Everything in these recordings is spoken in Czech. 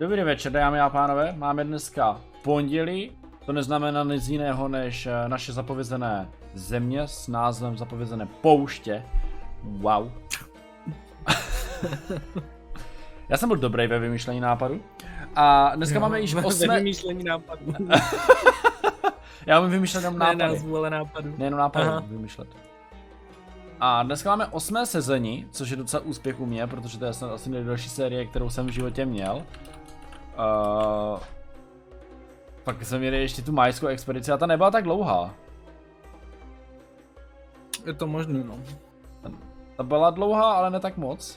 Dobrý večer, dámy a pánové, máme dneska pondělí, to neznamená nic jiného než naše zapovězené země s názvem zapovězené pouště. Wow. Já jsem byl dobrý ve vymýšlení nápadu. A dneska máme již 8. Ve vymýšlení nápadu. Já umím vymýšlet jenom nápady. Ne názvu, ale nápadu. Nejenom nápady, vymýšlet. A dneska máme 8. sezení, což je docela úspěch u mě, protože to je asi nejdelší série, kterou jsem v životě měl. Pak jsem měl ještě tu majskou expedici a ta nebyla tak dlouhá. Je to možný, no. Ta byla dlouhá, ale ne tak moc.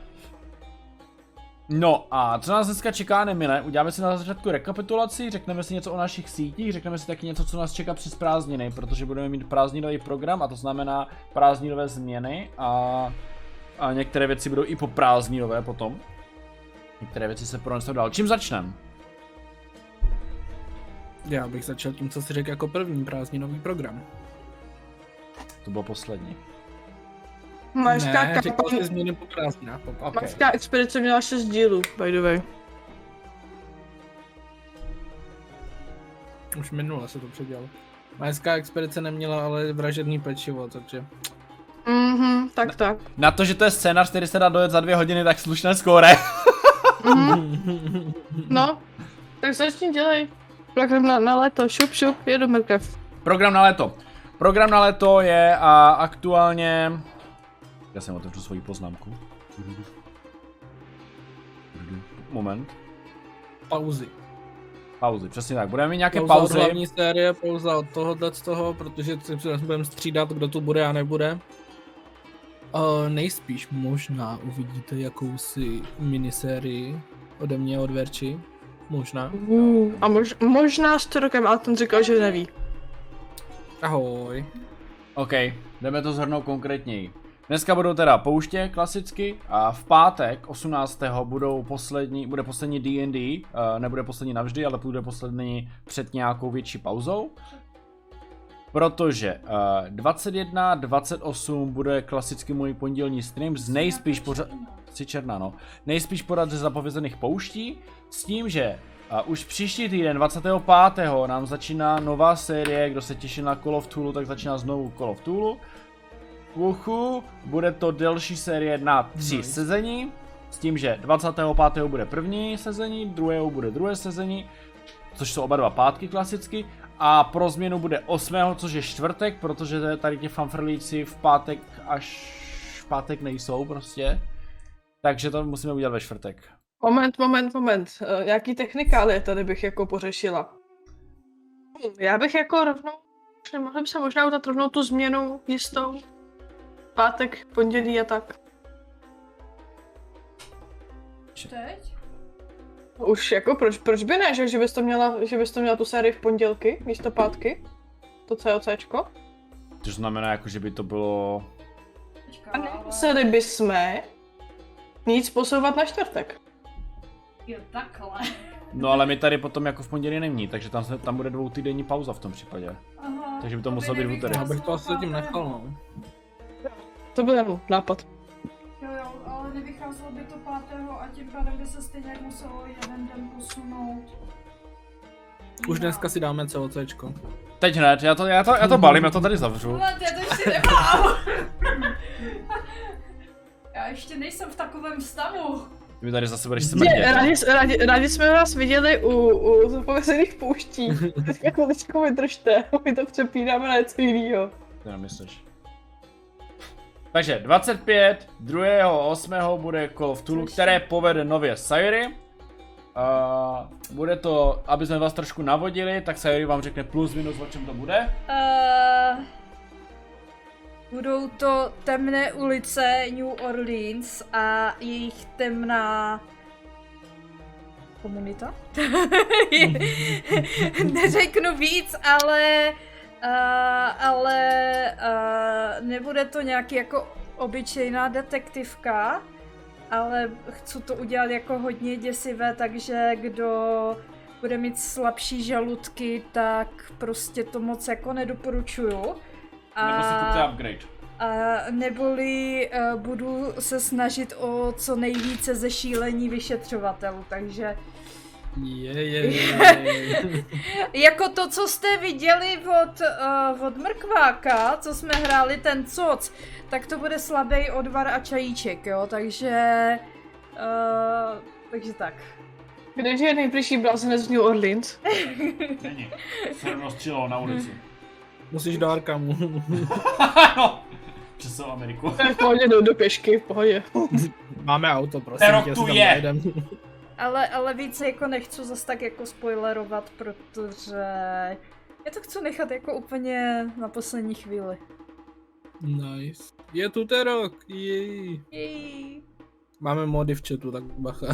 No a co nás dneska čeká nemine, uděláme si na začátku rekapitulaci, řekneme si něco o našich sítích, řekneme si taky něco, co nás čeká přes prázdniny, protože budeme mít prázdninový program a to znamená prázdninové změny a některé věci budou i po prázdninové potom. Některé věci se pronesou dál. Čím začneme? Já bych začal tím, co si řekl jako první prázdninový program. To bylo poslední. Ne, řekl jsi změny po prázdninách. Okay. Majská expedice měla 6 dílů, by the way. Už minule se to předělalo. Majská expedice neměla ale vražedný pečivo, takže... Tak. Na to, že to je scénář, který se dá dojet za 2 hodiny, tak slušné skóre. No, tak začni dělej. Program na léto, šup, jedu mrkev. Program na léto je aktuálně... Já jsem otevřu svoji poznámku. Moment. Pauzy, přesně tak. Budeme mít nějaké pauzy. Pauza hlavní série, pauza od toho, protože si budeme střídat, kdo tu bude a nebude. Nejspíš možná uvidíte jakousi minisérii ode mě od Verči. Možná. A možná s rokem, ale ten říkal, že neví. Ahoj. OK, jdeme to shrnout konkrétněji. Dneska budou teda pouště klasicky a v pátek 18. bude poslední D&D, nebude poslední navždy, ale bude poslední před nějakou větší pauzou. Protože 21-28 bude klasicky můj pondělní stream z nejspíš pořad ze zapovězených pouští, s tím, že už příští týden 25. nám začíná nová série, kdo se těší na Call of Cthulhu, tak začíná znovu Call of Cthulhu. Bude to delší série na 3 sezení, s tím, že 25. bude první sezení, 2. bude druhé sezení, což jsou oba dva pátky klasicky, a pro změnu bude 8. což je čtvrtek, protože tady ti fanfrlíci v pátek nejsou prostě, takže to musíme udělat ve čtvrtek. Moment, jaký technikálie tady bych jako pořešila? Já bych jako mohli by se možná udělat rovnou tu změnu jistou. Pátek, pondělí a tak. Teď? Už jako proč by ne, že bys to měla tu sérii v pondělky místo pátky? To COCčko? To znamená jako, že by to bylo... A nemuseli bychom nic posouvat na čtvrtek. Jo, takhle. No ale my tady potom jako v pondělí není, takže tam bude 2týdenní pauza v tom případě. Aha, takže by to muselo být v úterý. Já bych to asi tím nechal, no. To byl jenom nápad. Jo, ale nevycházelo by to 5. a tím pádem by se stejně muselo jeden den posunout. Už dneska si dáme COCčko. Teď hned, já to balím, já to tady zavřu. Já to ještě nemám. Já ještě nejsem v takovém stavu. Ty mi tady zase budeš smrdět. Rádi jsme vás viděli u zapovězených pouští. Teďka chviličku vydržte, my to přepínáme na něco jinýho. Ty nemyslíš. Takže 25, 2.8. bude Call of Cthulhu, které povede nově Sayuri. Bude to, aby jsme vás trošku navodili, tak Sayuri vám řekne plus minus, o čem to bude. Budou to temné ulice New Orleans a jejich temná komunita? Neřeknu víc, ale nebude to nějaký jako obyčejná detektivka, ale chci to udělat jako hodně děsivé, takže kdo bude mít slabší žaludky, tak prostě to moc jako nedoporučuju. Nebo si kupte upgrade. A neboli budu se snažit o co nejvíce zešílení vyšetřovatelů, takže jako to, co jste viděli od Mrkváka, co jsme hráli ten coc, tak to bude slabý odvar a čajíček, jo, takže tak. Kde je nejbližší blázenec z New Orleans? Není. Se rozčilo na ulici. Musíš do Arkamu. No. Přes celou Ameriku. V pohodě, do pěšky, v pohodě. Máme auto, prosím Rok tě, tu si tam je. najdem. Ale více jako nechci zas tak jako spoilerovat, protože já to chci nechat jako úplně na poslední chvíli. Nice. Je tu ten rok, jej. Jej. Máme mody v chatu, tak bacha.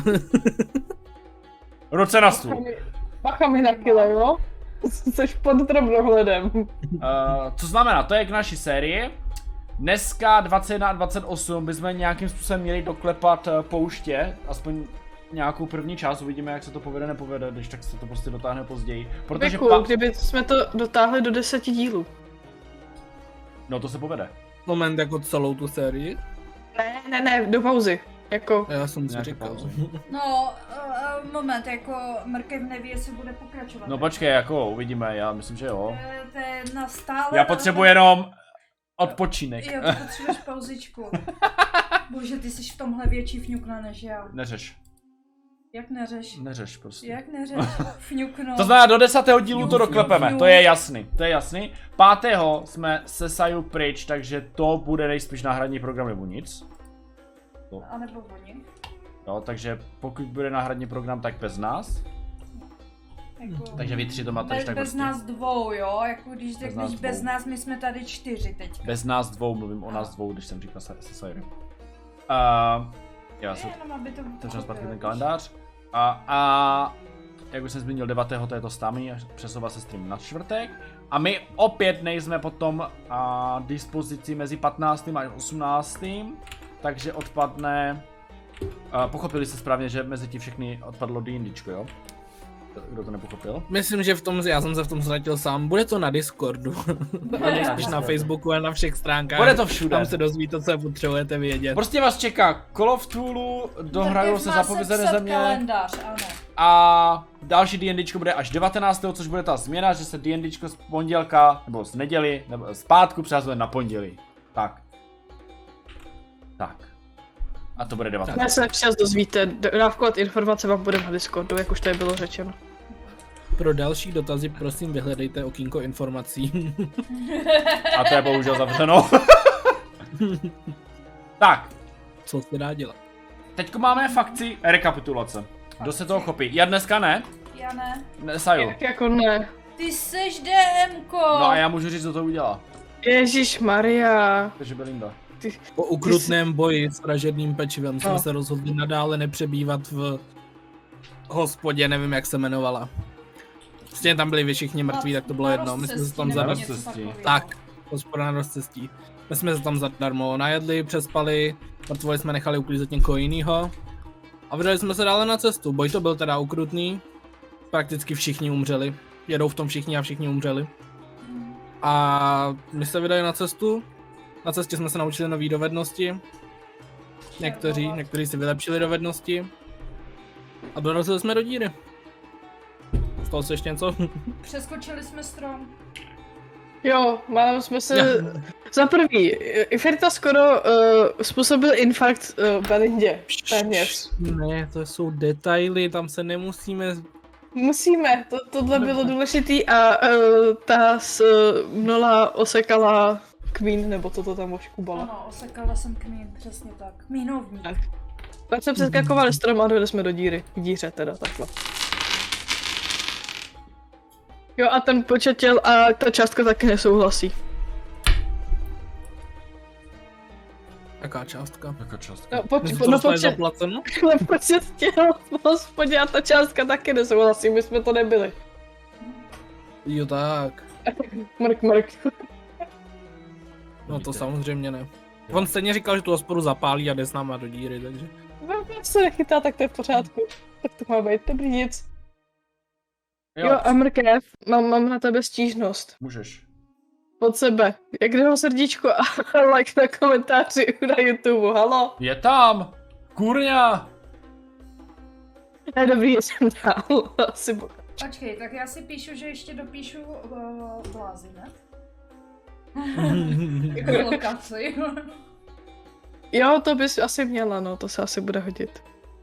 Ruce na stůl. Bacha mi na kile, jo? Což pod drobnohledem. Co znamená, to je k naší sérii. Dneska 21 a 28 bychom nějakým způsobem měli doklepat pouště, aspoň nějakou první část, uvidíme, jak se to povede, nepovede, když tak se to prostě dotáhne později. Protože Kdyby jsme to dotáhli do 10 dílů. No to se povede. Moment, jako celou tu sérii. Ne, do pauzy. Jako... Já jsem si Nějaké říkal. pauzy. No, moment, jako Mrkev neví, jestli bude pokračovat. No počkej, jako uvidíme, já myslím, že jo. To je na stále. Já potřebuji jenom odpočinek. Jo, ty potřebuješ pauzičku. Bože, ty jsi v tomhle větší fňukna než já. Neřeš. Jak neřeš? Neřeš prostě. Jak neřeš? Fňukno. To znamená, do 10. dílu to doklepeme, to je jasný. 5. jsme se Saju pryč, takže to bude nejspíš náhradní program nebo nic. A nebo oni. Jo, takže pokud bude náhradní program, tak bez nás. Jako, Takže vy tři to máte už tak bez hezky. nás dvou, jo? Jako když řekneš nás bez dvou. nás, my jsme tady 4 teď. Bez nás dvou, mluvím o nás dvou, když jsem říkal se Saju. Já se Jenom aby to otevřel zpátky ten kalendář. A jak už jsem zmínil, 9. to je to stámí, přesouvá se stream na čtvrtek. A my opět nejsme potom dispozici mezi 15. a 18. Takže odpadne... pochopili jste správně, že mezi ti všechny odpadlo D&Dčko, jo? Kdo to nepochopil? Myslím, že já jsem se v tom ztratil sám. Bude to na Discordu. Spíš na Facebooku a na všech stránkách. Bude to všude. Tam se dozvíte, co potřebujete vědět. Prostě vás čeká Call of Cthulhu, dohrajou se zapovězené země. Kalendář, ano. A další D&Dčko bude až 19. což bude ta změna, že se D&Dčko z pondělka, nebo z neděli, nebo z pátku přehazuje na pondělí. Tak. A to bude 19. Já se včas dozvíte, dávkovat informace vám bude na Discordu, jak už tady bylo řečeno. Pro další dotazy prosím vyhledejte okýnko informací. A to je bohužel zavřeno. Tak, Co se dá dělat? teďko máme fakci rekapitulace. Kdo se toho chopí? Já dneska ne. Já ne. Saju. Jak jako ne. Ty seš DMko. No a já můžu říct, co to udělá. Ježíš Maria. Takže Belinda. Po ukrutném boji s vražedným pečivem jsme se rozhodli nadále nepřebývat v hospodě, nevím jak se jmenovala. Prostě tam byli všichni mrtví, tak to bylo jedno. My jsme se tam Tak, hospoda na rozcestí. My jsme se tam zadarmo najedli, přespali, mrtvoli jsme nechali uklízet někoho jinýho. A vydali jsme se dále na cestu. Boj to byl teda ukrutný. Prakticky všichni umřeli. Jedou v tom všichni a všichni umřeli. A my se vydali na cestu. Na cestě jsme se naučili nové dovednosti. Někteří si vylepšili dovednosti. A dorazili jsme do díry. Stalo se ještě něco? Přeskočili jsme strom. Jo, máme jsme se... Za prvý, Ifrita skoro způsobil infarkt Belindě. Téměř. Ne, to jsou detaily, tam se nemusíme... Musíme, tohle bylo důležitý a ta Nola osekala Queen, nebo co to tam oškubala. Ano, osekala jsem kmín, přesně tak. Kmínovník. Tak jsme přeskakovali strom a dojeli jsme do díry. K díře teda, takhle. Jo a ten počet těl a ta částka taky nesouhlasí. Jaká částka? Jaká částka? No, Zaplaceno? počet těl v hospodě a ta částka taky nesouhlasí, my jsme to nebyli. Jo tak. Mrk. No to samozřejmě ne. On stejně říkal, že tu hospodu zapálí a jde s náma do díry, takže... No, se nechytá, tak to je v pořádku. Tak to má být, dobrý nic. Jo a Mrkev, mám na tebe stížnost. Můžeš. od sebe. Jak jde ho srdíčko a like na komentáři na YouTube, halo? Je tam! Kurňa! Ne, dobrý, jsem dál, asi Počkej, tak já si píšu, že ještě dopíšu blázy, ne? Lokaci. Jo, to bys asi měla, no, to se asi bude hodit.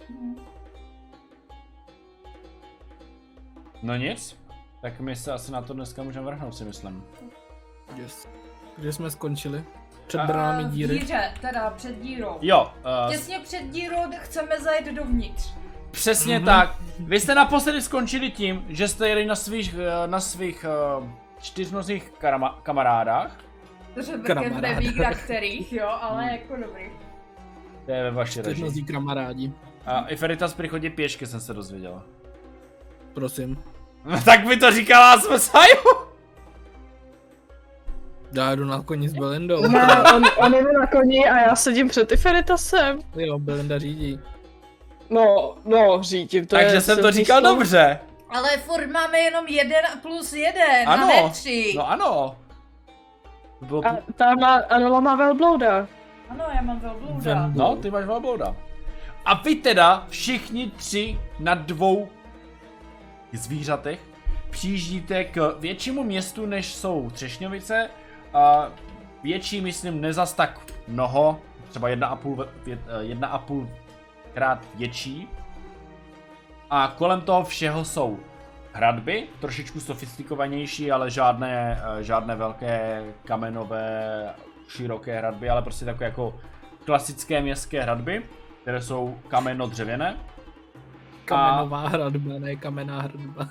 No nic, tak my se asi na to dneska můžeme vrhnout, si myslím. Yes. Kde jsme skončili? Před bránami díry. Díře, teda před dírou. Jo, Těsně před dírou chceme zajít dovnitř. přesně tak. Vy jste naposledy skončili tím, že jste jeli na svých čtyřnozích kamarádách. Řebekem neví na kterých, jo, ale jako dobrý. To je ve vaší Čtyřnozí režii. kamarádi. A i Feritas prý chodí pěšky, jsem se dozvěděl. Prosím. Tak by to říkala Smesaju! Já jdu na koni s Belindou. Ne, on jde na koni a já sedím před Iferitasem. Jo, Belinda řídí. No, řídím, to je... Takže jsem to říkal dobře. Ale furt máme jenom 1+1 Ano. a ne 3. No ano. Bylo... A Anola má velblouda. Ano, já mám velblouda. No, ty máš velblouda. A vy teda všichni tři na dvou zvířatech přijíždíte k většímu městu, než jsou Třešňovice. A větší, myslím, nezas tak mnoho, třeba 1,5 krát větší. A kolem toho všeho jsou hradby, trošičku sofistikovanější, ale žádné velké kamenové, široké hradby, ale prostě takové jako klasické městské hradby, které jsou kameno-dřevěné. Kamenová hradba, ne kamenná hradba.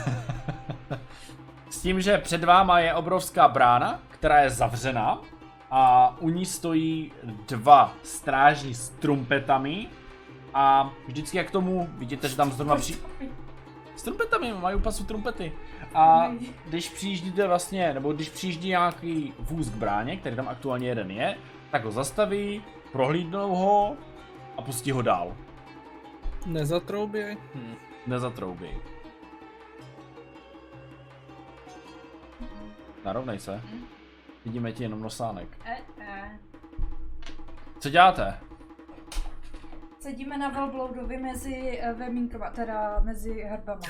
S tím, že před váma je obrovská brána, která je zavřená a u ní stojí dva strážní s trumpetami a vždycky jak tomu, vidíte, že tam zrovna s trumpetami, mají u pasu trumpety. A když přijíždíte vlastně, nebo když přijíždí nějaký vůz k bráně, který tam aktuálně jeden je, tak ho zastaví, prohlídnou ho a pustí ho dál. Nezatrouběj? Nezatroubí. Narovnej se. Vidíme ti jenom nosánek. Co děláte? Sedíme na velbloudovi mezi vemínkama, teda mezi hrbama.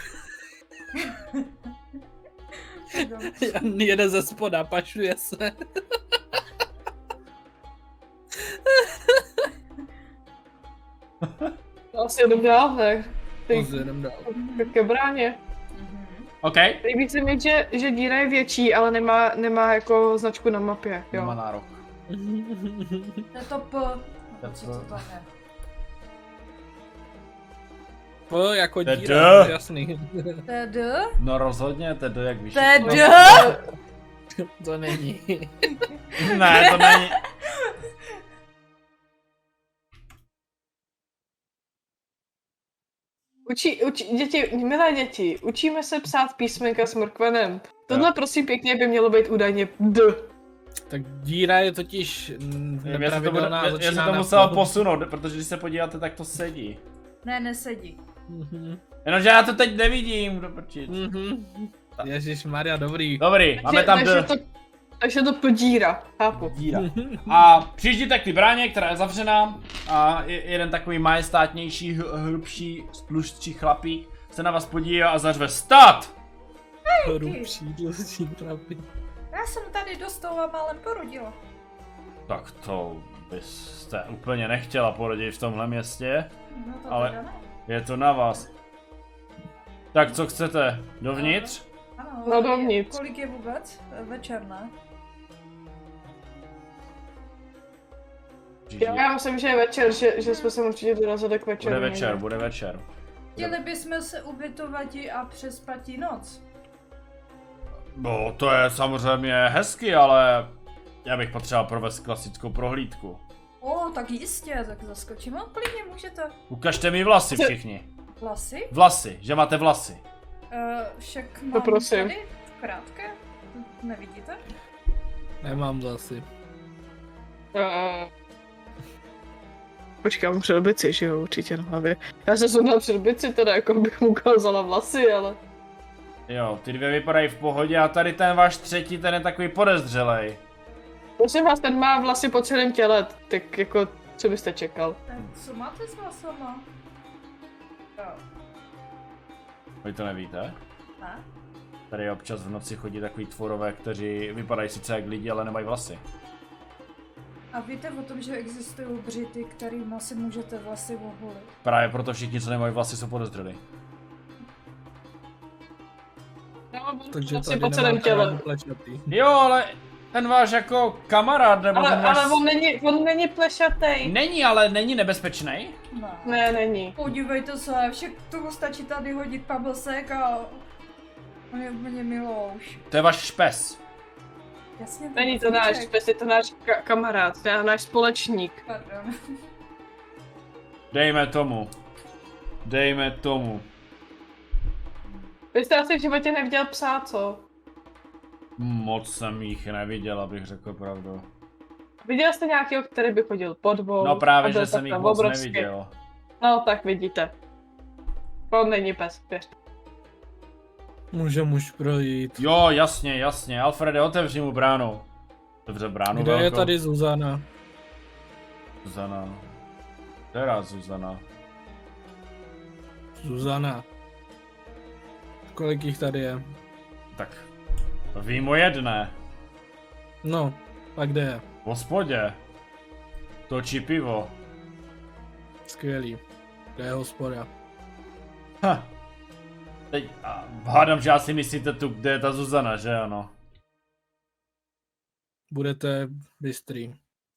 Jan jede ze spoda, pašuje se. Asi jedem dál, tak. Jedem dál. Ke bráně. OK. Líbí se mi, že díra je větší, ale nemá jako značku na mapě, jo. Nemá nárok. To je to P. Nebo co to tam je? P jako To je díra, D. jasný. To je D? No rozhodně, to je do jak vyšší. To je D? To není. Ne, to není. Milé děti, učíme se psát písmenka s mrkvenem. Tohle prosím pěkně by mělo být údajně D. Tak díra je totiž nepravidelná. Já jsem to musel posunout, protože když se podíváte, tak to sedí. Ne, nesedí. Jenomže já to teď nevidím, do prčic. Ježišmarja, dobrý. Dobrý, máme tam D. Takže to podíra, chápu. Díra. A přijíždíte k té bráně, která je zavřená a jeden takový majestátnější, hrubší, tlustší chlapík se na vás podívá a zařve stát! Hrubší, tlustší chlapík. Já jsem tady dostala málem porodila. Tak to byste úplně nechtěla porodit v tomhle městě, No to ale teda ne. je to na vás. Tak co chcete? Dovnitř? Ano, No dovnitř. Kolik je vůbec? Večer, ne? Já myslím, že je večer, že jsme se určitě dorazili k večeru. Bude večer. Chtěli bychom se ubytovat a přespat noc. No, to je samozřejmě hezky, ale já bych potřeboval provést klasickou prohlídku. O, tak jistě, tak zaskočím. No, klidně můžete. Ukažte mi vlasy všichni. Vlasy? Vlasy, že máte vlasy. Však mám Poprosím. tady krátké. Nevidíte? Nemám vlasy. Počkej, mám přilbici, že jo, určitě na hlavě. Já se sundal přilbici, teda jako bych mu ukázala vlasy, ale... Jo, ty dvě vypadají v pohodě a tady ten váš třetí, ten je takový podezřelej. Prosím vás, ten má vlasy po celém těle, tak jako, co byste čekal? Co máte s vlasama? Jo. Vy to nevíte? Ne? Tady občas v noci chodí takový tvorové, kteří vypadají sice jak lidi, ale nemají vlasy. A víte o tom, že existují břity, kterým si můžete vlasy oholit? Právě proto všichni, co nemají vlasy, jsou podezřelí. No, Takže vlasy tady po celém nemáte těle. rádi plešatý. Jo, ale ten váš jako kamarád, nebo ten váš... Ale on není plešatej. Není, ale není nebezpečný. Ne. Ne, není. Podívejte se, však tomu stačí tady hodit pablsek a on je úplně milouš. To je váš špes. Jasně, Není to náš pes, je to náš kamarád, náš společník. Pardon. Dejme tomu. Dejme tomu. Vy jste asi v životě neviděl psa, co? Moc jsem jich neviděl, abych řekl pravdu. Viděl jste nějakého, který by chodil pod dvou? No právě, a byl že jsem takhle jich moc obrovský? neviděl. No tak vidíte. On není pes, věřte. Můžem už projít. Jo, jasně, jasně. Alfrede, otevři mu bránu. Otevře bránu Kde je velkou. tady Zuzana? Zuzana. Která Zuzana? Zuzana. Kolik jich tady je? Tak. Vím o jedné. No, a kde je? V hospodě. Točí pivo. Skvělý. Kde je hospoda? Ha. Teď hádám, že asi myslíte tu, kde je ta Zuzana, že ano? Budete bystrý.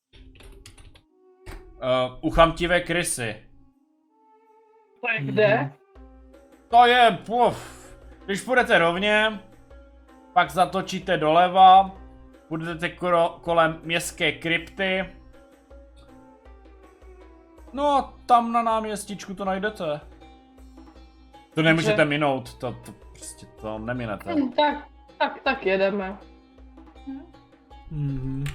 U chamtivé krysy. To je kde? To je, když půjdete rovně, pak zatočíte doleva, půjdete kolem městské krypty. No a tam na náměstíčku to najdete. To nemůžete minout, to prostě to neminete. Tak jedeme. Mhm.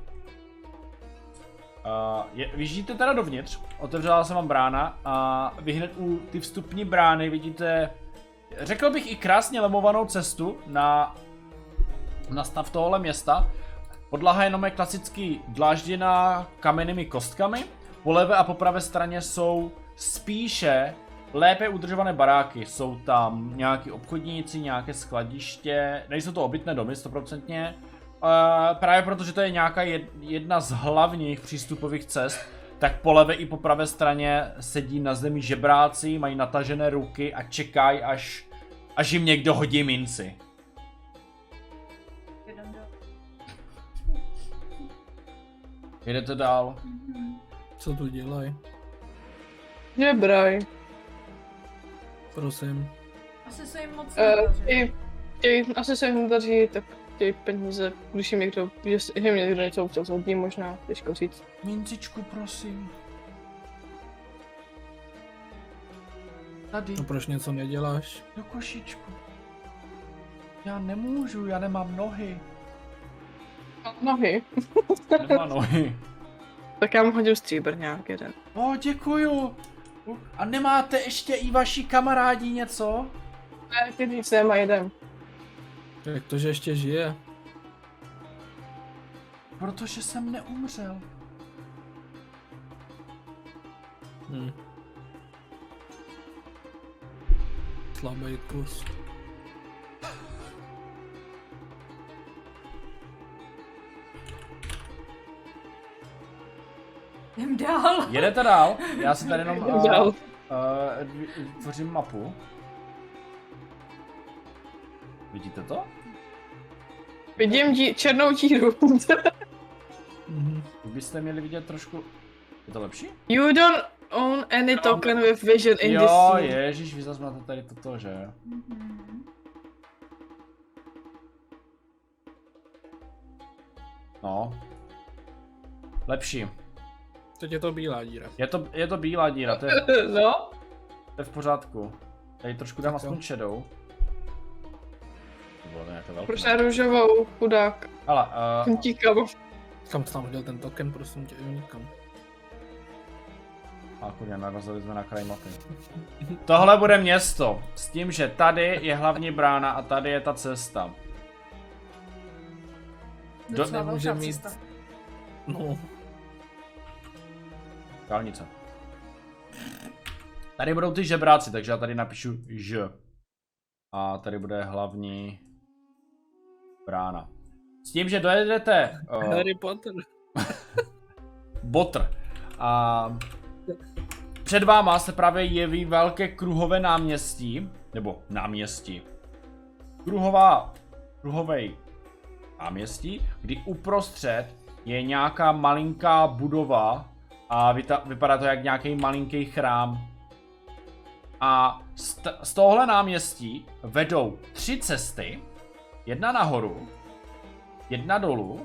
Vyjíždíte teda dovnitř, otevřela se vám brána a vy hned u ty vstupní brány vidíte, řekl bych i krásně lemovanou cestu na stav tohohle města. Podlaha jenom je klasicky dlážděná kamennými kostkami, po levé a po pravé straně jsou spíše lépe udržované baráky. Jsou tam nějaký obchodníci, nějaké skladiště, nejsou to obytné domy 100%. Právě protože to je nějaká jedna z hlavních přístupových cest, tak po levé i po pravé straně sedí na zemi žebráci, mají natažené ruky a čekají, až jim někdo hodí minci. Jedete dál. Co tu dělají? Žebraj. Prosím. Asi se jim moc nedaří. Asi se jim daří, tak ty peníze, když jim někdo, že jim někdo něco občas hodí, možná, těžko říct. Mincičku, prosím. Tady, No proč něco neděláš? do košičku. Já nemůžu, já nemám nohy. Nohy. Nemám nohy. Tak já mu hodím stříbrňák jeden. Děkuju. A nemáte ještě i vaši kamarádi něco? Ne, ty nic nemá jeden. Jak to, že ještě žije? Protože jsem neumřel. Slabý kus. Jdem dál. Jedete dál? Já si tady jenom Dál. tvořím mapu. Vidíte to? Vidím černou díru. Mhm. Vy byste měli vidět trošku... Je to lepší? You don't own any token with vision in this Jo, scene. ježiš, vy zase máte tady toto, že? No. Lepší. Teď je to bílá díra. Je to bílá díra, to je No, v pořádku. Tady trošku dám Tak jo. aspoň šedou. To bylo nějaké velké. proč na růžovou, chudák. Ale, Tíkavo. Kam jsi tam hodil ten token, prosím tě, nikam. A kurně, narazili jsme na kraj mapy. Tohle bude město, s tím, že tady je hlavní brána a tady je ta cesta. Docela nemůže velká mít- cesta. No, Dálnice. Tady budou ty žebráci, takže já tady napíšu Ž. A tady bude hlavní brána. S tím, že dojedete Harry Potter. Botr. A před váma se právě jeví velké kruhové náměstí, nebo náměstí. Kruhovej náměstí, kdy uprostřed je nějaká malinká budova a vypadá to jak nějaký malinký chrám. A z tohle náměstí vedou 3 cesty, jedna nahoru, jedna dolů,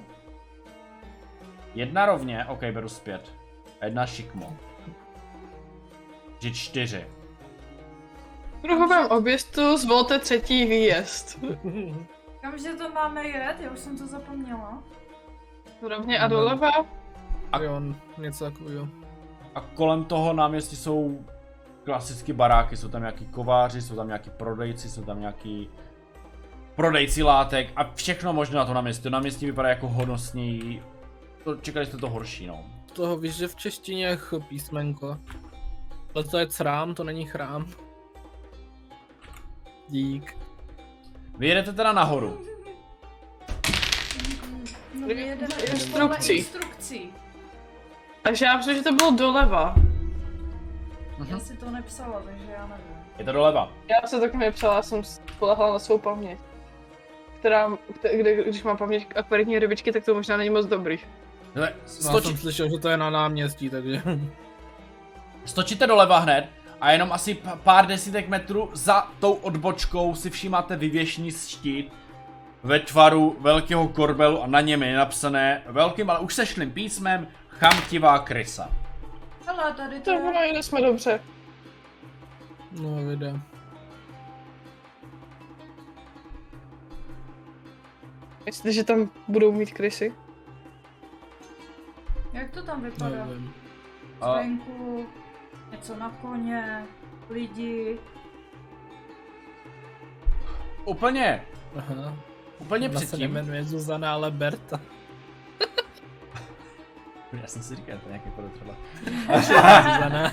jedna rovně, ok, beru zpět, a jedna šikmo. Že 4. V kruhovém objezdu zvolte 3. výjezd. Kamže to máme jet? Já už jsem to zapomněla. Rovně a doleva. Jo, něco takového. A kolem toho náměstí jsou klasicky baráky, jsou tam nějaký kováři, jsou tam nějaký prodejci, jsou tam nějaký prodejci látek a všechno možné na to náměstí. To náměstí vypadá jako honosněji. Čekali jste to horší, no. Z toho víš, že v češtině je ch písmenko. Ale to je chrám, to není chrám. Dík. Vy jedete teda nahoru. No, my jedeme Instrukcí. podle instrukcí. Takže já myslím, že to bylo doleva. Já si to nepsala, takže já nevím. Je to doleva. Já se taky nepsala, já jsem spolehla na svou paměť. Když mám paměť akvaritní rybičky, tak to možná není moc dobrý. Hele, Já jsem slyšel, že to je na náměstí, takže... Stočíte doleva hned a jenom asi pár desítek metrů za tou odbočkou si všímáte vyvěšený štít ve tvaru velkého korbelu a na něm je napsané velkým, ale už sešlým písmem Chamtivá krysa. Hele, tady to To je... ono, jde jsme dobře. No, videa. Myslíte, že tam budou mít krysy? Jak to tam vypadá? Nevím. Zvenku, něco na koně, lidi. Úplně Aha. Úplně Ona se předtím. nemenuje Zuzana, ale Berta. Já jsem si říkal, to je nějaký podle třeba. Zuzana.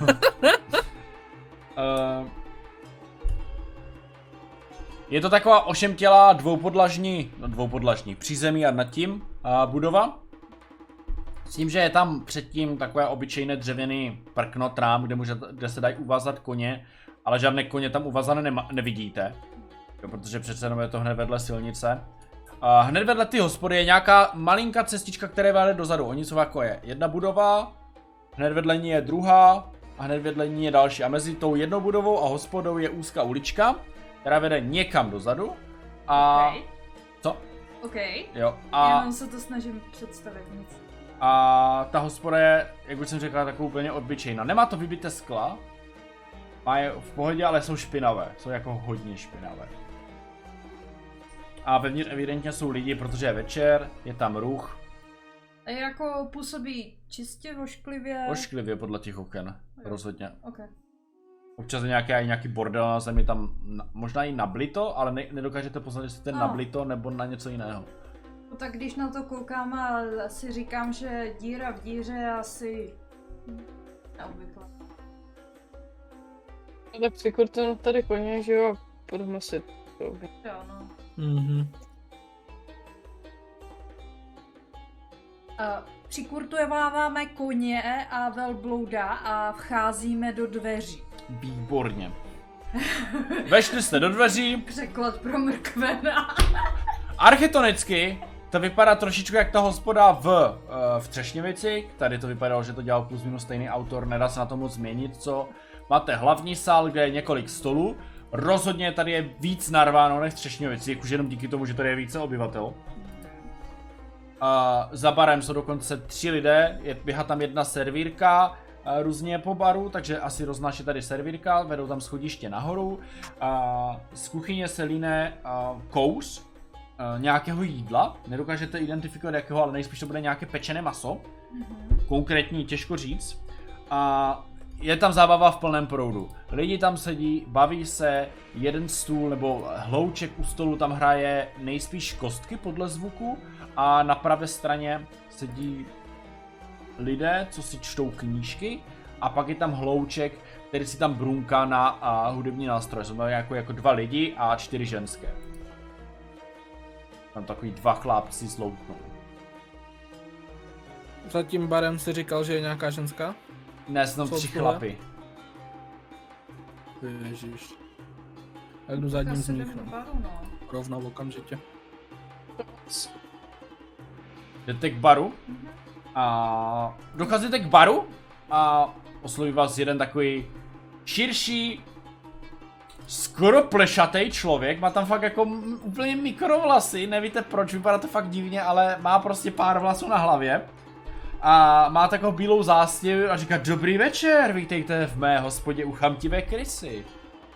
Je to taková ošemtělá dvoupodlažní přízemí a nad tím budova. S tím, že je tam předtím takové obyčejné dřevěný prkno trám, kde se dají uvázat koně, ale žádné koně tam uvázané nevidíte, jo, protože přece jenom je to hned vedle silnice. A hned vedle ty hospody je nějaká malinká cestička, která vede dozadu. Oni jsou jako je jedna budova, hned vedle ní je druhá a hned vedle ní je další. A mezi tou jednou budovou a hospodou je úzká ulička, která vede někam dozadu. A... Okay. Co? OK. Jo, a... Jenom se to snažím představit nic. A ta hospoda je, jak už jsem řekla, takovou úplně obyčejná. Nemá to vybité skla, má je v pohodě, ale jsou špinavé. Jsou jako hodně špinavé. A vevnitř evidentně jsou lidi, protože je večer, je tam ruch. A jako působí čistě ošklivě. Ošklivě podle těch oken, rozhodně. OK. Občas je nějaký bordel na zemi, tam možná i nablito, ale nedokážete poznat, jestli to je nablito nebo na něco jiného. No tak když na to koukám a asi říkám, že díra v díře je asi neobvyklá. No tak přikurte tady koně, že jo, budeme si to. Jo, no. Mhm. Přikurtováváme koně a velblouda a vcházíme do dveří. Výborně. Vešli jste do dveří. Překlad pro mrkvena. Architektonicky to vypadá trošičku jak ta hospoda v Třešňovici. Tady to vypadalo, že to dělal plus minus stejný autor, nedá se na to moc změnit, co. Máte hlavní sál, kde je několik stolů. Rozhodně tady je víc narváno než v Třešňovici, už jenom díky tomu, že tady je více obyvatel. Za barem jsou dokonce 3 lidé, běhá tam jedna servírka, různě po baru, takže asi roznáší tady servírka, vedou tam schodiště nahoru. Z kuchyně se líne kouř nějakého jídla, nedokážete identifikovat jakého, ale nejspíš to bude nějaké pečené maso. Konkrétní těžko říct. je tam zábava v plném proudu. Lidi tam sedí, baví se, jeden stůl nebo hlouček u stolu tam hraje nejspíš kostky podle zvuku a na pravé straně sedí lidé, co si čtou knížky a pak je tam hlouček, který si tam brunká na hudební nástroje. Jsou tam jako 2 lidi a 4 ženské. Tam takový 2 chlápci s loutnou. Za tím barem si říkal, že je nějaká ženská? Ne, jsou tam 3 chlapy. Ježiš. Jak jdu zadním z nich, no. baru, no. Rovnou okamžitě. Jdete k baru a docházíte k baru a osloví vás jeden takový širší, skoro plešatý člověk, má tam fakt jako úplně mikrovlasy, nevíte proč, vypadá to fakt divně, ale má prostě pár vlasů na hlavě. A má takovou bílou zástěvu a říká: dobrý večer, vítejte v mé hospodě u chamtivé krysy.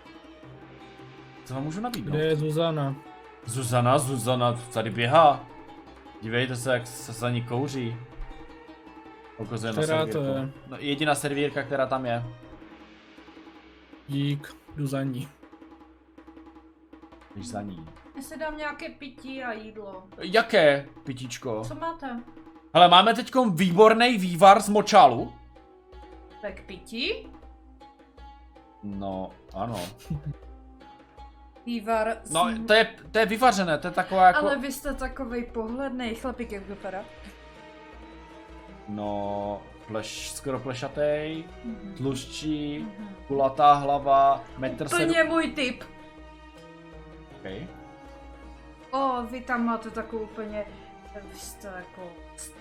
Co vám můžu nabídnout? Kde je Zuzana? Zuzana tady běhá. Dívejte se, jak se za ní kouří. Ukazuje na Která servírku. to je? No, jediná servírka, která tam je. Dík, jdu za ní. Když za ní. Já si dám nějaké pití a jídlo. Jaké, pitíčko? Co máte? Hele, máme teďkom výborný vývar z močalu. Tak pití? No, ano. Vývar z... No, to je vyvařené, to je taková jako... Ale vy jste takovej pohlednej chlapík, jak vypadá. No, skoro plešatej, tlustší, kulatá hlava, metr sedm... Plně můj typ. Okay. Vy tam máte takovou úplně... Vy jste jako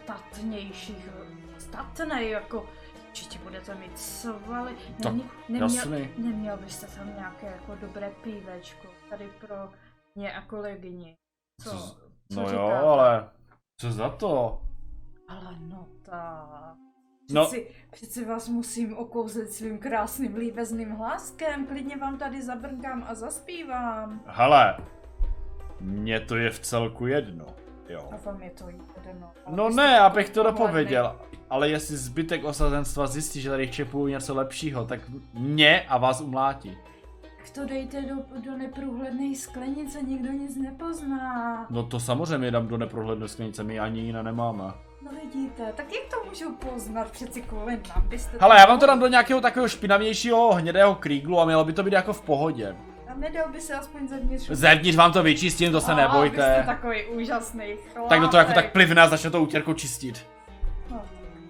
statnej, jako... Určitě budete mít svaly. Tak, jasný. Neměl byste tam nějaké jako dobré pívečko, tady pro mě a kolegyni. Co No říkáte? jo, ale... Co za to? Ale no tak... No. Přeci vás musím okouzlit svým krásným líbezným hláskem, klidně vám tady zabrnkám a zaspívám. Hele, mně to je v celku jedno, jo. A vám je to jedno. No ne, abych to dopověděl, ale jestli zbytek osazenstva zjistí, že tady čepuju něco lepšího, tak mě a vás umlátí. Tak to dejte do neprůhledné sklenice, nikdo nic nepozná. No to samozřejmě dám do neprohledné sklenice, my ani jiné nemáme. No vidíte, tak jak to můžu poznat, přeci kvůli nám byste... Hele, já vám to dám do nějakého takového špinavějšího hnědého krýglu a mělo by to být jako v pohodě. A nedal by se aspoň zevnitř... Zevnitř vám to vyčistím, to se Vy jste nebojte. takový úžasný chlapec. Tak do toho jako tak plivne a začne to utěrkou čistit. No.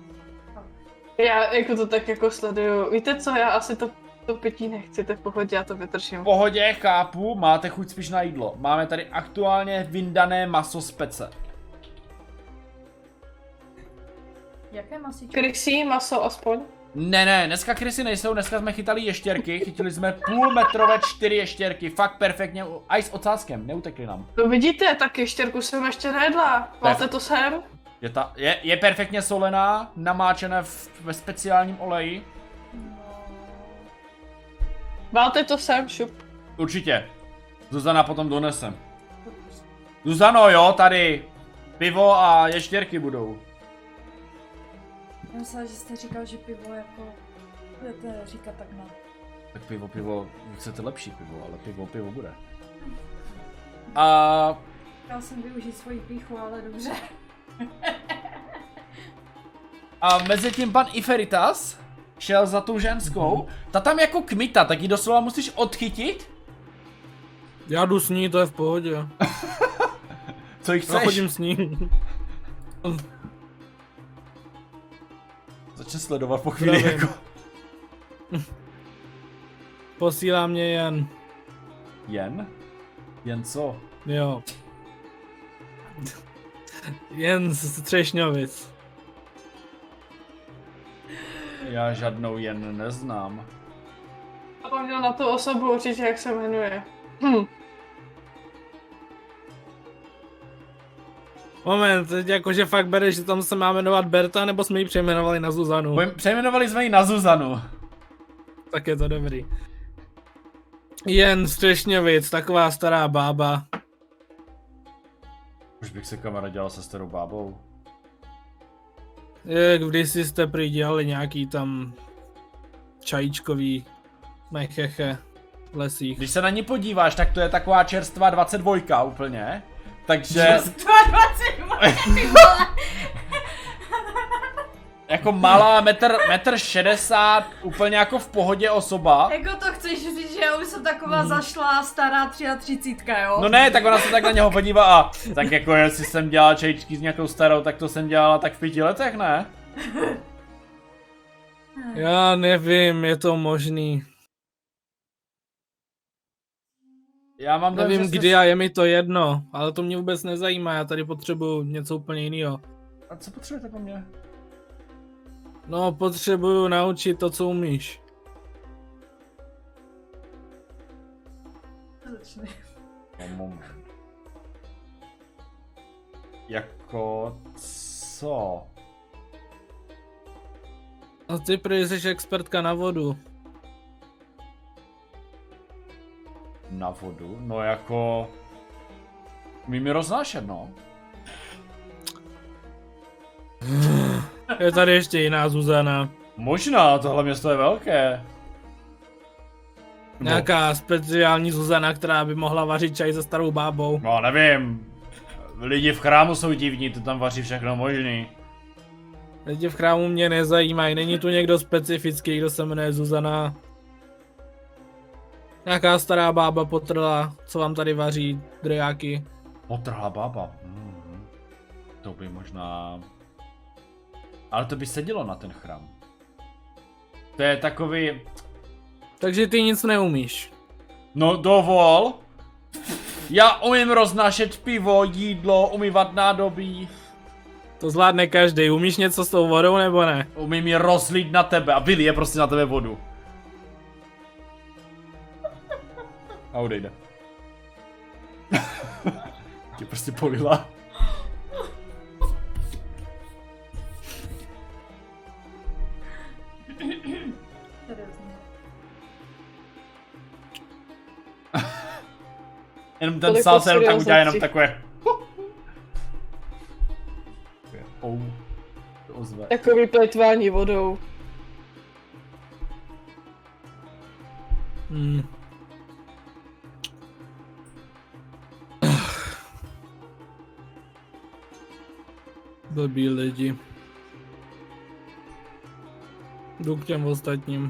Já jako to tak jako sleduju. Víte co, já asi to pití nechci, tak v pohodě, já to vytržím. V pohodě, chápu, máte chuť spíš na jídlo. Máme tady aktuálně vyndané maso z pece. Jaké masíčko? Krysí maso aspoň. Ne, dneska krysy nejsou, dneska jsme chytali ještěrky, chytili jsme půlmetrové 4 ještěrky, fakt perfektně, a i s ocáskem, neutekli nám. No vidíte, tak ještěrku jsem ještě nejedla. Máte to sem? Je perfektně solená, namáčená ve speciálním oleji. Máte to sem, šup. Určitě. Zuzana potom donese. Zuzano, jo, tady pivo a ještěrky budou. Já myslela, že jste říkal, že pivo jako... Budete říkat tak na... Tak pivo, vy chcete lepší pivo, ale pivo bude. A Chtěl jsem využít svoji píchu, ale dobře. A mezi tím pan Iferitas šel za tou ženskou, ta tam jako kmita, tak ji doslova musíš odchytit. Já jdu s ní, to je v pohodě. Co jí Já chceš? chodím s ní. Začne sledovat po chvíli Zdravím. jako... Posílá mě jen. Jen? Jen co? Jo. Jen z Třešňovic. Já žádnou jen neznám. A pak měl na tu osobu určitě, jak se jmenuje. Moment, teď jakože fakt bereš, že tam se má jmenovat Berta, nebo jsme ji přejmenovali na Zuzanu? Přejmenovali jsme ji na Zuzanu. Tak je to dobrý. Jen z Třešňovic, taková stará bába. Už bych se kamarád dělal se starou bábou. Kdysi jste prý dělali nějaký tam čajíčkový mecheche v lesích. Když se na ní podíváš, tak to je taková čerstvá 22 úplně. Takže... 22. Jako malá, metr 60, úplně jako v pohodě osoba. Jako to chceš říct, že já už jsem taková zašla stará 33, jo? No ne, tak ona se tak na něho podívá a tak jako jestli jsem dělala čajíčky s nějakou starou, tak to jsem dělala tak v 5 letech, ne? Já nevím, je to možný. Já mám dojem, Nevím že kdy a je mi to jedno, ale to mě vůbec nezajímá, já tady potřebuju něco úplně jiného. A co potřebujete po mně? No, potřebuju naučit to, co umíš. Začni. No, moment. Jako... co? A ty prý jsi expertka na vodu. Na vodu? No jako... Umím mi roznášet, no. Je tady ještě jiná Zuzana. Možná, tohle město je velké. Nějaká speciální Zuzana, která by mohla vařit čaj se starou bábou. No nevím. Lidi v chrámu jsou divní, to tam vaří všechno možný. Lidi v chrámu mě nezajímají, není tu někdo specifický, kdo se jmenuje Zuzana. Nějaká stará bába potrla, co vám tady vaří, drejáky. Potrhla bába. To by možná... Ale to by sedělo na ten chrám. To je takový... Takže ty nic neumíš. No dovol. Já umím roznášet pivo, jídlo, umývat nádobí. To zvládne každý. Umíš něco s tou vodou nebo ne? Umím je rozlít na tebe a vylije prostě na tebe vodu. A odejde. Tě prostě polila. Jenom ten sál se jenom tak udělá jenom takové. To ozve. Takový plejtvání vodou. Blbý lidi. Jdu k těm ostatním.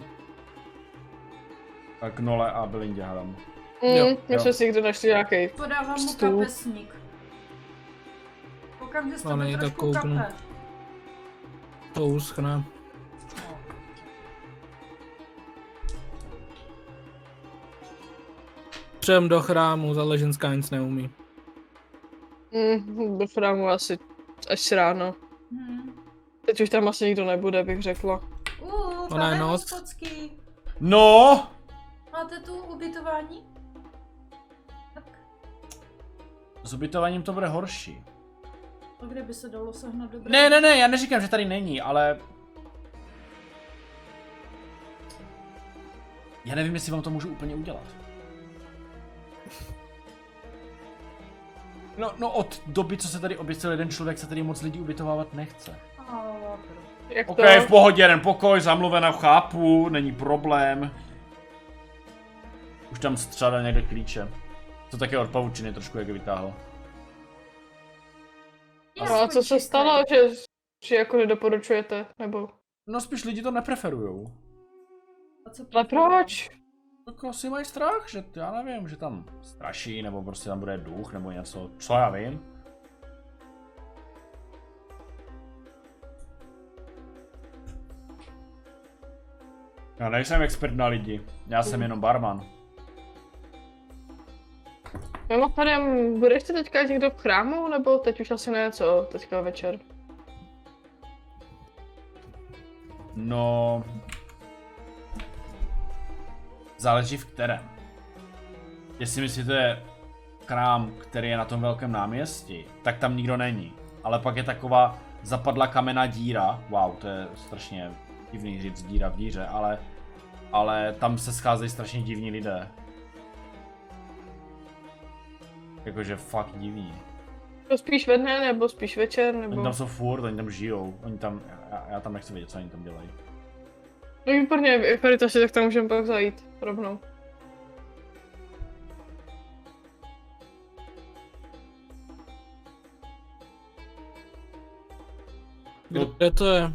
Tak Nole a Belindě hádám. My jsme si někdo našli nějaký. Podávám mu Stůl. kapesník. Koukám, že z No, tebe nej, tak trošku kouknu. kape. To uschne. Přem do chrámu, ale ženská nic neumí. Do chrámu asi až ráno. Teď už tam asi nikdo nebude, bych řekla. Ona je pane noc. hospodský. No! Máte tu ubytování? Tak. S ubytováním to bude horší. A kde by se dalo sehnat dobré? Ne, já neříkám, že tady není, ale... Já nevím, jestli vám to můžu úplně udělat. No od doby, co se tady oběsil jeden člověk, se tady moc lidí ubytovávat nechce. Jak OK, to? v pohodě, jeden pokoj, zamluvena, chápu, není problém. Už tam střádá někde klíče. To také od pavučiny trošku, jak je vytáhl. No a co se stalo, že jako nedoporučujete, nebo? No spíš lidi to nepreferujou. Ale proč? Tak asi mají strach, že já nevím, že tam straší, nebo prostě tam bude duch, nebo něco, co já vím. Já nejsem expert na lidi, já jsem jenom barman. Mimochodem, budeš ty teďka někdo v chrámu, nebo teď už asi ne, co teďka večer? No... Záleží v kterém. Jestli myslíte chrám, který je na tom velkém náměstí, tak tam nikdo není. Ale pak je taková zapadla kamenná díra, wow, to je strašně divný říct díra v díře, ale tam se scházejí strašně divní lidé. Jakože fakt divní. To spíš ve dne, nebo spíš večer, nebo? Oni tam jsou furt, oni tam žijou, oni tam, já tam nechci vědět, co oni tam dělají. No výborně, Feritaši, tak tam můžeme pak zajít rovnou. Kde to je?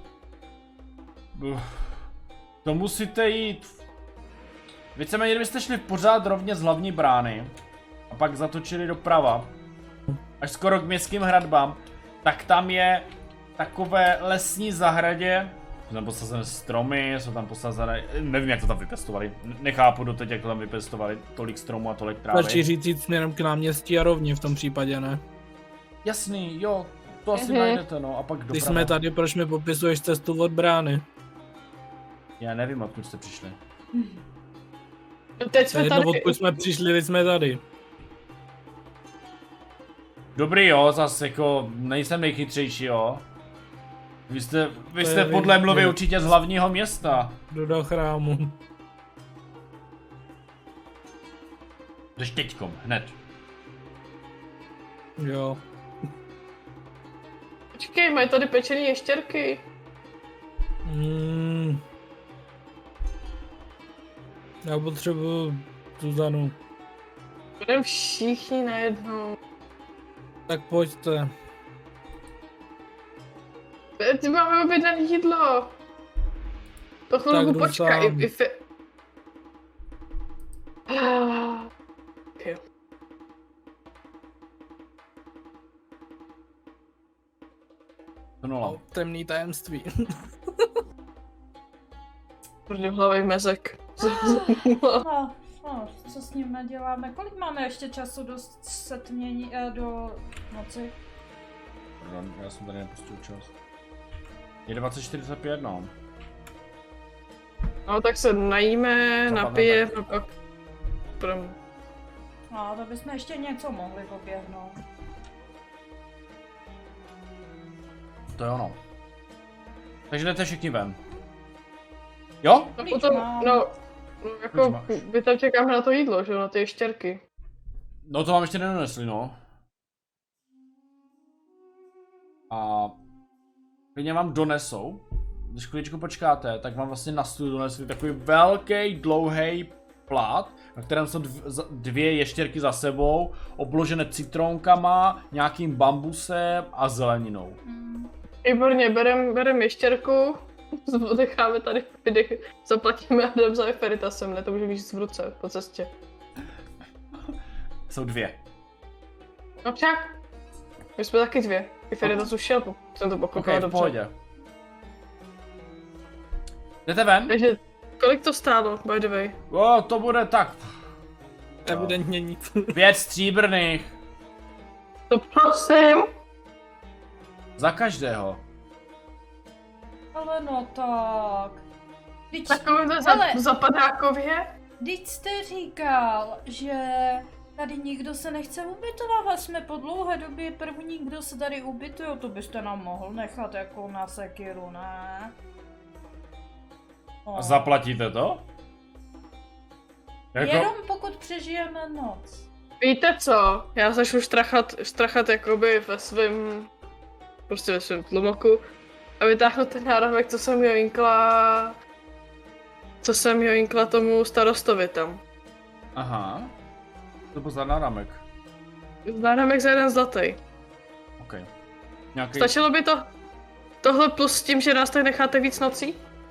To musíte jít. Víceméně, kdybyste šli pořád rovně z hlavní brány a pak zatočili doprava, až skoro k městským hradbám, tak tam je takové lesní zahradě. Jsou tam posazené stromy, jsou tam posazené, nevím jak to tam vypěstovali, nechápu doteď jak to tam vypěstovali, tolik stromů a tolik trávy. Stačí říct jít směrem k náměstí a rovně v tom případě, ne? Jasný, jo, to asi najdete no a pak doprava. Když jsme tady, proč mi popisuješ cestu od brány? Já nevím, odkud jste přišli. Teď To je jsme jedno, tady. odkud jsme přišli, když jsme tady. Dobrý jo, zase jako nejsem nejchytřejší jo. Vy jste je podle mluvy vidět. určitě z hlavního města. Jdu do chrámu. Jdeš teďkom, hned. Jo. Počkej, mají tady pečený ještěrky. Já potřebuju Zuzanu. Budeme všichni najednou. Tak pojďte. Ty máme objednané jídlo. To chvilku jdu počkej. sám. Jo. No, Temný tajemství. Protože hlavej mezek. No, co s ním děláme? Kolik máme ještě času do setmění, do noci? pardon, já jsem tady nepustil čas. Je 20:45 no. No tak se najíme, Zapadne napijeme a pak půjdeme. No, to bychom ještě něco mohli poběhnout. To je ono. Takže jdete všichni ven. Jo? No Klíč potom, mám. no Klíč jako, máš. my tam čekáme na to jídlo, že jo, na ty ještěrky. No to vám ještě nedonesli no. A klidně vám donesou. Když chvíličku počkáte, tak vám vlastně na stůl donesli takový velký, dlouhý plát, na kterém jsou dvě ještěrky za sebou, obložené citronkama, nějakým bambusem a zeleninou. Výborně, berem ještěrku, necháme tady, zaplatíme a jdem za Feritasem, ne, to může být v ruce po cestě. Jsou dvě. No však, my jsme taky dvě, i Feritas už šel, jsem to pochopila Ok, v dobře. pohodě. Jdete ven? Takže, kolik to stálo, by the way? O, to bude tak. Evidentně nic. 5 stříbrných. To prosím. Za každého. Ale no tak. Vždyť, Takovýhle hele, zapadákově? vždyť jste říkal, že tady nikdo se nechce ubytovávat, jsme po dlouhé době první, kdo se tady ubytuje, to byste nám mohl nechat jako na sekiru, ne? No. A zaplatíte to? Jako... Jenom pokud přežijeme noc. Víte co, já začnu štrachat jakoby ve svém, prostě ve svém tlumoku a vytáhnu ten náramek, co jsem joinkla tomu starostovi tam. Aha. To byl za náramek. Náramek za jeden zlatý. OK. Nějaký... Stačilo by tohle plus s tím, že nás tak necháte víc nocí?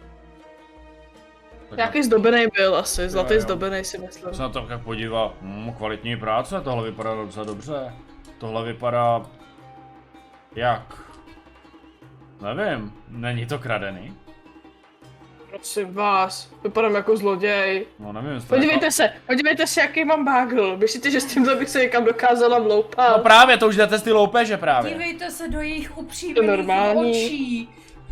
Tak Nějaký zdobený byl asi, zlatý jo. zdobený si myslím. se na to tak podívá. Kvalitní práce, tohle vypadá docela dobře. Tohle vypadá... Jak? Nevím, není to kradený? Prosím vás, vypadám jako zloděj. No nevím, Podívejte se, jaký mám bagl. Myslíte, že s tímhle bych se někam dokázala vloupat? No právě, to už jdete z ty loupeže právě. Dívejte se do jejich To upřímných normální. očí.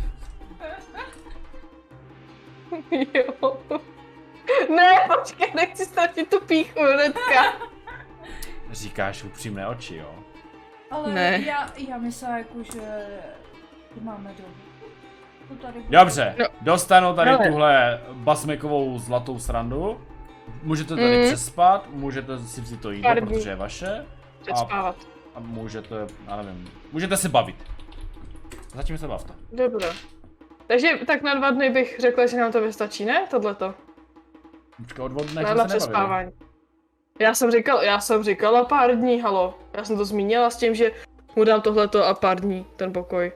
Jo. Ne, počkej, nechci ztratit tu píchu hnedka. Říkáš upřímné oči, jo? Ale Ne. já myslím jako, že máme dobu. To tady bude. Dobře, No. dostanu tady Ale- tuhle basmekovou zlatou srandu. Můžete tady přespat, můžete si vzít to jídlo, Pardon. protože je vaše. Předspávat. A můžete, já nevím, můžete se bavit. Zatím se bavte. Dobře. Takže tak na 2 dny bych řekla, že nám to vystačí, ne? Tohleto. Počkej, od 2 dnech Na jsme se nebavili. přespávání. Já jsem říkala pár dní, halo. Já jsem to zmínila s tím, že mu dám tohleto a pár dní, ten pokoj.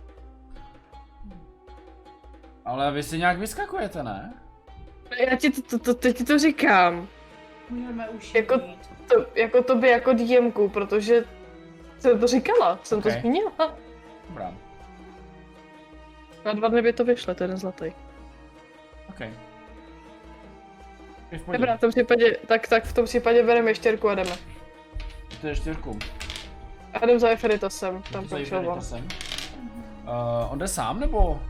Ale vy si nějak vyskakujete, ne? Já ti teď ti to říkám. Můžeme už Jako- jít. Jako tobě, jako DMku, protože jsem to říkala, jsem to Ok. zmínila. Dobrá, Na 2 dny by to vyšlo, ten zlatý. OK. Je v pohodě. Dobrá, v tom případě, tak v tom případě bereme štěrku a jdeme. To je štěrku. A jdem za Eferitasem, tam prošel on. On jde sám, nebo?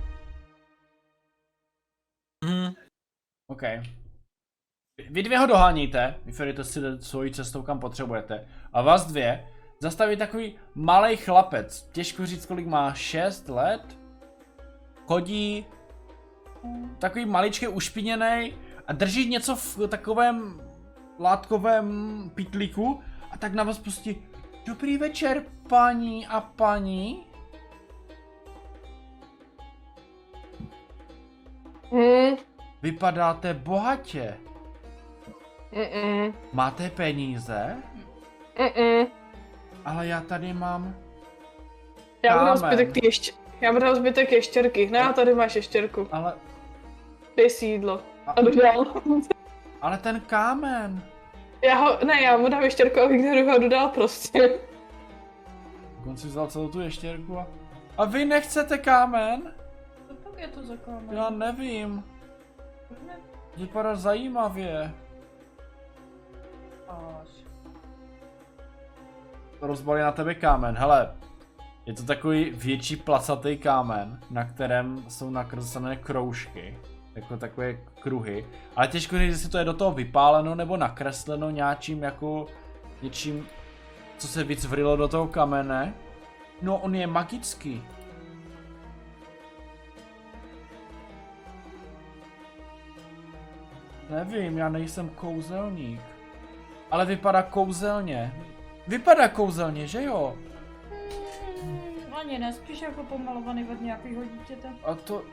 OK. Vy dvě ho doháníte, vyferíte si svojí cestou, kam potřebujete. A vás dvě zastaví takový malej chlapec. Těžko říct, kolik má, 6 let? Chodí takový maličký ušpiněnej a drží něco v takovém látkovém pytlíku a tak na vás pustí. Dobrý večer, paní a paní. Vypadáte bohatě. Máte peníze? Ale já tady mám... Já budu Kámen. zbytek Já budu zbytek ještěrky. Ne, tady máš ještěrku. Ale... Dej si jídlo. A- A jdu dál. Ale ten kámen. Já mu dám ještěrku a ignoruju ho, jdu dál prostě. On si vzal celou tu ještěrku a... A vy nechcete kámen? Co pak je to za kámen? Já nevím. Vypadá zajímavě. Rozbalí na tebe kámen. Hele, je to takový větší placatý kámen, na kterém jsou nakreslené kroužky. Jako takové kruhy. Ale těžko říct, jestli to je do toho vypáleno nebo nakresleno něčím jako... Něčím, co se vycvrilo do toho kamene. No, on je magický. Nevím, já nejsem kouzelník. Ale vypadá kouzelně. Vypadá kouzelně, že jo? Ani ne, spíš jako pomalovaný od nějakého dítěte. A to...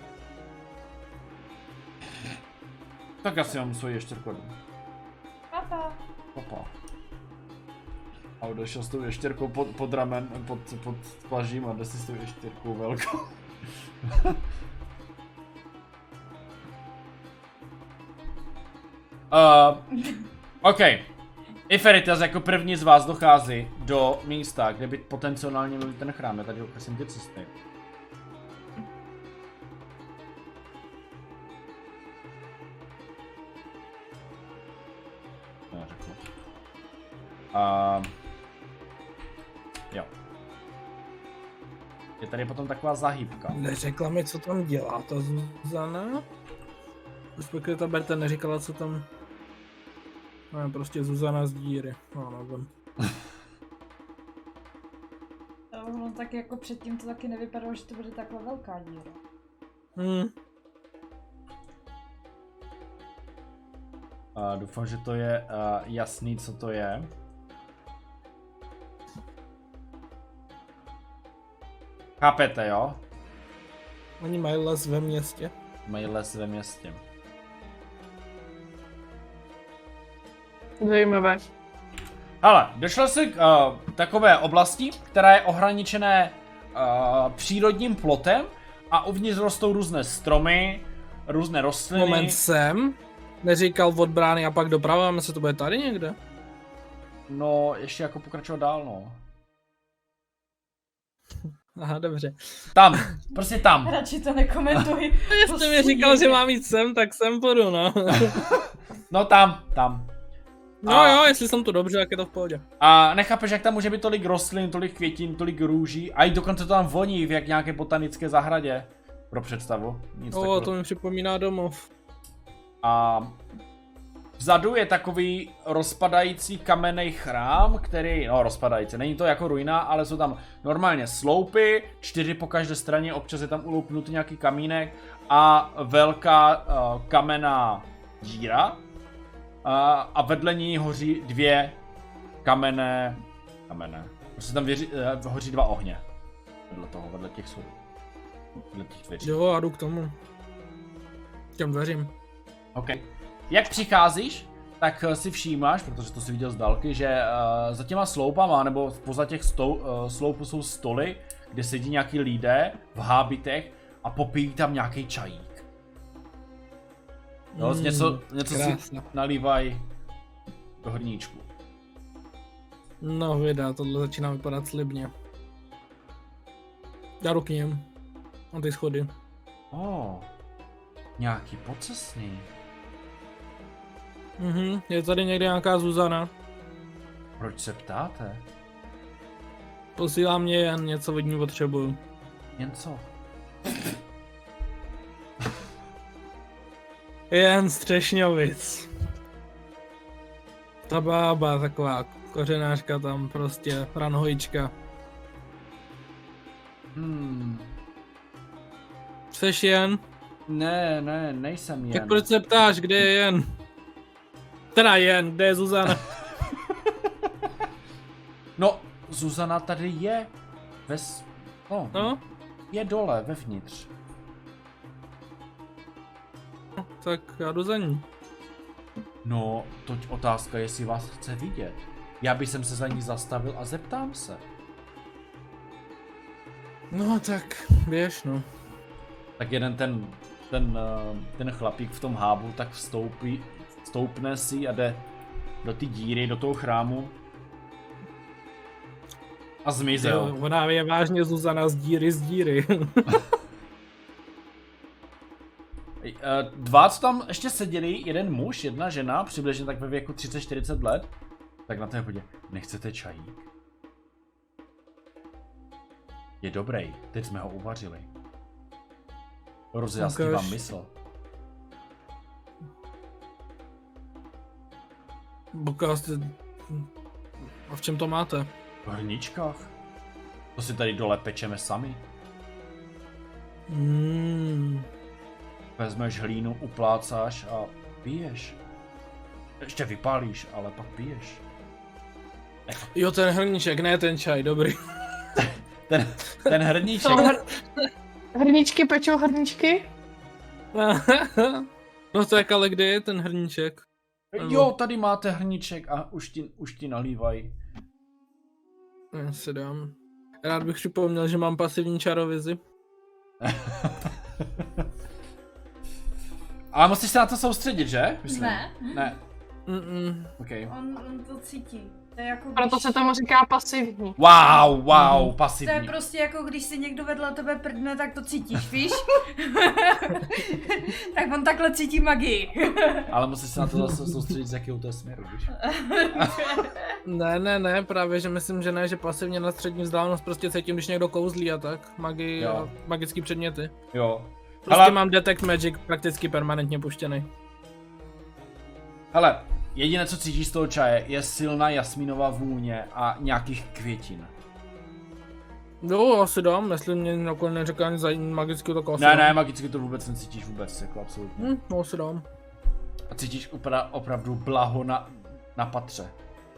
Tak já si mám svoji ještěrku. Papa. Papa. A odešel s tou ještěrkou pod ramen, pod plažím a jde si s tou ještěrkou velkou. OK. Iferitas jako první z vás dochází do místa, kde by potenciálně měl ten chrám. Já tady ukazím ty cesty. No, řeknu. Jo. Je tady potom taková zahýbka. Neřekla mi, co tam dělá ta Zuzana? Respektive ta Berta neříkala, co tam... No, prostě Zuzana z díry. No, nevím. No tak jako předtím to taky nevypadalo, že to bude takhle velká díra. Doufám, že to je jasný, co to je. Chápete, jo? Oni mají les ve městě. Mají les ve městě. Zajímavé. Hele, došlo se k takové oblasti, která je ohraničené přírodním plotem a uvnitř rostou různé stromy, různé rostliny. Moment, sem. Neříkal od brány a pak doprava, myslím, že to bude tady někde. No, ještě jako pokračovat dál, no. Aha, dobře. Tam, prostě tam. Radši to nekomentuj. Jestli mi říkal, že mám jít sem, tak sem půjdu, no. No tam. No jo, jestli jsem tu dobře, tak je to v pohodě. A nechápeš, jak tam může být tolik rostlin, tolik květin, tolik růží a i dokonce to tam voní v jak nějaké botanické zahradě. Pro představu. Nic takového. To mi připomíná domov. A vzadu je takový rozpadající kamenný chrám, který, no rozpadající, není to jako ruina, ale jsou tam normálně sloupy, 4 po každé straně, občas je tam uloupnutý nějaký kamínek a velká kamenná díra. A vedle ní hoří 2 kamenné, prostě tam hoří 2 ohně. Vedle těch sudů. Dle těch dveří. Jo, a jdu k tomu. K těm dveřím. OK. Jak přicházíš, tak si všímáš, protože to si viděl z dálky, že za těma sloupama, nebo poza těch sloupů jsou stoly, kde sedí nějaký lidé v hábitech a popijí tam nějaký čajík. Jo, něco si nalívají do hrníčku. No vida, tohle začíná vypadat slibně. Já jdu k ním. Na ty schody. Nějaký pocestný. Je tady někde nějaká Zuzana. Proč se ptáte? Posílá mě jen něco, od ní potřebuju. Jen co? Jen Střešňovic. Ta bába, taková kořenářka tam prostě, ranhojička. Jseš jen? Ne, nejsem jen. Tak proč se ptáš, kde je jen? Teda jen, kde je Zuzana? No, Zuzana tady je. No? Je dole, vevnitř. Tak já jdu za ní. No, toť otázka, jestli vás chce vidět. Já bych se za ní zastavil a zeptám se. No tak, běž no. Tak jeden ten chlapík v tom hábu tak stoupne si a jde do ty díry, do toho chrámu. A zmizel. Jo, ona je vážně Zuzana z díry. Dva, co tam ještě seděli, jeden muž, jedna žena, přibližně tak ve věku 30-40 let, tak na té hodě, nechcete čajík? Je dobrý, teď jsme ho uvařili. Rozjasní vám mysl. Bokáste... A v čem to máte? V hrníčkách. To si tady dole pečeme sami. Vezmeš hlínu, uplácáš a piješ. Ještě vypálíš, ale pak piješ. Jo, ten hrníček, ne ten čaj, dobrý. ten hrníček. Hrníčky pečou hrníčky? No tak ale kde je ten hrníček? Jo, tady máte hrníček a už ti nalívají. Já si dám. Rád bych připomněl, že mám pasivní čarovizi. Ale musíš se na to soustředit, že? Myslím. Ne. Okay. On to cítí. To je jako Proto se tomu říká pasivní. Wow, pasivní. To je prostě jako když si někdo vedle tebe prdne, tak to cítíš, víš? Tak on takhle cítí magii. Ale musíš se na to zase soustředit, z jakého to je směru, víš? Ne, právě že myslím, že ne, že pasivně na střední vzdálenost prostě cítím, když někdo kouzlí a tak, magii a magické předměty. Jo. Prostě mám Detect Magic prakticky permanentně puštěný. Hele, jediné, co cítíš z toho čaje, je silná jasmínová vůně a nějakých květin. Jo, asi dám, jestli mě nakonec neřeká ani za magický, tak asi Ne, magicky to vůbec necítíš vůbec, jako absolutně. No, asi dám. A cítíš opravdu blaho na patře.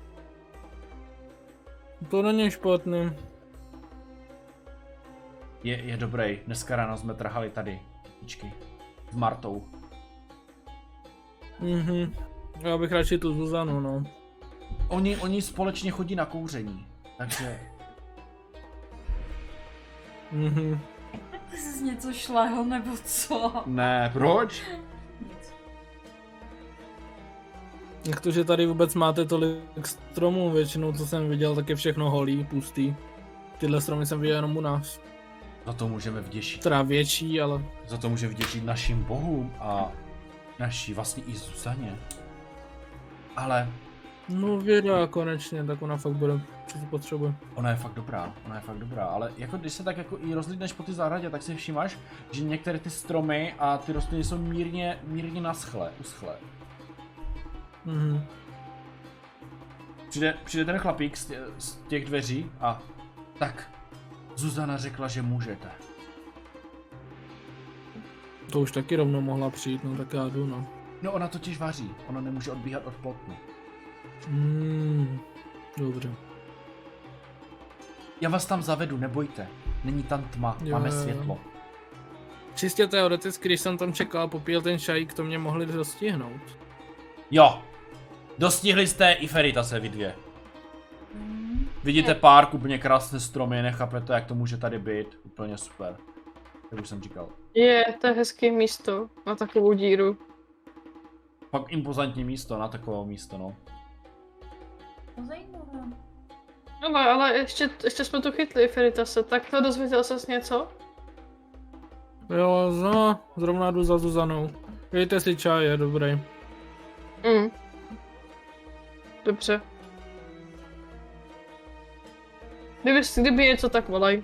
To není špatný. Je dobrý, dneska ráno jsme trhali tady, kytičky, s Martou. Já bych radši tu Zuzanu, no. Oni společně chodí na kouření, takže... Ty jsi něco šlehl, nebo co? Ne, proč? Jak to, že tady vůbec máte tolik stromů, většinou co jsem viděl, tak je všechno holý, pustý. Tyhle stromy jsem viděl jenom u nás. Za to můžeme vděčit. Teda větší, ale... Za to můžeme vděčit našim bohům a naší vlastně i Zuzaně. Ale... No věda, konečně, tak ona fakt bude, co to potřebuje. Ona je fakt dobrá, ale jako když se tak jako i rozlídneš po ty zahradě, tak si všímáš, že některé ty stromy a ty rostliny jsou mírně uschlé. Přijde ten chlapík z těch dveří a tak Zuzana řekla, že můžete. To už taky rovnou mohla přijít, no tak já jdu, no. No ona totiž vaří, ona nemůže odbíhat od plotny. Dobře. Já vás tam zavedu, nebojte. Není tam tma, máme světlo. Čistě teoreticky, když jsem tam čekal a popíjel ten čajík, to mě mohli dostihnout. Jo. Dostihli jste i Feritase vy dvě. Vidíte park, úplně krásné stromy, nechápete, jak to může tady být. Úplně super. Jak už jsem říkal. To je hezké místo na takovou díru. Pak impozantní místo na takové místo, no. Zajímavé. Ale ještě jsme tu chytli, Feritase, tak to dozvěděl ses něco? Jo, no, zrovna jdu za Zuzanou. Dejte si čaj, je dobrý. Dobře. Kdyby něco, tak volaj.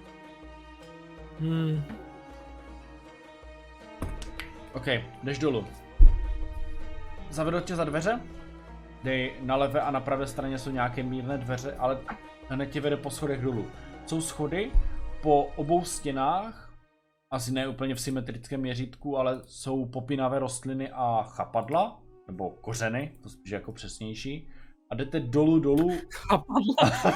OK, jdeš dolů. Zavedou tě za dveře, kde na levé a na pravé straně jsou nějaké mírné dveře, ale hned tě vede po schodech dolů. Jsou schody po obou stěnách, asi ne úplně v symetrickém měřítku, ale jsou popínavé rostliny a chapadla, nebo kořeny, to spíš jako přesnější. A jdete dolů. Chapadla.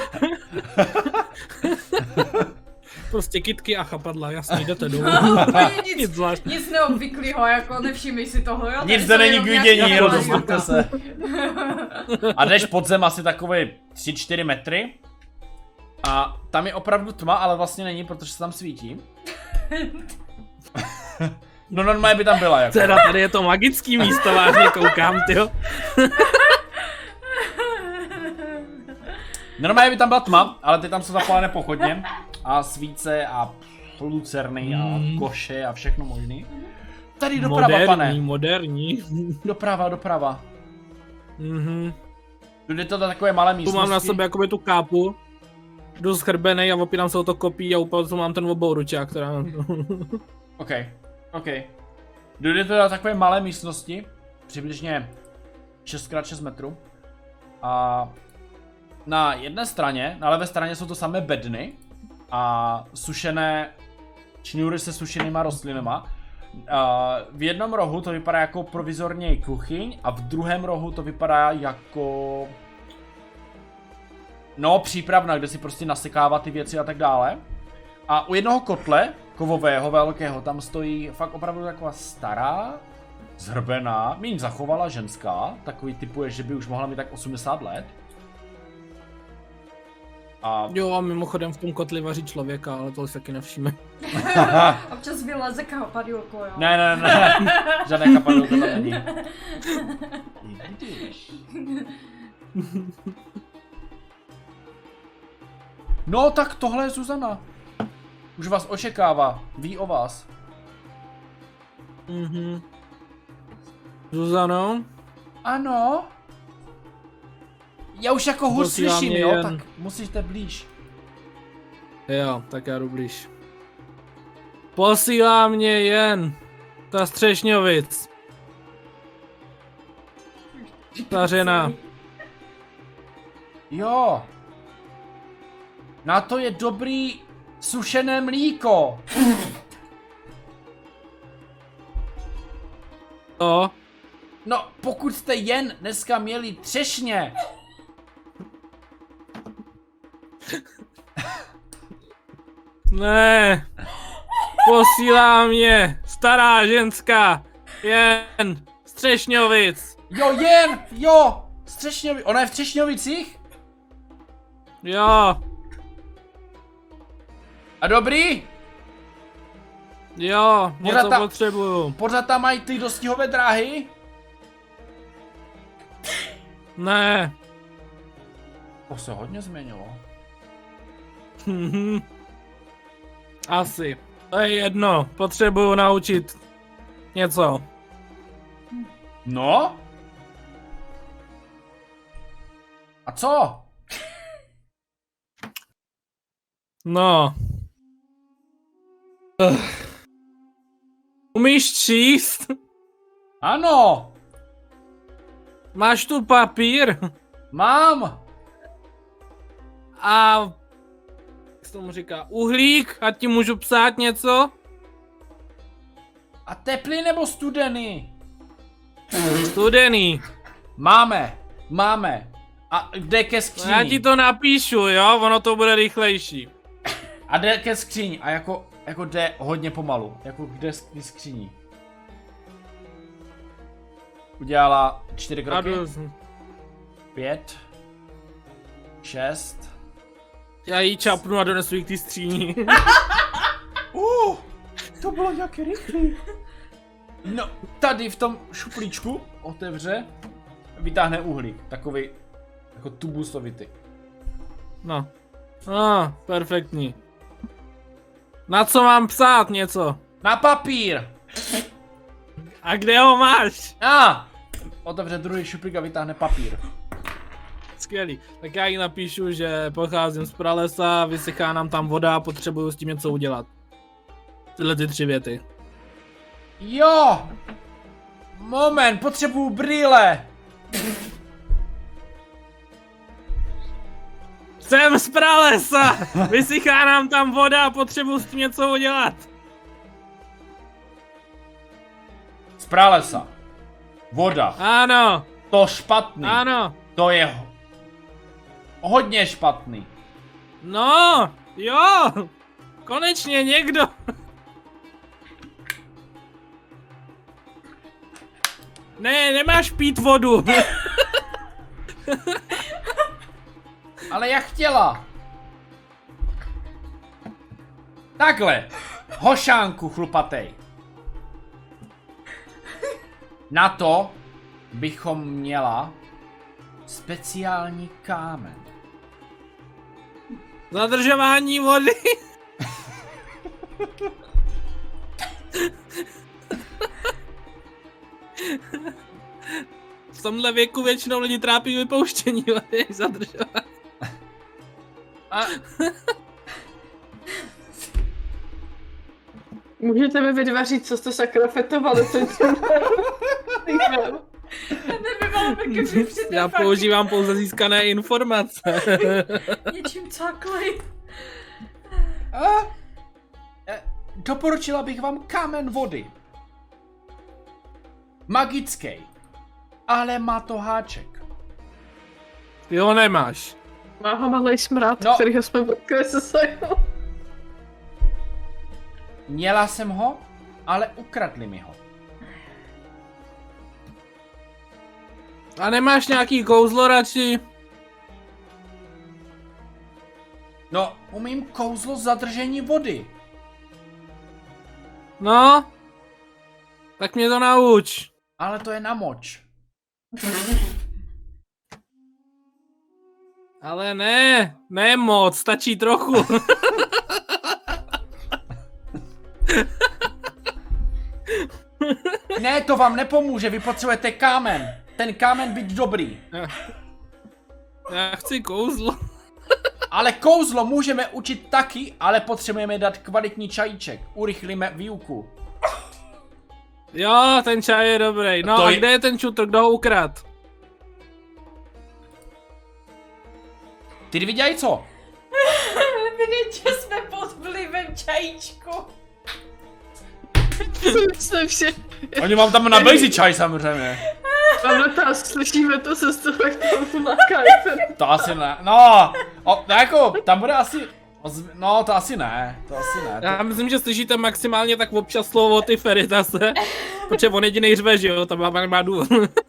Prostě kytky a chapadla, jasně, jdete dolů. Nic neobvyklého, jako nevšimej si toho, jo? Nic zde není k vidění, rozhodněte se. A jdeš pod zem asi takové 3-4 metry. A tam je opravdu tma, ale vlastně není, protože se tam svítí. No normálně by tam byla jako. Teda tady je to magický místo, vážně koukám, tyjo. Normálně by tam byla tma, ale ty tam jsou zapálené pochodně. A svíce a lucerny a koše a všechno možný. Tady doprava, pane. Moderní. Doprava. Jde to do takové malé místnosti. Tu mám na sobě jakoby tu kápu. Jdu schrbenej a opírám se o to kopí a úplně tu mám ten obouručák, která... OK. Jde to do takové malé místnosti. Přibližně 6x6 metrů. A na jedné straně, na levé straně jsou to samé bedny. A sušené šňůry se sušenýma rostlinama. V jednom rohu to vypadá jako provizorně kuchyň a v druhém rohu to vypadá jako... No, přípravna, kde si prostě nasekává ty věci a tak dále. A u jednoho kotle, kovového, velkého, tam stojí fakt opravdu taková stará, zhrbená, míň zachovala ženská, takový typuje, že by už mohla mít tak 80 let. A... Jo, a mimochodem v tom kotli vaří člověka, ale to si taky nevšíme. Občas vyleze kapadilko, jo? Ne, žádné kapadilko tam není. No tak tohle je Zuzana. Už vás očekává, ví o vás. Zuzano? Ano. Já už jako hůř slyším, jo, tak musíte blíž. Jo, tak já jdu blíž. Posílá mě jen ta Střešňovic. Ta žena. Jo. Na to je dobrý sušené mlíko. To? No, pokud jste jen dneska měli třešně. Ne. Posílá mě stará ženská. Jen Střešňovic. Jo. Střešňovic. Ona je v Třešňovicích? Jo. A dobrý? Jo, něco potřebuju. Pořád tam mají ty dostihové dráhy? Ne. To se hodně změnilo. Asi. To je jedno, potřebuju naučit něco. No? A co? No. Umíš číst? Ano. Máš tu papír? Mám. A... Jak se tomu říká? Uhlík? A ti můžu psát něco? A teplý nebo studený? Studený. Máme. A jde ke skříni. Já ti to napíšu, jo? Ono to bude rychlejší. A jde ke skříni a jako jako jde hodně pomalu, jako kde skříní. Udělala 4 kroky. 5. 6. Já jí čapnu a donesu jí k té skříni. To bylo nějaký rychlý. No, tady v tom šuplíčku otevře, vytáhne uhlík, takový jako tubusovitý. No. Perfektní. Na co mám psát něco? Na papír! A kde ho máš? Otevře druhý šuplík a vytáhne papír. Skvělý. Tak já jí napíšu, že pocházím z pralesa, vysychá nám tam voda, potřebuju s tím něco udělat. Tyhle ty 3 věty. Jo! Moment, potřebuju brýle! Jsem z pralesa! Vysychá nám tam voda, potřebuju s tím něco udělat. Z pralesa. Voda. Ano, To špatný. ano. To je hodně špatný. No, jo. Konečně někdo. Ne, nemáš pít vodu. Ale jak chtěla. Takhle. Hošánku chlupatej. Na to bychom měla speciální kámen. Zadržování vody. V tomhle věku většinou lidi trápí vypouštění vody, zadržování. A Můžete mi vytvořit, co jste sakra fetovali předtím. Nebylo by kdyby přijde Já fakt používám pouze získané informace. něčím caklej. doporučila bych vám kámen vody. Magický. Ale má to háček. Ty ho nemáš. Má ho malej smrad, No. kterýho jsme vrkli se sajou. Měla jsem ho, ale ukradli mi ho. A nemáš nějaký kouzlo radši? No, umím kouzlo zadržení vody. No? Tak mě to nauč. Ale to je na moč. Ale ne moc, stačí trochu. Ne, to vám nepomůže, vy potřebujete kámen. Ten kámen být dobrý. Já chci kouzlo. Ale kouzlo můžeme učit taky, ale potřebujeme dát kvalitní čajíček. Urychlíme výuku. Jo, ten čaj je dobrý. No To a je- kde je ten šutr, kdo ho ukrad? Ty vidějí co? Evidentně jsme pod vlivem čajíčku. Jsme vše. Oni vám tam nabejzí čaj samozřejmě. Mám dotaz, slyšíme to se stovek tam na kajfe. To asi ne. No, jako, tam bude asi... No, to asi ne. To asi ne. Já myslím, že slyšíte maximálně tak občas slovo ty Feritase. Protože on jedinej řve, že jo, ta baba nemá důvod.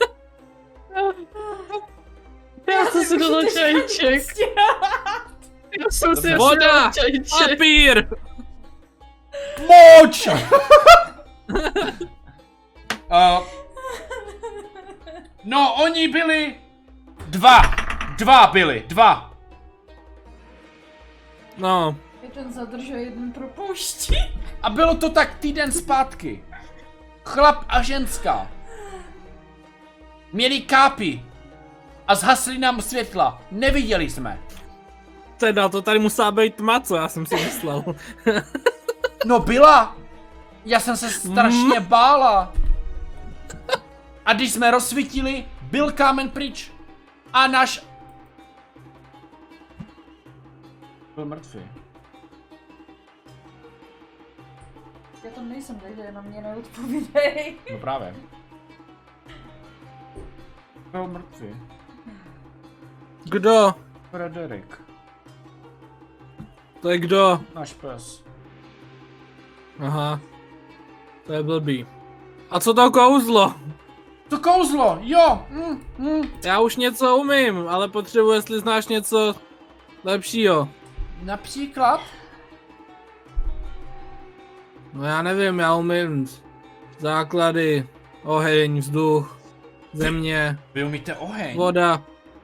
Já jsem si dala čajíček. Já jsem si Voda! dala čajíček. Papír! Moč! No, oni byli... Dva byli. No, Jeden zadržuje, jeden propouští. A bylo to tak týden zpátky. Chlap a ženská. Měli kápy. A zhasli nám světla. Neviděli jsme. teda to tady musela být tma, co já jsem si myslel. No byla. Já jsem se strašně bála. A když jsme rozsvítili, byl kámen pryč. A náš... Byl mrtvý. Já tam nejsem, takže na mě neodpovídej. No právě. Byl mrtvý. Kdo? Frederik. To je kdo? Náš pes. Aha. To je blbý. A co to kouzlo? To kouzlo, jo! Já už něco umím, ale potřebuji, jestli znáš něco lepšího. Například? No já nevím, já umím základy, oheň, vzduch, země, Vy umíte oheň? voda.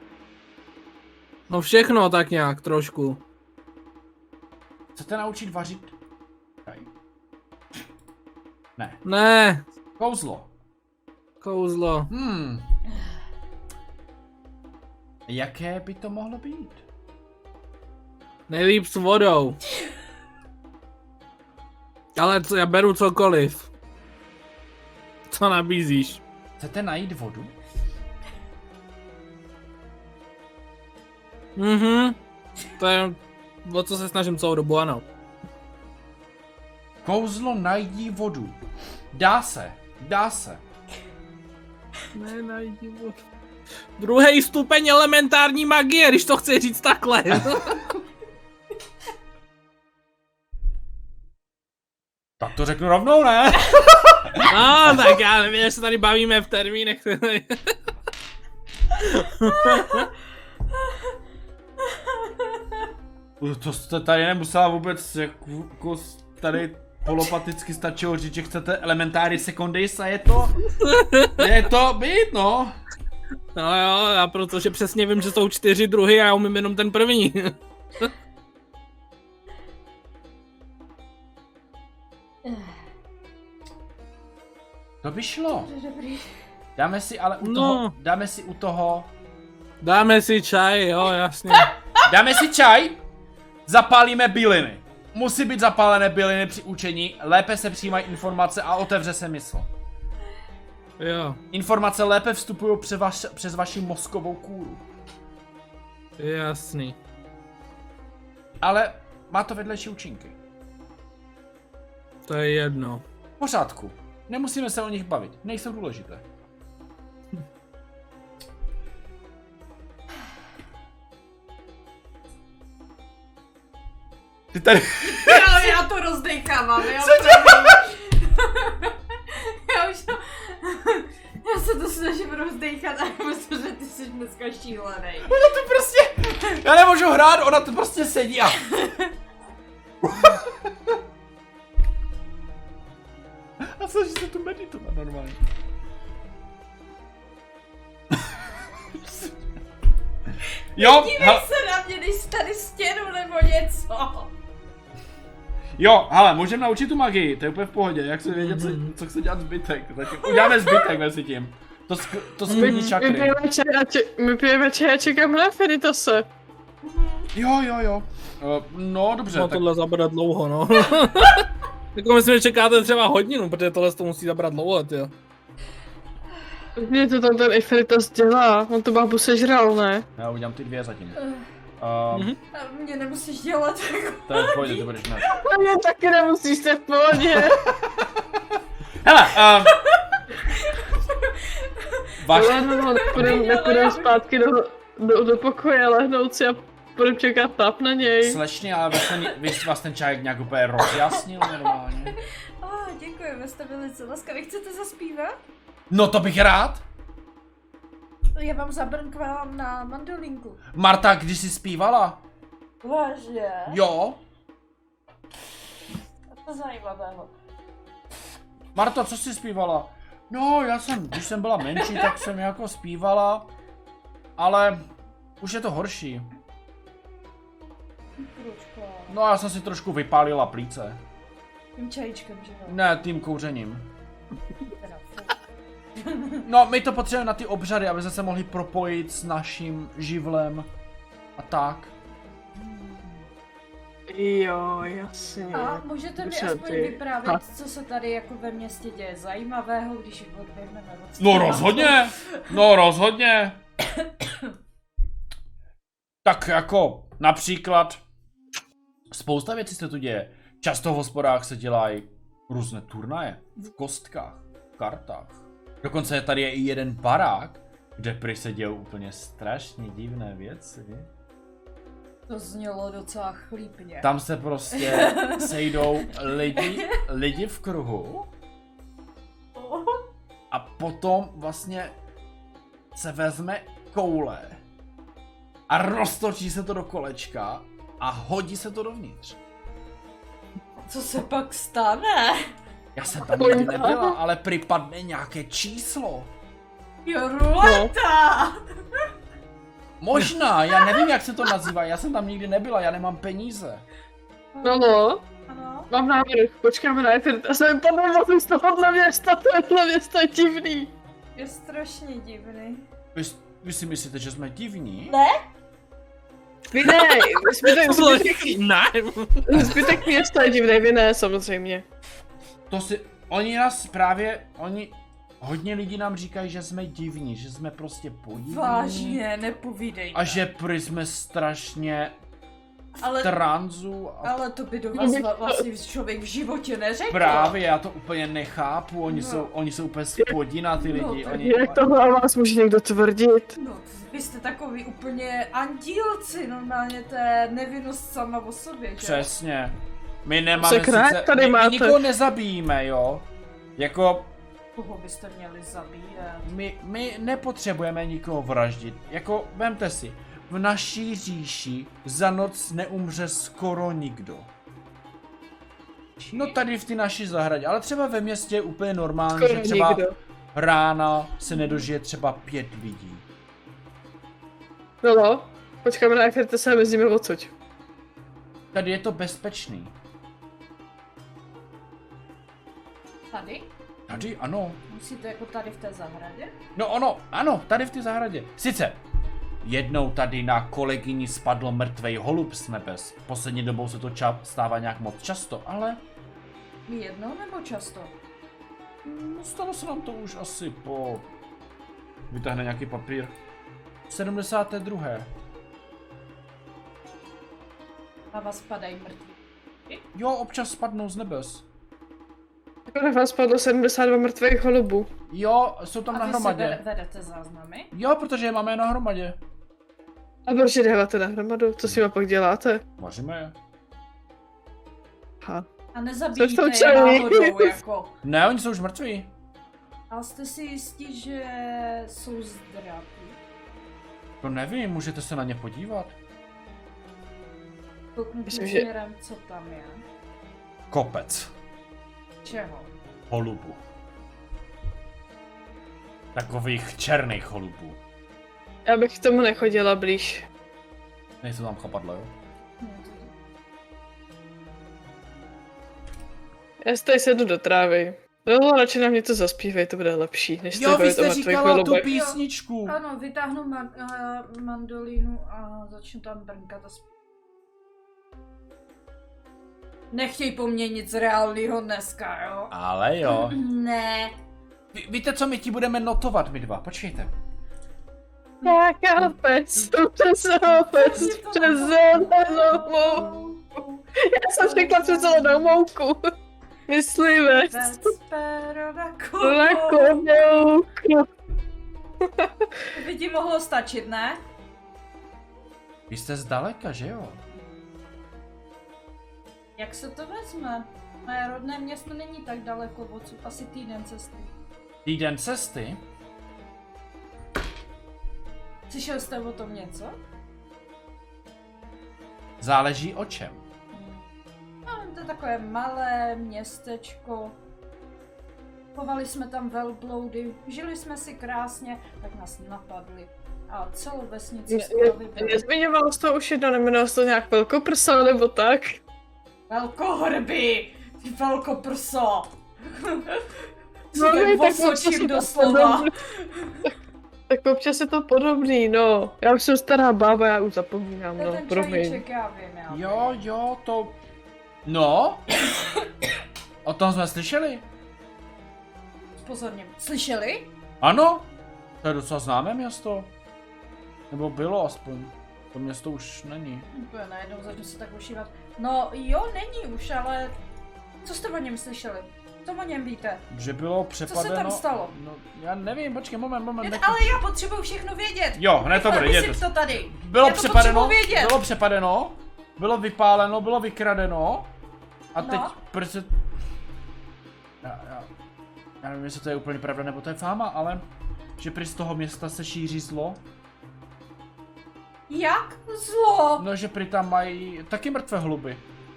No všechno tak nějak trošku. Chcete naučit vařit? Ne. Ne, Kouzlo. kouzlo. Jaké by to mohlo být? Nejlíp s vodou. Ale co, já beru cokoliv. Co nabízíš? Chcete najít vodu? To je, o co se snažím celou dobu, ano. Kouzlo najdi vodu. Dá se. Dá se. Ne, najdi vodu. Druhý stupeň elementární magie, když to chci říct takhle. Tak to řeknu rovnou, ne? No, tak já nevím, že se tady bavíme v termínech. To jste tady nemusela vůbec jako tady polopaticky stačilo říct, že chcete elementáry secondis a je to být, no. No jo, já protože přesně vím, že jsou 4 druhy a já umím jenom ten první. To by šlo. Dobrý. Dáme si ale Dáme si čaj, jo, jasně. dáme si čaj, zapálíme byliny. Musí být zapálené byliny při učení, lépe se přijímají informace a otevře se mysl. Jo, Informace lépe vstupují přes vaši mozkovou kůru. jasný. Ale má to vedlejší účinky. To je jedno. V pořádku. Nemusíme se o nich bavit, nejsou důležité. Ty tady... Já to rozdejkávám, jo. Já už to... Já se to snažím rozdejchat, ale protože ty jsi dneska šílenej. Ona to prostě... Já nemůžu hrát, ona to prostě sedí a... A snaží se tu meditovat normálně. Jo, Dívej se na mě, když tady stěnu nebo něco. jo, hele, můžeme naučit tu magii, to je úplně v pohodě, jak se vědět, co chce dělat zbytek, zatím uděláme zbytek mezi tím. To sklidní čakry. My pijeme čaj a čekáme na Feritose. Jo. No dobře, No tak tohle zabere dlouho, no. Jako myslím, že čekáte třeba hodinu, protože tohle to musí zabrat dlouho, jo. Mě to tam ten Feritos dělá, on to babu sežral, ne? já udělám ty 2 zatím. A mě nemusíš dělat jako... To je v pohodě, to budeš mít. A mě taky nemusíš, jste v pohodě. Hele, vaš... No, nepůjdem zpátky do pokoje, lehnout si a budem čekat tap na něj. Slečně, ale vy vás ten čajek nějak úplně rozjasnil normálně. Děkujeme, jste velice laskaví. Chcete zaspívat? No to bych rád. Já vám zabrnkvám na mandolinku. Marta, když jsi zpívala? Vážně? Jo. To zajímavého. Marta, co jsi zpívala? No, když jsem byla menší, tak jsem jako zpívala, ale už je to horší. Pročka. No, já jsem si trošku vypálila plíce. Tím čajíčkem, že jo? Ne, tím kouřením. Teda, No, my to potřebujeme na ty obřady, aby jsme se mohli propojit s naším živlem a tak. Jo, jasně. A můžete mi Dobře, aspoň ty. vyprávět, co se tady jako ve městě děje zajímavého, když odběhneme od No rozhodně, no rozhodně. Tak jako například spousta věcí se tu děje. Často v hospodách se dělají různé turnaje, v kostkách, v kartách. Dokonce tady je i jeden barák, kde prý se dějou úplně strašně divné věci. To znělo docela chlípně. Tam se prostě sejdou lidi v kruhu a potom vlastně se vezme koule a roztočí se to do kolečka a hodí se to dovnitř. Co se pak stane? Já jsem tam nikdy nebyla, ale připadne nějaké číslo. Jo, ruleta! Možná, já nevím, jak se to nazývá, já jsem tam nikdy nebyla, já nemám peníze. No, Ano. mám návrh, počkáme na Ether. Já jsem podle z tohohle města, tohle město je divný. Je strašně divný. Vy si myslíte, že jsme divní? Ne? Vy ne, zbytek města je divný, vy ne, samozřejmě. Hodně lidí nám říkají, že jsme divní, že jsme prostě podivní. Vážně, nepovídej. A že prý jsme strašně ale, tranzu. ale to by do vás vlastně člověk v životě neřekl. Právě, já to úplně nechápu, oni jsou úplně spodí na ty lidi. Jak tohle o vás může někdo tvrdit? No, vy jste takový úplně andílci, normálně to je nevinnost sama o sobě, že? Přesně. My nemáme my nikoho nezabijíme, jo? Jako... Koho byste měli zabíjet? My nepotřebujeme nikoho vraždit. Jako, vemte si, v naší říši za noc neumře skoro nikdo. No tady v té naší zahradě, ale třeba ve městě je úplně normální, skoro že třeba nikdo. rána se nedožije třeba 5 lidí. No, počkáme na Ether, to se vezíme odsud. Tady je to bezpečný. Tady? Tady, ano. Musíte jako tady v té zahradě? No ano, tady v té zahradě. Sice, jednou tady na kolegyni spadl mrtvej holub z nebes. Poslední dobou se to stává nějak moc často, ale... Jednou nebo často? Stalo se nám to už asi po... Vytáhne nějaký papír. 72. A vás padají mrtví. Jo, občas spadnou z nebes. Jako na vás padlo 72 mrtvých holubů. Jo, jsou tam na hromadě. A vy si vedete záznamy? Jo, protože je máme na hromadě. A proč je dáváte na hromadu? Co s nimi pak děláte? Vaříme je. Aha. A nezabíjíte Co v tom je čelí? náhodou, jako. Ne, oni jsou už mrtví. A jste si jistí, že jsou zdraví? To nevím, můžete se na ně podívat. Kouknu Myslím, že- směrem, co tam je. Kopec. Čeho? Holubů. Takových černých holubů. Já bych k tomu nechodila blíž. Nejsou tam chapadla, jo? Já si tady sednu do trávy. No, radši nám něco zaspívej, to bude lepší, než Jo, to vy jste mrtvých říkala tu holubech. písničku. Ano, vytáhnu mandolínu a začnu tam brnkat a zpívat. Nechtěj po mně nic reálného dneska, jo? Ale jo. Ne. Víte co, my ti budeme notovat, my dva, počkejte. Jaká pes, přes zelenou mouku. Já jsem řekla přes zelenou mouku. Myslivec. Vec pero na Na komouku. To by ti mohlo stačit, ne? Vy jste zdaleka, že jo? Jak se to vezme? Moje rodné město není tak daleko odsud, asi týden cesty. Týden cesty? Slyšel jste o tom něco? Záleží o čem. No, to je takové malé městečko. Chovali jsme tam velbloudy, žili jsme si krásně, tak nás napadli. A celou vesnici spravili. Nezmiňovalo jsi to už jedno, nemenovalo jsi to nějak velkoprsa nebo tak? Velkohrby! Ty velkoprso! No, Co tak tak osočím doslova. Tak občas je to podobný, no. Já už jsem stará bába, já už zapomínám, To je no, ten promiň. čajíček, já vím, já vím. Jo, to... No? O tom jsme slyšeli? Pozorně. Slyšeli? Ano? To je docela známé město. Nebo bylo aspoň. To město už není. Úplně najednou začnu se tak ošívat. No jo, není už, ale... Co jste o něm slyšeli? Co o něm víte? Že bylo přepadeno... tam stalo? No, já nevím, počkej, moment. Ale já potřebuju všechno vědět. Jo, hned to bude, Rychle, jděte. vysyp to tady. Bylo Já to přepadeno, potřebuju vědět. bylo přepadeno, bylo vypáleno, bylo vykradeno. A teď, No. proč se... Já nevím, jestli to je úplně pravda, nebo to je fáma, ale... Že prý z toho města se šíří zlo. Jak zlo? No, že prý tam mají taky mrtvé holuby.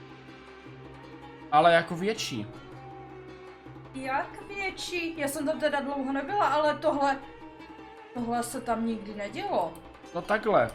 Ale jako větší. Jak větší? Já jsem tam teda dlouho nebyla, ale tohle se tam nikdy nedělo. No takhle.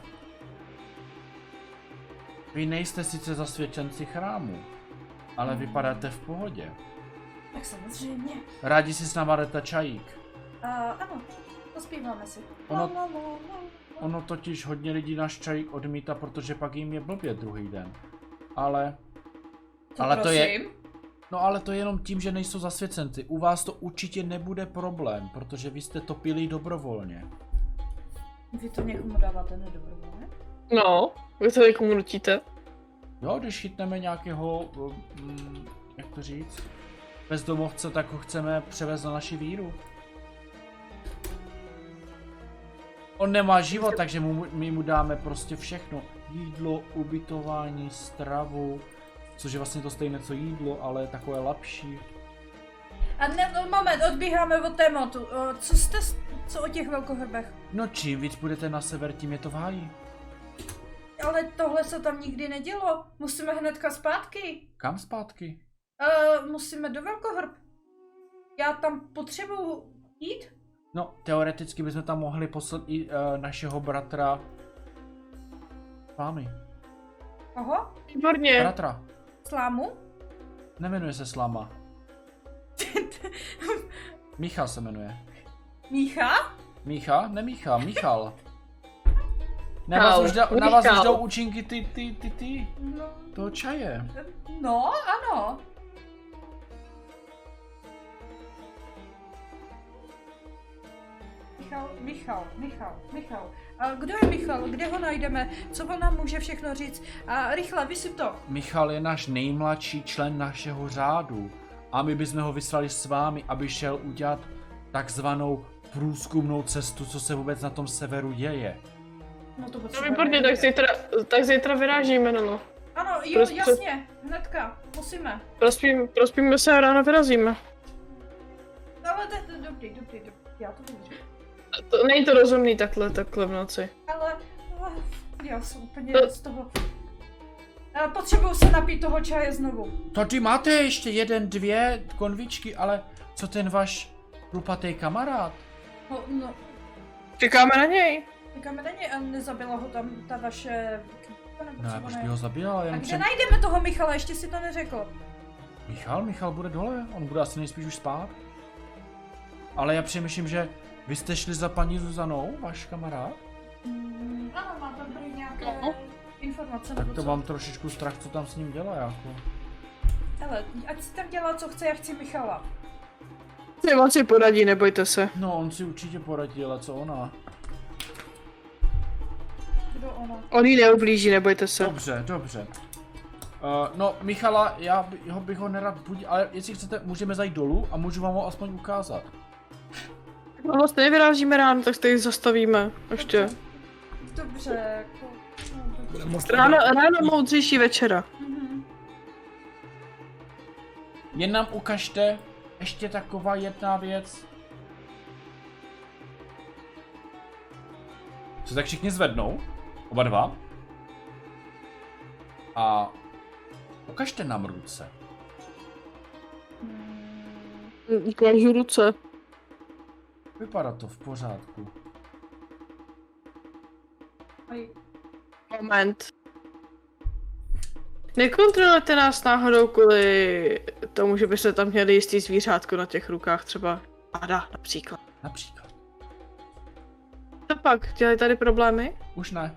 Vy nejste sice zasvětěnci chrámu, ale vypadáte v pohodě. Tak samozřejmě. Rádi si s náma jdete čajík. Ano, pospíváme si. Ono totiž hodně lidí náš čajík odmítá, protože pak jim je blbě druhý den. Ale to je... No ale to je jenom tím, že nejsou zasvěcenci. U vás to určitě nebude problém, protože vy jste to pili dobrovolně. Vy to někomu dáváte nedobrovolně? No, vy to někomu nutíte. Jo, když chytneme nějakého, jak to říct, bezdomovce, tak ho chceme převést na naši víru. On nemá život, takže my mu dáme prostě všechno. Jídlo, ubytování, stravu, což je vlastně to stejné co jídlo, ale takové lepší. A moment, odbíháme od tématu. Co o těch velkohrbech? No čím víc budete na sever, tím je to v háji. Ale tohle se tam nikdy nedělo. Musíme hnedka zpátky. Kam zpátky? Musíme do Velkohrb. Já tam potřebuju jít? No, teoreticky bychom tam mohli poslat i našeho bratra s vámi. Oho, Výborně. Bratra. slámu? Nemenuje se Slama. Michal se jmenuje. Mícha? Mícha? Nemícha, Michal. Michal. Na vás už Michal. jdou účinky ty No, toho čaje. no, ano. Michal. A kdo je Michal? Kde ho najdeme? Co on nám může všechno říct? A rychle, vysyp to. Michal je náš nejmladší člen našeho řádu. A my bychom ho vyslali s vámi, aby šel udělat takzvanou průzkumnou cestu, co se vůbec na tom severu děje. No to No potřebujeme. výborně, tak zítra vyrážíme, no. Ano, jo, Prostě- jasně, hnedka, musíme. Prospíme se a ráno vyrazíme. Ale to je dobrý, já to vím. Není to rozumný takhle v noci. Ale já jsem úplně z toho... Potřebuju se napít toho čaje znovu. Tady máte ještě 1, 2 konvičky, ale co ten váš hlupatý kamarád? No, Čekáme na něj. říkáme na něj a nezabila ho tam ta vaše... No, jak už by ho zabíjal, A jenom kde najdeme toho Michala? Ještě si to neřekl. Michal bude dole, on bude asi nejspíš už spát. Ale já přemýšlím, že vy jste šli za paní Zuzanou, váš kamarád? Ano, má tam prý nějaké No. informace. Tak nebo to co? mám trošičku strach, co tam s ním dělá, jako. Hele, ať si tam dělá, co chce, já chci Michala. On si poradí, nebojte se. No, on si určitě poradí, ale co ona? Kdo ona? On jí neublíží, nebojte se. Dobře. No, Michala, bych ho nerad budil, ale jestli chcete, můžeme zajít dolů a můžu vám ho aspoň ukázat. No vlastně nevyrážíme ráno, tak tady zastavíme. Ještě. Dobře, jako... no, dobře. Ráno moudřejší večera. Mhm. Jen nám ukažte ještě taková jedna věc. Se tak všichni zvednou, oba dva. A ukažte nám ruce. Ukážu ruce. Vypadá to v pořádku. Aj, Moment. Nekontrolujete nás náhodou kvůli tomu, že byste tam měli jistý zvířátko na těch rukách, třeba páda například. Například. Co pak? Dělali tady problémy? Už ne.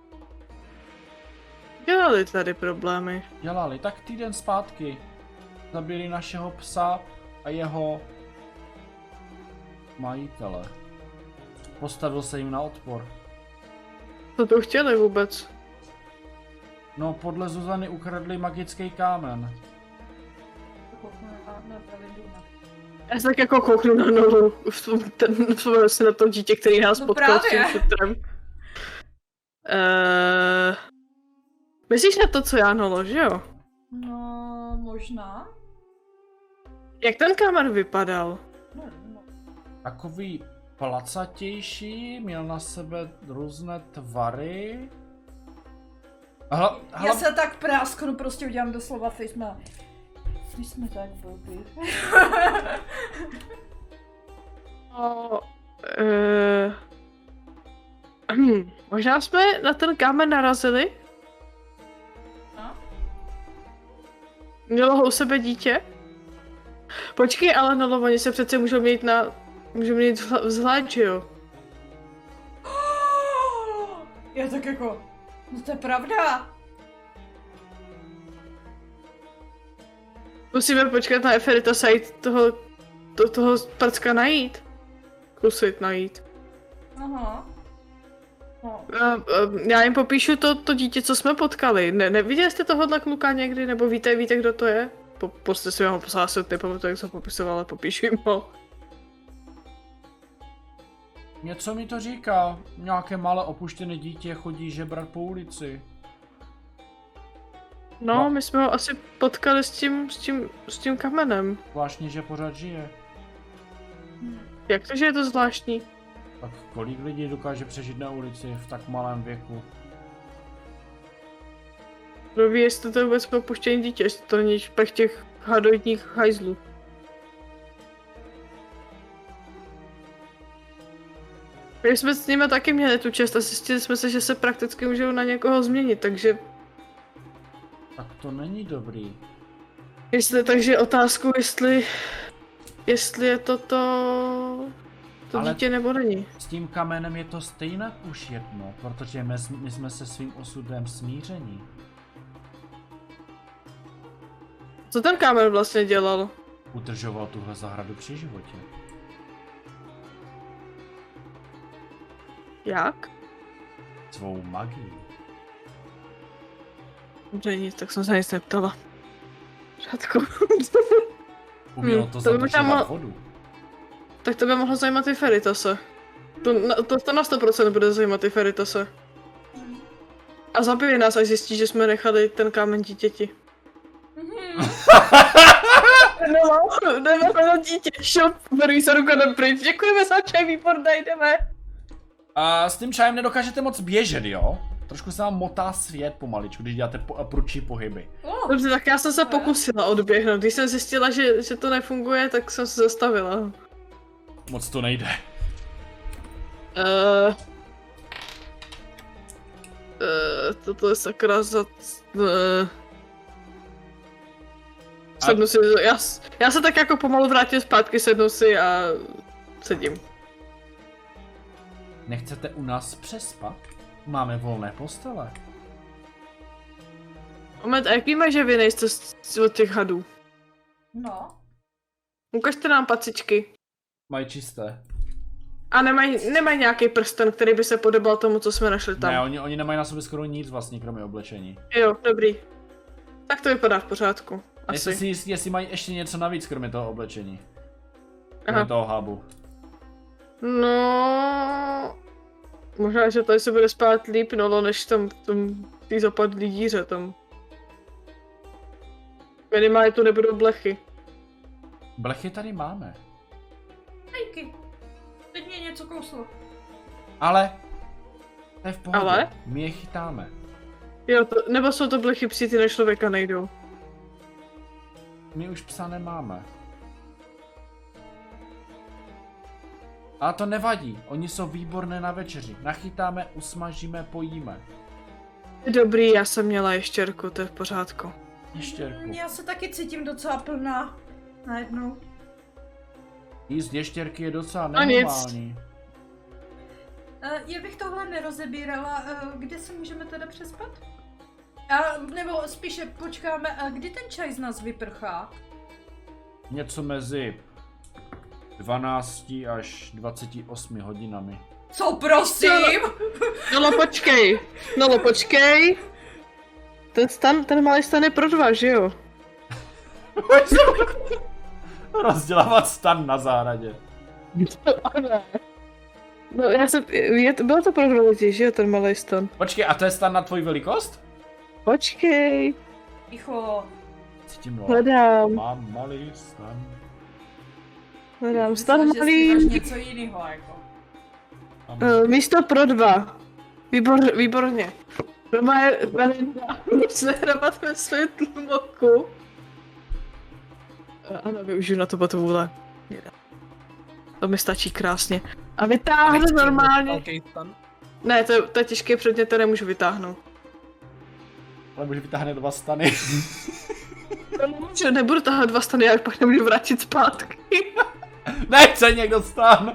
Dělali tady problémy. Dělali. Tak týden zpátky zabili našeho psa a jeho majitele. Postavil se jim na odpor. Co to chtěli vůbec? No, podle Zuzany ukradli magický kámen. a nepravidelná. Já se tak jako kouknu na Nolu, vzpomínám si na to dítě, který nás potkal s tím šutrem. Myslíš na to, co já, Nolo, že jo? No, možná. Jak ten kámen vypadal? No. Takový placatější, měl na sebe různé tvary. Já se tak prásknu, prostě udělám doslova facepalm. My jsme tak blbí. Možná jsme na ten kámen narazili? No? Mělo ho u sebe dítě? Počkej, ale Nolo, oni se přece můžou mít vzhled, že jo? Já tak jako, no to je pravda. Musíme počkat na Eferita a jít toho prcka najít. Kusit najít. Aha. No. Já jim popíšu to dítě, co jsme potkali. Neviděli jste tohohle kluka někdy? Nebo víte, kdo to je? Prostě si ho poslala, se nepamatuji, jak jsem popisoval, ale popíšu jim ho. Něco mi to říká. Nějaké malé opuštěné dítě chodí žebrat po ulici. No, my jsme ho asi potkali s tím kamenem. Zvláštně, že pořád žije. Jak to, že je to zvláštní? Tak kolik lidí dokáže přežít na ulici v tak malém věku? Kdo ví, jestli to je vůbec opuštěný dítě, jestli to není špech těch hadoidních hajzlů. My jsme s nimi taky měli tu čest a zjistili jsme se, že se prakticky můžou na někoho změnit, takže... Tak to není dobrý. Takže otázku, jestli je to Ale dítě nebo není. S tím kamenem je to stejně už jedno, protože my jsme se svým osudem smíření. Co ten kámen vlastně dělal? Udržoval tuhle zahradu při životě. Jak? Svou magii. Dobře, nic, tak jsem se nic neptala. Řádku. Umělo to to by zadržovat možná vodu. Tak to by mohlo zajímat i Feritase. To na 100% bude zajímat i Feritase. A zabili nás, až zjistí, že jsme nechali ten kámen dítěti. Jdeme na dítě, šup, beru se rukou pryč, děkujeme za čaj, výborné, jdeme. A s tím čajem nedokážete moc běžet, jo? Trošku se vám motá svět pomaličku, když děláte prudčí pohyby. Dobře, tak já jsem se pokusila odběhnout. Když jsem zjistila, že to nefunguje, tak jsem se zastavila. Moc to nejde. Toto je sakra za... Sednu si, já se tak jako pomalu vrátím zpátky, sednu si a sedím. Nechcete u nás přespat? Máme volné postele. Moment, a jak víme, že vy nejste od těch hadů? No. Ukažte nám pacičky. Mají čisté. A nemají nějaký prsten, který by se podobal tomu, co jsme našli tam? Ne, oni nemají na sobě skoro nic vlastně, kromě oblečení. Jo, dobrý. Tak to vypadá v pořádku. Nejste Asi. si jistí, jestli mají ještě něco navíc, kromě toho oblečení. Kromě toho hubu. No... Možná, že tady se bude spát líp, no, než tam ty zapadlý díře tam. Minimálně tu nebudou blechy. Blechy tady máme. Hejky. Teď mě něco kouslo. Ale... To je v pohodě. Ale? My je chytáme. Jo, nebo jsou to blechy psi, ty na člověka nejdou. My už psa nemáme. Ale to nevadí, oni jsou výborné na večeři. Nachytáme, usmažíme, pojíme. Dobrý, já jsem měla ještěrku, to je v pořádku. Ještěrku. Já se taky cítím docela plná. Najednou. Jíst ještěrky je docela A nic. nenormální. Já bych tohle nerozebírala. Kde se můžeme teda přespat? A nebo spíše počkáme, kdy ten čaj z nás vyprchá? Něco mezi 12 až 28 hodinami. Co prosím? Nolo, počkej. Ten malý stan je pro 2, že jo? Rozdělávat stan na zahradě. No já jsem, bylo to pro děti, že jo, ten malý stan. Počkej, a to je stan na tvoji velikost? Počkej, Ticho. Cítím hledám, Mám malý stan. stan Myslela, že malý, zpíváš něco jiného, jako. místo pro 2. Výborně. Doma je Belinda, musíme hrabat ve své tlumoku. Ano, využiju na to botovůle. To mi stačí krásně. A vytáhnu normálně. Velký stan. Ne, to je těžké předmět, to nemůžu vytáhnout. Ale může vytáhne 2 stany. To nemůžu, nebudu tahat 2 stany, já pak nemůžu vrátit zpátky. Nechce někdo stan!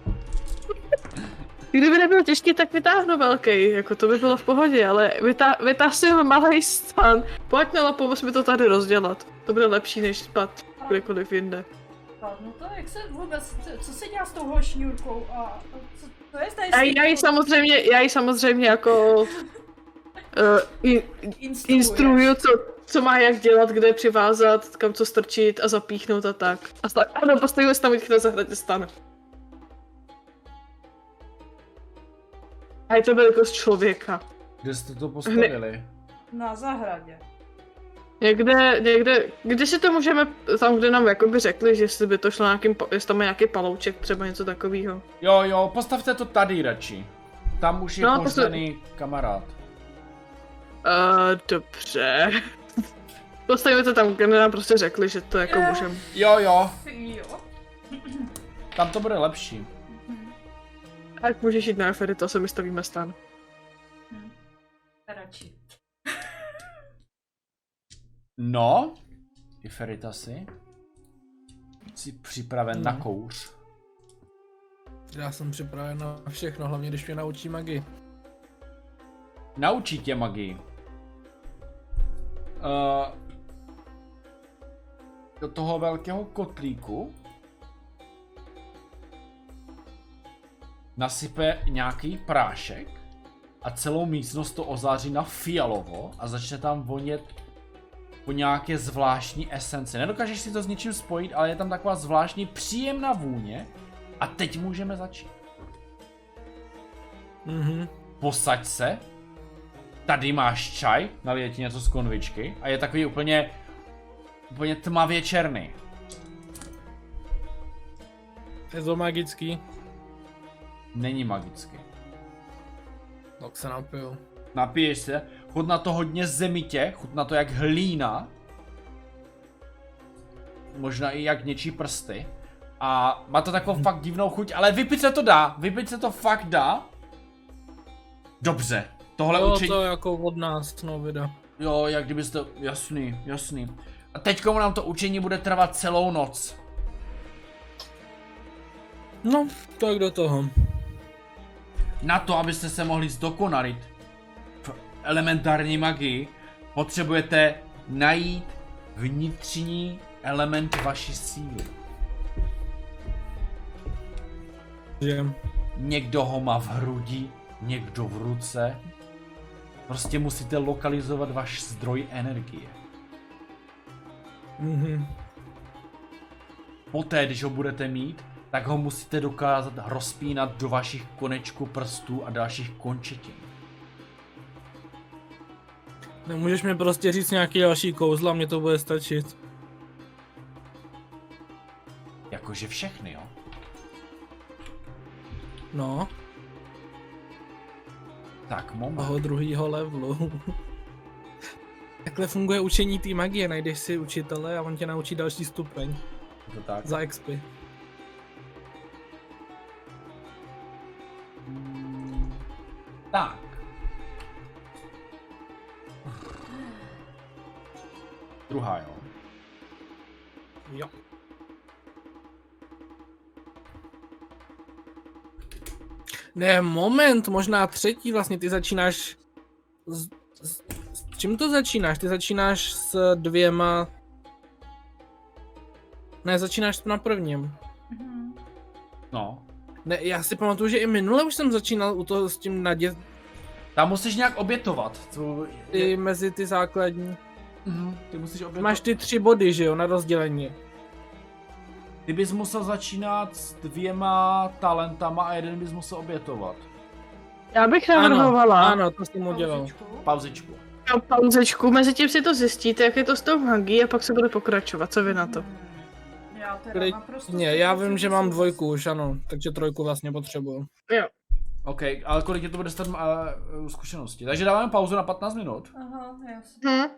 Kdyby nebylo těžký, tak vytáhnu velký, jako to by bylo v pohodě, ale vytáhnu malý stan. Pojď na pomoct mi to tady rozdělat. To bude lepší, než spát kdekoliv jinde. No to jak se vůbec, co se dělá s touhle šňůrkou a co to je tady? Já ji samozřejmě jako instruuju, co má jak dělat, kde přivázat, kam co strčit a zapíchnout a tak. Ano, postavili se tam na zahradě stan. A je to velikost člověka. Kde jste to postavili? Na zahradě. Někde, když si to můžeme, tam kde nám jakoby řekli, že jestli by to šlo jestli tam je nějaký palouček, třeba něco takového. Jo, postavte to tady radši. Tam už je postavený kamarád. Dobře. Postavíme to tam, kde nám prostě řekli, že to jako můžeme. Jo. Jo. Tam to bude lepší. Tak můžeš jít na Eferit, to se my stavíme stan. Radši. No, Iferitasi. Jsi připraven na kouř. Já jsem připraven na všechno, hlavně když mě naučí magii. Naučí tě magii. Do toho velkého kotlíku nasype nějaký prášek a celou místnost to ozáří na fialovo a začne tam vonět po nějaké zvláštní esenci. Nedokážeš si to s ničím spojit, ale je tam taková zvláštní příjemná vůně a teď můžeme začít. Posaď se. Tady máš čaj, nalije ti něco z konvičky a je takový úplně tmavě černý. Je to magický. Není magický. Tak se napiju. Napiješ se, chutná to hodně zemitě, chutná to jak hlína. Možná i jak něčí prsty. A má to takovou fakt divnou chuť, ale vypít se to fakt dá. Dobře, tohle učení... to jako od nás, no vida. Jo, jak kdybyste... Jasný. A teďko nám to učení bude trvat celou noc. No, tak do toho. Na to, abyste se mohli zdokonalit v elementární magii, potřebujete najít vnitřní element vaší síly. Že? Někdo ho má v hrudi, někdo v ruce. Prostě musíte lokalizovat váš zdroj energie. Poté, když ho budete mít, tak ho musíte dokázat rozpínat do vašich konečků prstů a dalších končetin. Nemůžeš mi prostě říct nějaký další kouzla, mě to bude stačit. Jakože všechny, jo? No. Tak, moment. Toho druhýho levelu. Takhle funguje učení té magie, najdeš si učitele a on tě naučí další stupeň. To tak. Za XP. Tak. Druhá, jo. Jo. Ne, moment, možná třetí vlastně, ty začínáš... S čím to začínáš? Ty začínáš s 2... Ne, začínáš na prvním. No. Ne, já si pamatuju, že i minule už jsem začínal u toho s tím nadět... Tam musíš nějak obětovat. Ty mezi ty základní. Ty musíš obětovat. Máš ty 3 body, že jo, na rozdělení. Ty bys musel začínat s 2 talentama a jeden bys musel obětovat. Já bych navrhovala Ano, to jsem udělal. Pauzičku. Pauzečku. pauzečku, mezi tím si to zjistíte, jak je to s tou magií a pak se bude pokračovat, co vy na to? Já teda naprosto Ne, já vím, že mám 2 souhlasím. už, ano, takže 3 vlastně potřebuju. Jo. OK, ale kolik je to bude stát zkušenosti? Takže dáváme pauzu na 15 minut. Aha, jasně. Hm?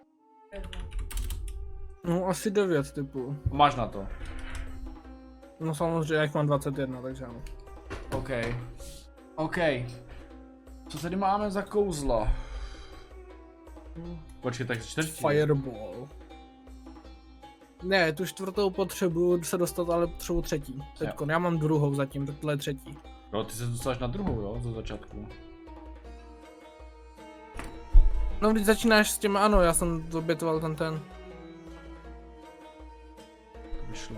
No asi 9 typů. Máš na to. No samozřejmě, jak mám 21, takže ano. OK. OK. Co tady máme za kouzla? Počkej, tak 4. Fireball. Ne, tu 4. potřebuju se dostat, ale potřebuju 3. Teďko, já mám 2. zatím, tak tohle je 3. Jo, ty se dostáš na 2, jo, ze začátku. No když začínáš s tím, ano, já jsem obětoval ten. To vyšlo.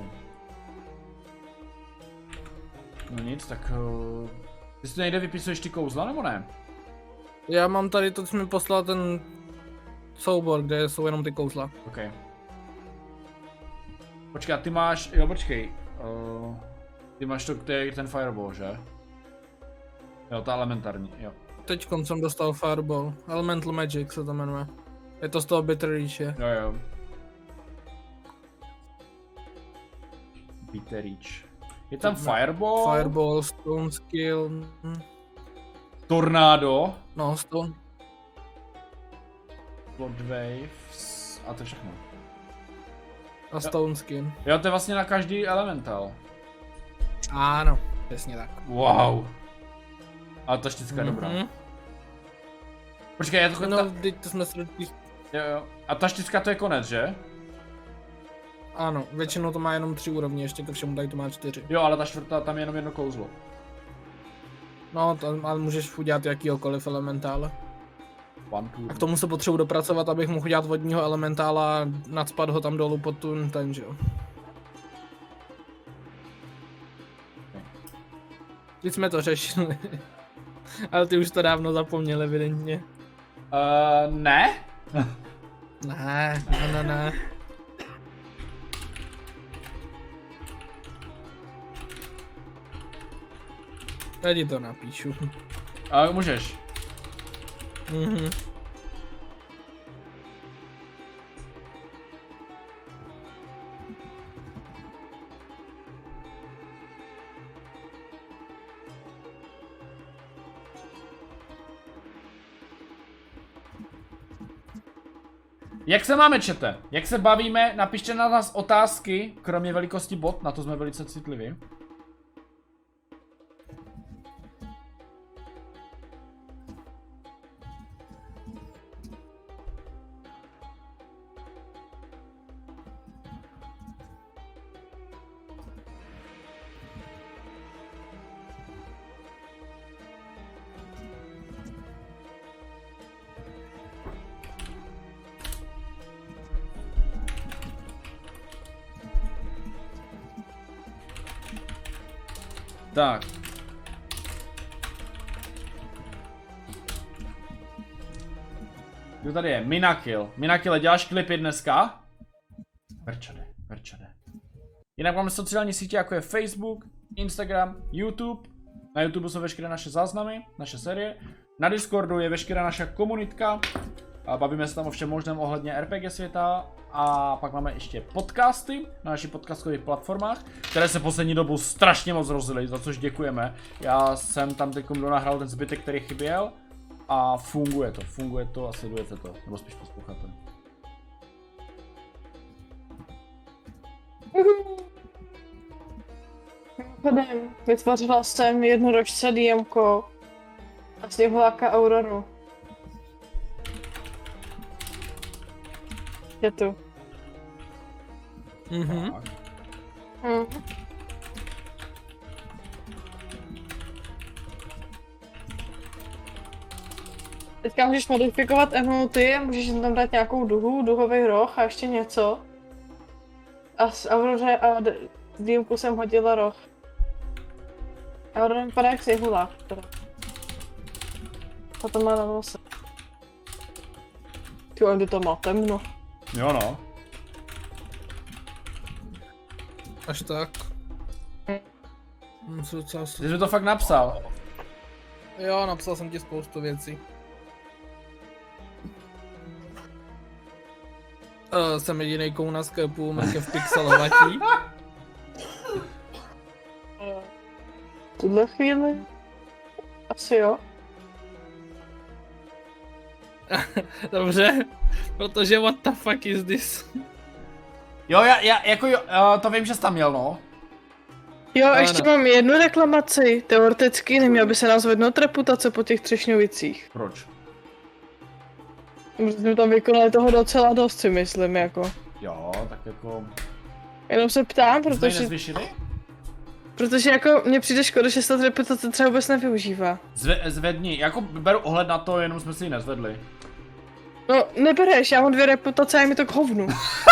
No nic, tak... Ty si to nejde vypisuješ ty kouzla, nebo ne? Já mám tady to, co mi poslal ten soubor, kde jsou jenom ty kouzla. OK. Počkej, a ty máš, jo počkej. Ty máš to, je ten fireball, že? Jo, ta elementární, jo. Teďkon jsem dostal Fireball, Elemental Magic se to jmenuje. Je to z toho Bitter Reach. Jo, jo. Bitter Reach. Je tam fireball, Fireball, Stone Skill, tornádo, no Stone. Blood Waves a to je všechno. A Stone Skin. Jo, to je vlastně na každý elemental. Ano, přesně tak. Wow. Ale ta šticka je dobrá. Počkej, je to No, teď to jsme se... Jo, jo. A ta šticka to je konec, že? Ano, většinou to má jenom 3 úrovně, ještě ke všemu tady to má 4. Jo, ale ta 4. tam je jenom jedno kouzlo. No, ale můžeš udělat jakýhokoliv elementále. A k tomu se potřebuji dopracovat, abych mohl udělat vodního elementála a nacpat ho tam dolů pod ten, že jo. Teď jsme to řešili. Ale ty už to dávno zapomněl, evidentně. Ne? Ne. Já ti to napíšu. Můžeš. Mhm. Jak se máme, čete? Jak se bavíme? Napište na nás otázky, kromě velikosti bot, na to jsme velice citliví. Tak. Kdo tady je? Minakil. Minakile, děláš klipy dneska? Verčade. Jinak máme sociální sítě, jako je Facebook, Instagram, YouTube. Na YouTube jsou veškeré naše záznamy, naše série. Na Discordu je veškerá naše komunitka. A bavíme se tam o všem možném ohledně RPG světa. A pak máme ještě podcasty na našich podcastových platformách, které se poslední dobou strašně moc rozjeli, za což děkujeme. Já jsem tam teď nahrál ten zbytek, který chyběl. A funguje to a sledujete to, nebo spíš posloucháte. Vytvořila jsem jednorožce DMko a sněhuláka Auroru. Je tu. Mhm. Teďka můžeš modifikovat emoty a můžeš tam dát nějakou duhu, duhový roh a ještě něco. A s Auroře a DMku jsem hodila roh. Aurora vypadá jak sněhulák teda. A to má na nose. Ty, ale to má temno. Jo no. Až tak. Ty Ty jsi to fakt napsal. Jo, napsal jsem ti spoustu věcí. Jsem jedinej kou na Skypeu, Mrkev pixelovatí. V tuhle chvíli? Asi jo. Dobře, protože what the fuck is this? Jo, to vím, že jsi tam měl, no. Jo, Ano. ještě mám jednu reklamaci. Teoreticky neměla by se nás zvednout reputace po těch třešňovicích. Proč? Protože jsme tam vykonali toho docela dost, si myslím, jako. Jo, tak jako... Jenom se ptám, Jsme ji protože nezvyšili? jako mně přijde škoda, že se ta reputace třeba vůbec nevyužívá. Zvedni, jako beru ohled na to, jenom jsme si ji nezvedli. No, nebereš, já mám 2 reputace a je mi to k hovnu.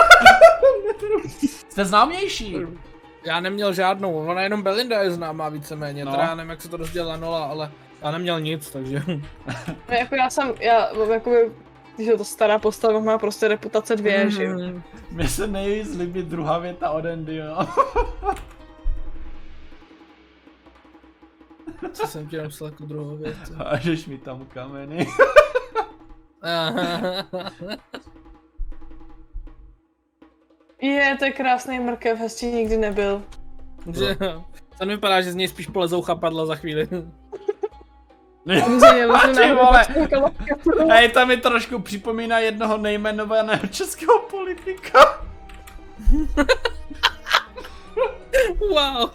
Jste známější. Já neměl žádnou, ona jenom Belinda je známá víceméně, No. teda já nevím, jak se to rozdělila 0, ale já neměl nic, takže... No, jako já mám jakoby, když je to stará postava, má prostě reputace 2, že jo. Mně se nejvíc líbí druhá věta od Andy, jo. Co jsem ti napsal jako druhou věc? Hážeš mi tam kameny. Je, to je krásný mrkev, hezčí nikdy nebyl. Že, to nevypadá, že z něj spíš polezou chapadla za chvíli. Aby se měl Ty vole. na Hej, to mi trošku připomíná jednoho nejmenovaného českého politika. Wow.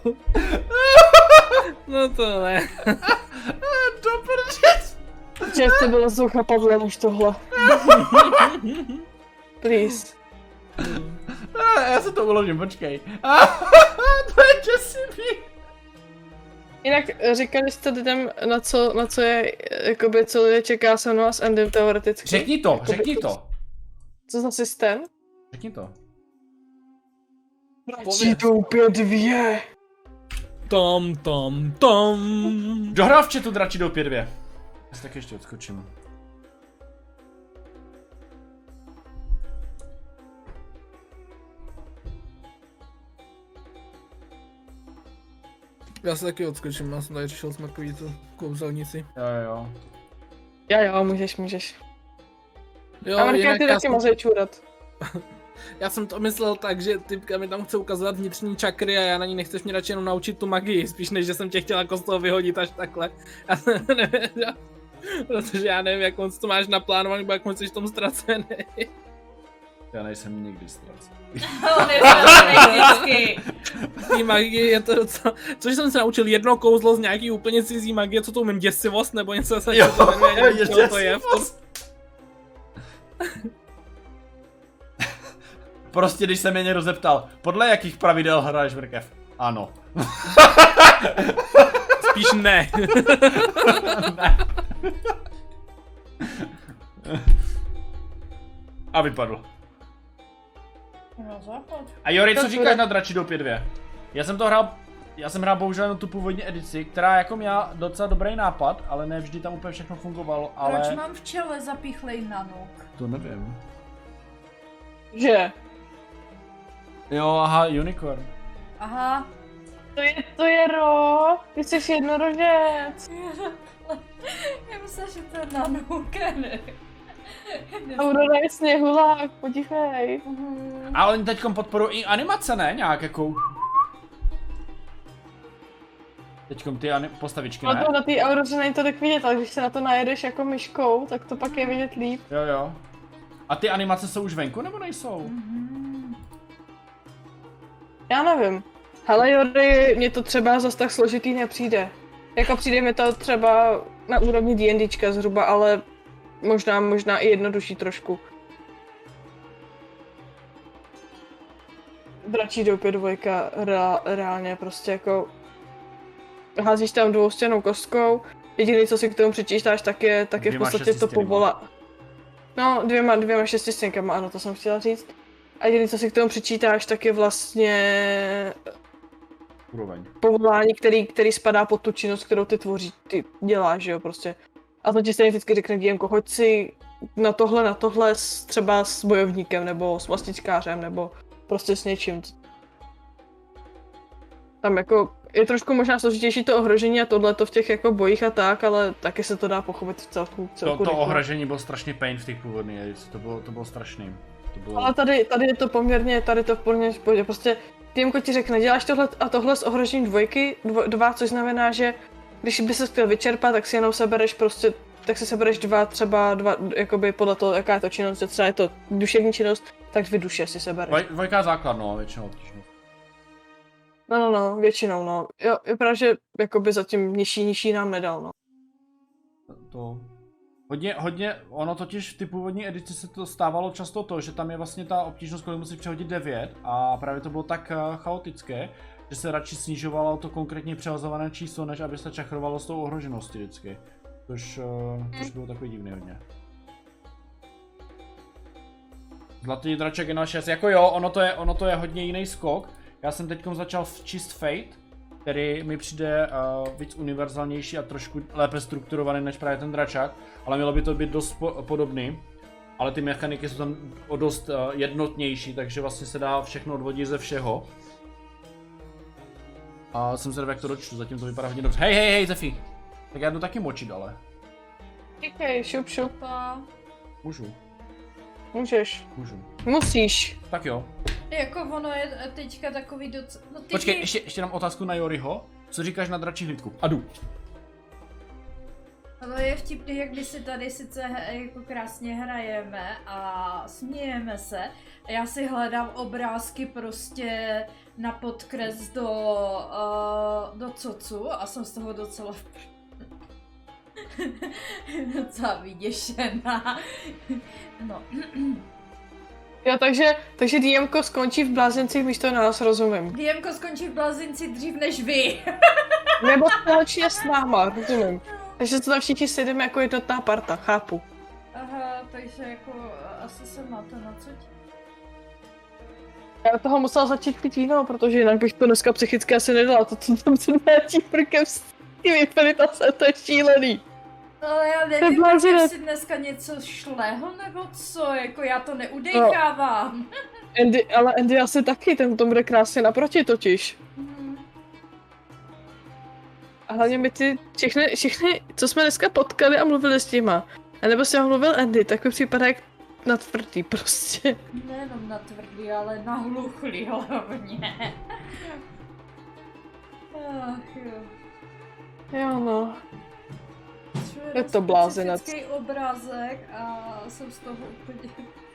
No to ne. Do prčic. Čerstě bylo z chapadle než tohle. Please. Já se to uložím, počkej. To je děsivý. Jinak říkali jste lidem, na co je, jakoby, co lidé čeká se mnou a s Endem teoreticky. Řekni to. Co za systém? Řekni to. Bratří doupě 2. Tom. Dohrál v chatu Dračí doupě 2. Já si tak ještě odskočím. Já se taky odskočím, já jsem tady řešil smrkový tu kouzelnici. Jo. Jo, můžeš. Jo, A Marka, jinak ty já taky jsem, můžeš čůrat. já jsem to myslel tak, že typka mi tam chce ukazovat vnitřní čakry a já na ní nechceš mě radši jenom naučit tu magii, spíš než že jsem tě chtěl jako z toho vyhodit až takhle. Protože já nevím, jak moc to máš naplánovaný, nebo jak moc jsi v tom ztracený. Já nejsem nikdy ztracený. On je ztracený vždycky. Tý magie je to docela... Což jsem se naučil jedno kouzlo z nějaký úplně cizí magie, co to umím, děsivost, nebo něco se Jo, to jmenuje, nevím, je co to je. Prostě když se mě někdo zeptal, podle jakých pravidel hraješ mrkev? Ano. Spíš ne. Ne. A vypadl. No západ. A Jori, co To říkáš bude- na Dračí doupě 2? Já jsem hrál bohužel na tu původní edici, která jako měla docela dobrý nápad, ale ne vždy tam úplně všechno fungovalo, ale... Proč mám v čele zapichlej nanuk? To nevím. Že? Jo, aha, unicorn. Aha. To je Ro, ty jsi jednorožec. Já myslím, že to je nanuk, ne. Aurora je sněhulák, podívej. A oni teďkom podporují i animace, ne? Nějak jako... Teďkom ty postavičky, Ale ne? to na té Auroře není tolik vidět, ale když se na to najedeš jako myškou, tak to pak je vidět líp. Jo. A ty animace jsou už venku, nebo nejsou? Já nevím. Hele Jory, mně to třeba zas tak složitý nepřijde. Jako přijde mi to třeba na úrovni D&Dčka zhruba, ale možná i jednodušší trošku. Dračí doupě 2 reálně prostě jako házíš tam dvoustěnou kostkou, jediný co si k tomu přičítáš, tak je v Dvěma podstatě to šestistěnýma. povolá. No, dvěma šestistěnkama, ano, to jsem chtěla říct. A jediný co si k tomu přičítáš, tak je vlastně Úroveň. povolání, který spadá pod tu činnost, kterou ty děláš, že jo, prostě. A to ti stejně vždycky řekne GMko, hoď si na tohle třeba s bojovníkem, nebo s mastičkářem, nebo prostě s něčím. Tam jako, je trošku možná složitější to ohrožení a tohleto v těch jako bojích a tak, ale taky se to dá pochopit v celku To rychle. ohrožení bylo strašně pain v těch původních edicích, to bylo strašný. To bylo... Ale tady je to poměrně, v pohodě, prostě Týmko ti řekne, děláš tohle a tohle s ohrožením dva, což znamená, že když by se chtěl vyčerpat, tak si jenom sebereš prostě, tak si sebereš třeba dva, jakoby podle toho, jaká je to činnost, že třeba je to duševní činnost, tak 2 duše si sebereš. Dvojka základ, no, většinou obtížnost. No, většinou, no. Jo, je pravda, že jakoby zatím nižší nám nedal, no. To... Hodně, ono totiž v ty původní edici se to stávalo často to, že tam je vlastně ta obtížnost, kolik musí přehodit 9 a právě to bylo tak chaotické, že se radši snižovalo to konkrétně přehazované číslo, než aby se čachrovalo s tou ohrožeností vždycky. Což bylo takový divný hodně. Zlatý draček je na 6, jako jo, ono to je hodně jiný skok. Já jsem teďkom začal v čist Fate, který mi přijde víc univerzálnější a trošku lépe strukturovaný než právě ten dračák, ale mělo by to být dost podobný. Ale ty mechaniky jsou tam o dost jednotnější, takže vlastně se dá všechno odvodit ze všeho. A jsem zvědavý, jak to dočtu, zatím to vypadá hodně dobře. Hej, Zefi! Tak já jdu taky močit, ale. Díkej, šup. Můžu. Můžeš. Můžu. Musíš. Tak jo. Jako ono je teďka takový docela... No, Počkej, ještě dám otázku na Joriho. Co říkáš na dračí hlídku? A jdu. Ale je vtipný, jak my si tady sice jako krásně hrajeme a smějeme se. A já si hledám obrázky prostě na podkres do cocu a jsem z toho docela docela vyděšená. No. Jo, takže DMko skončí v blázencích místo nás, rozumím. DMko skončí v blázinci dřív než vy. Nebo společně s náma, rozumím. Takže to tam všichni sejdeme jako jednotná parta, chápu. Aha, takže jako asi se máte na co. Já toho musela začít pít víno, protože jinak bych to dneska psychicky asi nedala. To, co tam se dátí prkem s tím infinitace, to je šílený. Ale já nevím, jestli dneska něco šlého nebo co, jako já to neudejchávám. No. Andy asi taky, ten to bude krásně naproti totiž. A hlavně my ty všechny, co jsme dneska potkali a mluvili s těma, anebo si mluvil Andy, tak mi připadá jak na tvrdý prostě. Nejenom na tvrdý, ale na hluchlý hlavně. Ach jo. Jo no. Je to blázinec. Specifický obrázek a jsem z toho úplně...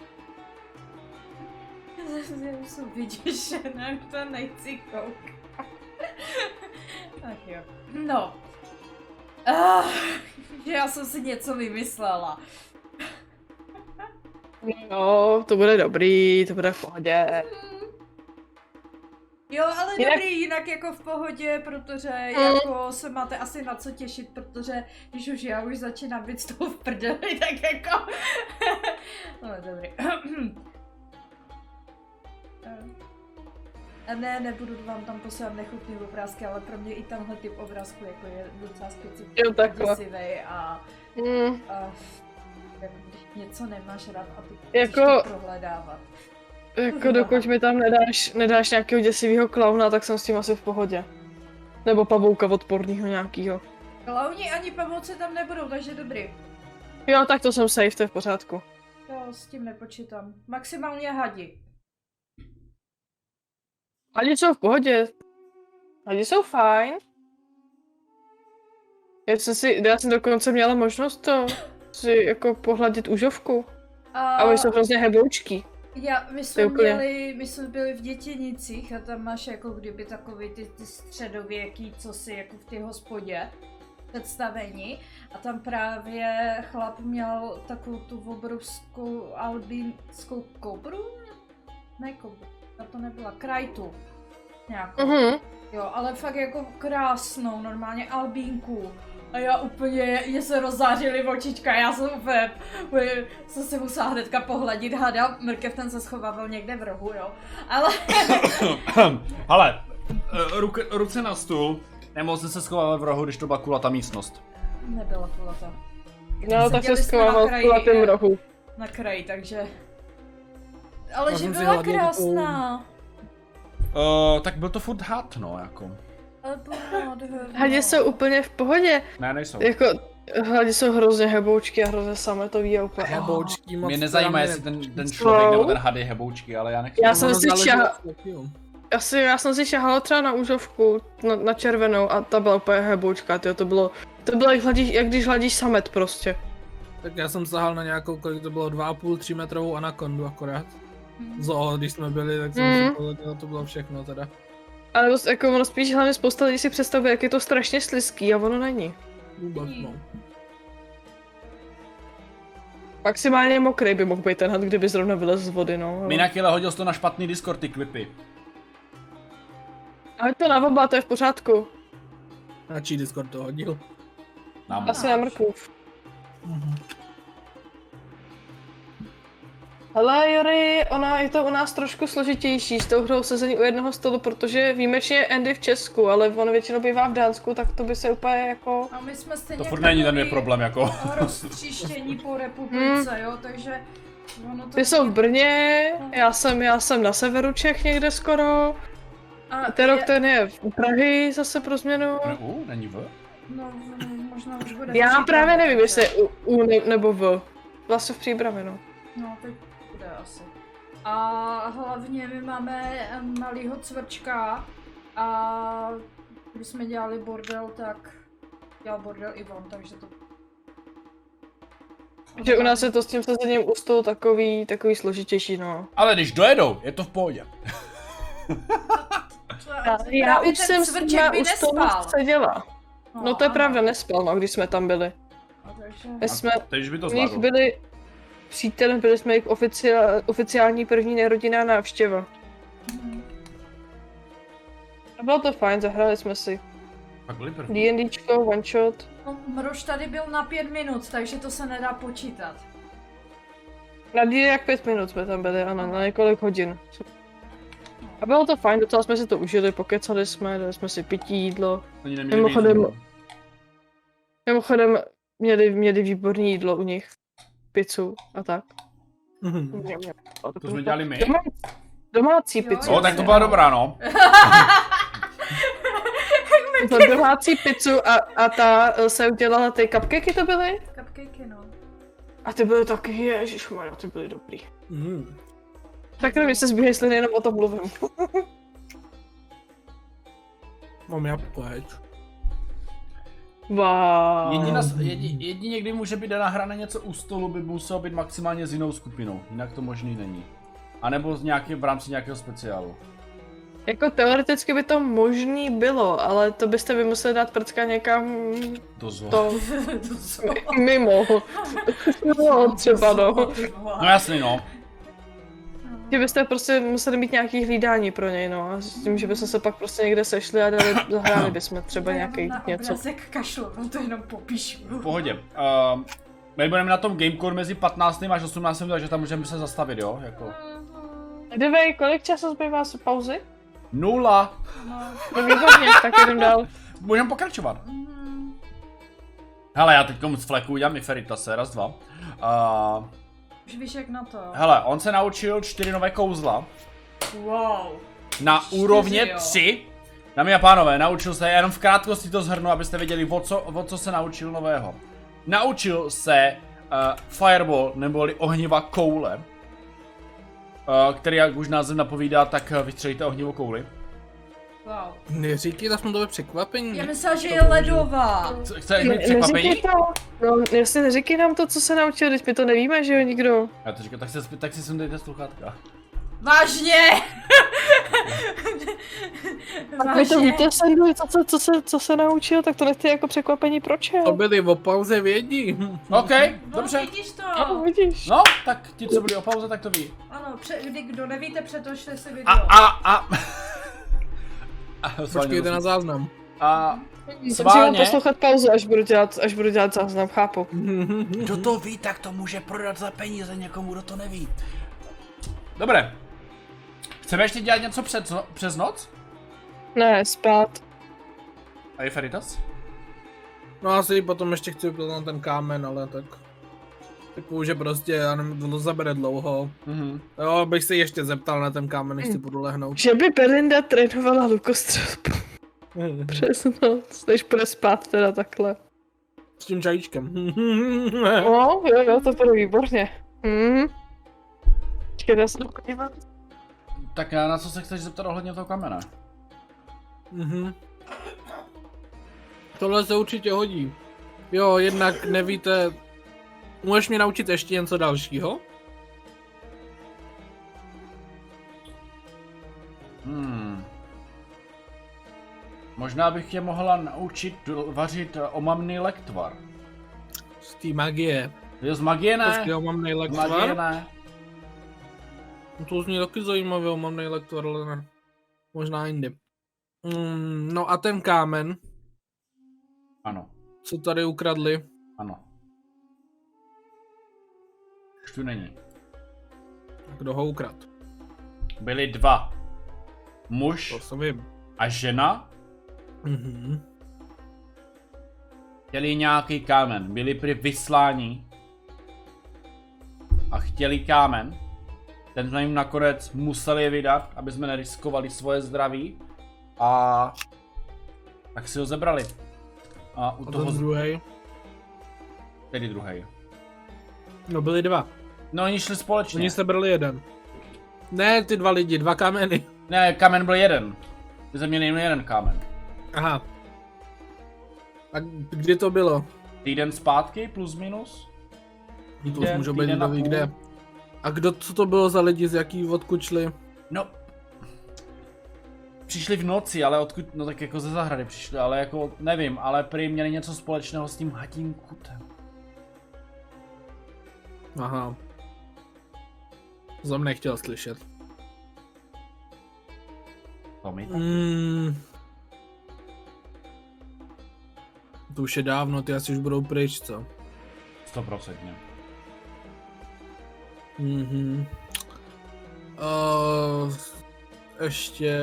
Já jsem vyděšená, už to nechci koukat. Ach jo. No. Já jsem si něco vymyslela. No, to bude dobrý, to bude v pohodě. Jo, ale dobrý, jinak jako v pohodě, protože jako se máte asi na co těšit, protože když už já už začínám být z toho v prdeli, tak jako... No, dobrý. Ne, nebudu vám tam posílat nechutný obrázky, ale pro mě i tenhle typ obrázku jako je docela specifický, děsivej a když něco nemáš rád a ty jako... to prohledávat. Jako dokud mi tam nedáš nějakého děsivého klauna, tak jsem s tím asi v pohodě. Nebo pavouka odpornýho nějakýho. Klauni ani pavouci tam nebudou, takže dobrý. Jo, tak to jsem safe, to je v pořádku. Jo, s tím nepočítám. Maximálně hadi. Hadi jsou v pohodě. Hadi jsou fajn. Já jsem dokonce měla možnost to si jako pohladit užovku. A oni jsou hrozně heboučký. My jsme byli v Dětěnicích a tam máš jako kdyby takový ty středověký, co si jako v té hospodě představení a tam právě chlap měl takovou tu obrovskou albínskou kobru? Ne kobru, to nebyla, krajtu nějakou. Jo, ale fakt jako krásnou, normálně albínku. A já úplně, mě se rozzářily očička, já jsem úplně jsem si musela hnedka pohladit hada, mrkev ten se schovával někde v rohu, jo. Ale, ruce na stůl, nemohl jsem se schovávat v rohu, když to byla kulatá místnost. Nebyla kulatá. No, tak se schovával v kulatém rohu. Na kraji, takže... Ale že byla krásná. Tak byl to furt had, no, jako. Ale bylo nádherné. Hadě jsou úplně v pohodě. Ne, nejsou. Jako, hadě jsou hrozně heboučky a hrozně sametový a úplně. Heboučky moc. Mě nezajímá, jestli ten Jsou. člověk nebo ten had je heboučky, ale já nechci. Já jsem si šel. já jsem si šahala třeba na úžovku, na červenou a ta byla úplně heboučka, tyjo, to bylo jak když hladíš samet prostě. Tak já jsem sahal na nějakou, kolik to bylo, 2,5-3 metrovou anakondu akorát. Zoo, když jsme byli, tak jsem to bylo všechno teda. Ale jako ono spíš hlavně spousta lidí si představuje, jak je to strašně slizký a ono není. Vůbec no. Maximálně mokrý by mohl být ten had, kdyby zrovna vylez z vody, no. Minakile, hodil jsi to na špatný Discord, ty klipy. Ale to na oba, to je v pořádku. Na čí Discord to hodil? Nám. Asi na mrkův. Hele Jory, je to u nás trošku složitější s tou hrou sezení u jednoho stolu, protože výjimečně je Andy v Česku, ale on většinou bývá v Dánsku, tak to by se úplně jako... A my jsme stejně To furt není ten je problém, jako. roztříštění po republice, jo, takže... Ono to Ty jsou v Brně, já jsem na severu Čech někde skoro. A Ten ten je v Prahy zase pro změnu. Není v? No, možná už bude. Já říkat, právě nevím, takže- jestli nebo v. Vlastně v Příbrami, no. No, teď bude asi. A hlavně my máme malýho cvrčka a když jsme dělali bordel, tak dělal bordel i on, takže to... Že u nás je to s tím sezením u stolu takový složitější, no. Ale když dojedou, je to v pohodě. Já Právě už ten jsem s cvrček nima by u stolu nespal. seděla. No to je ano. pravda, nespal, no, když jsme tam byli. A takže... My jsme Teď by to u nich zvládl. byli přítelem, byli jsme jejich oficiální první nerodinná návštěva. A bylo to fajn, zahrali jsme si Pak byli první. D&Dčko, one shot. No, Mrož tady byl na 5 minut, takže to se nedá počítat. Na díl jak 5 minut jsme tam byli, ano, na několik hodin. A bylo to fajn, docela jsme si to užili, pokecali jsme, dali jsme si pití, jídlo. Oni neměli Mimochodem měli výborné jídlo u nich. Pizzu a tak. To jsme dělali my. Domácí Jo, pizzu. O, tak to byla dobrá, no. To domácí pizzu a ta se udělala, ty cupcakey to byly? Cupcakey, no. A ty byly taky, ježišmarja, ty byly dobrý. Tak nevím, se zbíhají sliny, jenom o tom mluvím. Mám jabko, heď. Wow. Jedině, kdy může být daná hra na něco u stolu, by muselo být maximálně s jinou skupinou, jinak to možný není. A nebo v rámci nějakého speciálu. Jako teoreticky by to možný bylo, ale to byste by museli dát prcka někam Do zoo. to mimo. No, třeba no. No jasný, no. Že byste prostě museli mít nějaký hlídání pro něj, no. A s tím, že bychom se pak prostě někde sešli a zahráli bychom třeba nějaký na něco. obrázek kašlu, no to jenom popíšu. V pohodě. My budeme na tom Gamecore mezi 15. až 18. takže tam můžeme se zastavit, jo? Jako. Dívej, kolik času zbývá z pauzy? 0. No výborně, tak jdem dál. Můžeme pokračovat. Hele, já teď z fleku udělám i Feritase, raz, dva. Už víš jak na to. Hele, on se naučil 4 nové kouzla. Wow. Na 4, úrovně jo. 3. Dámy a pánové, naučil se, jenom v krátkosti to shrnu, abyste věděli, o co se naučil nového. Naučil se Fireball, neboli ohnivá koule, který, jak už název napovídá, tak vystřelíte ohnivou kouli. Wow. Neříkej, to jsme to překvapení. Já myslela, že je ledová. Chceš mít překvapení? Neříkej to, no jasně neříkej nám to, co se naučil, když my to nevíme, že jo, nikdo. Já to říkám, tak si sundejte sluchátka. Vážně! Tak vy to víte, Sanduj, co se naučil, tak to nechte jako překvapení, proč je? To byli o pauze vědí. OK, No, dobře. vidíš to. No, vidíš. No, tak ti, co byli o pauze, tak to ví. Ano, kdo nevíte, přetočte si video. Počkejte na záznam. Jsem si mám Sválně. poslouchat pauzu, až budu dělat záznam, chápu. Kdo to ví, tak to může prodat za peníze někomu, kdo to neví. Dobré. Chceme ještě dělat něco přes noc? Ne, spát. A je Feritas? No asi potom ještě chci vypnout ten kámen, ale tak... Typu, že prostě, já nevím, to zabere dlouho. Jo, bych se ještě zeptal na ten kámen, než si budu lehnout. Že by Belinda trénovala lukostřelbu. Přes noc, než půjde spát teda takhle. S tím čajíčkem. No, jo, to bylo výborně. Počkejte, se podívat. Tak na co se chceš zeptat ohledně toho kamene? Tohle se určitě hodí. Jo, jednak nevíte... Můžeš mě naučit ještě něco dalšího? Možná bych tě mohla naučit vařit omamný lektvar. Z té magie. Jo, z magie ne? Počkej, já mám Z magie nejlektvar. ne. No to zní taky zajímavě, mám nejlektvar, ale ne. Možná jindy. No a ten kámen, Ano, co tady ukradli, ano. Už tu není. kdo ho ukrad? Byli dva. Muž To jsem vím. a žena chtěli nějaký kámen. Byli při vyslání a chtěli kámen. Ten jsme jim nakonec museli vydat, aby jsme neriskovali svoje zdraví. A tak si ho zebrali. A u A toho ten druhý? tedy druhý. No byli dva. No oni šli společně. Oni sebrali jeden. Ne, ty dva lidi, dva kameny. Ne, kámen byl jeden. Ty jsme měli jen jeden kámen. Aha. A kdy to bylo? Týden zpátky, plus minus. To už může být týden a neví půl. kde. A co to bylo za lidi, z jaký odkud šli? No. Přišli v noci, ale odkud, no tak jako ze zahrady přišli, ale jako nevím, ale prý měli něco společného s tím hatím kutem. Aha. To jsem nechtěl slyšet. To mi To už je dávno, ty asi už budou pryč, co? 100%. Ještě...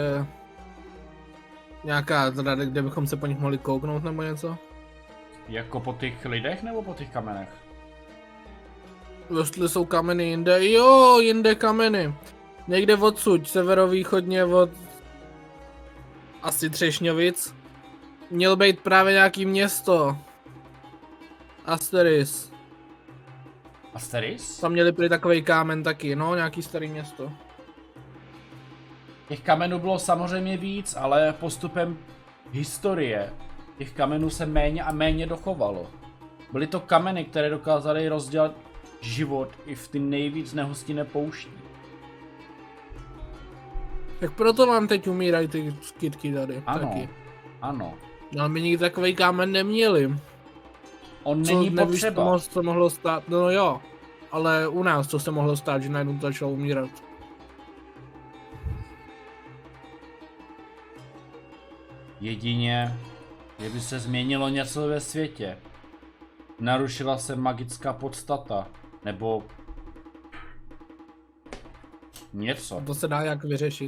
Nějaká zrada, kde bychom se po nich mohli kouknout nebo něco? Jako po těch lidech nebo po těch kamenech? Jestli jsou kameny jinde, jo, jinde kameny. Někde odsud, severovýchodně od... Asi Třešňovic. Měl být právě nějaký město. Asteris. Asteris? Tam měli prý takovej kámen taky, no, nějaký starý město. Těch kamenů bylo samozřejmě víc, ale postupem historie těch kamenů se méně a méně dochovalo. Byly to kameny, které dokázaly rozdělat život i v ty nejvíc nehostinné poušti. Tak proto vám teď umírají ty skytky tady. Ano, Taky. ano. No, ale my nikdy takovej kámen neměli. On není nevíš, potřeba. co mohlo stát, no jo. Ale u nás to se mohlo stát, že najednou to začalo umírat. Jedině, kdyby se změnilo něco ve světě. Narušila se magická podstata, nebo něco. To se dá jak vyřešit.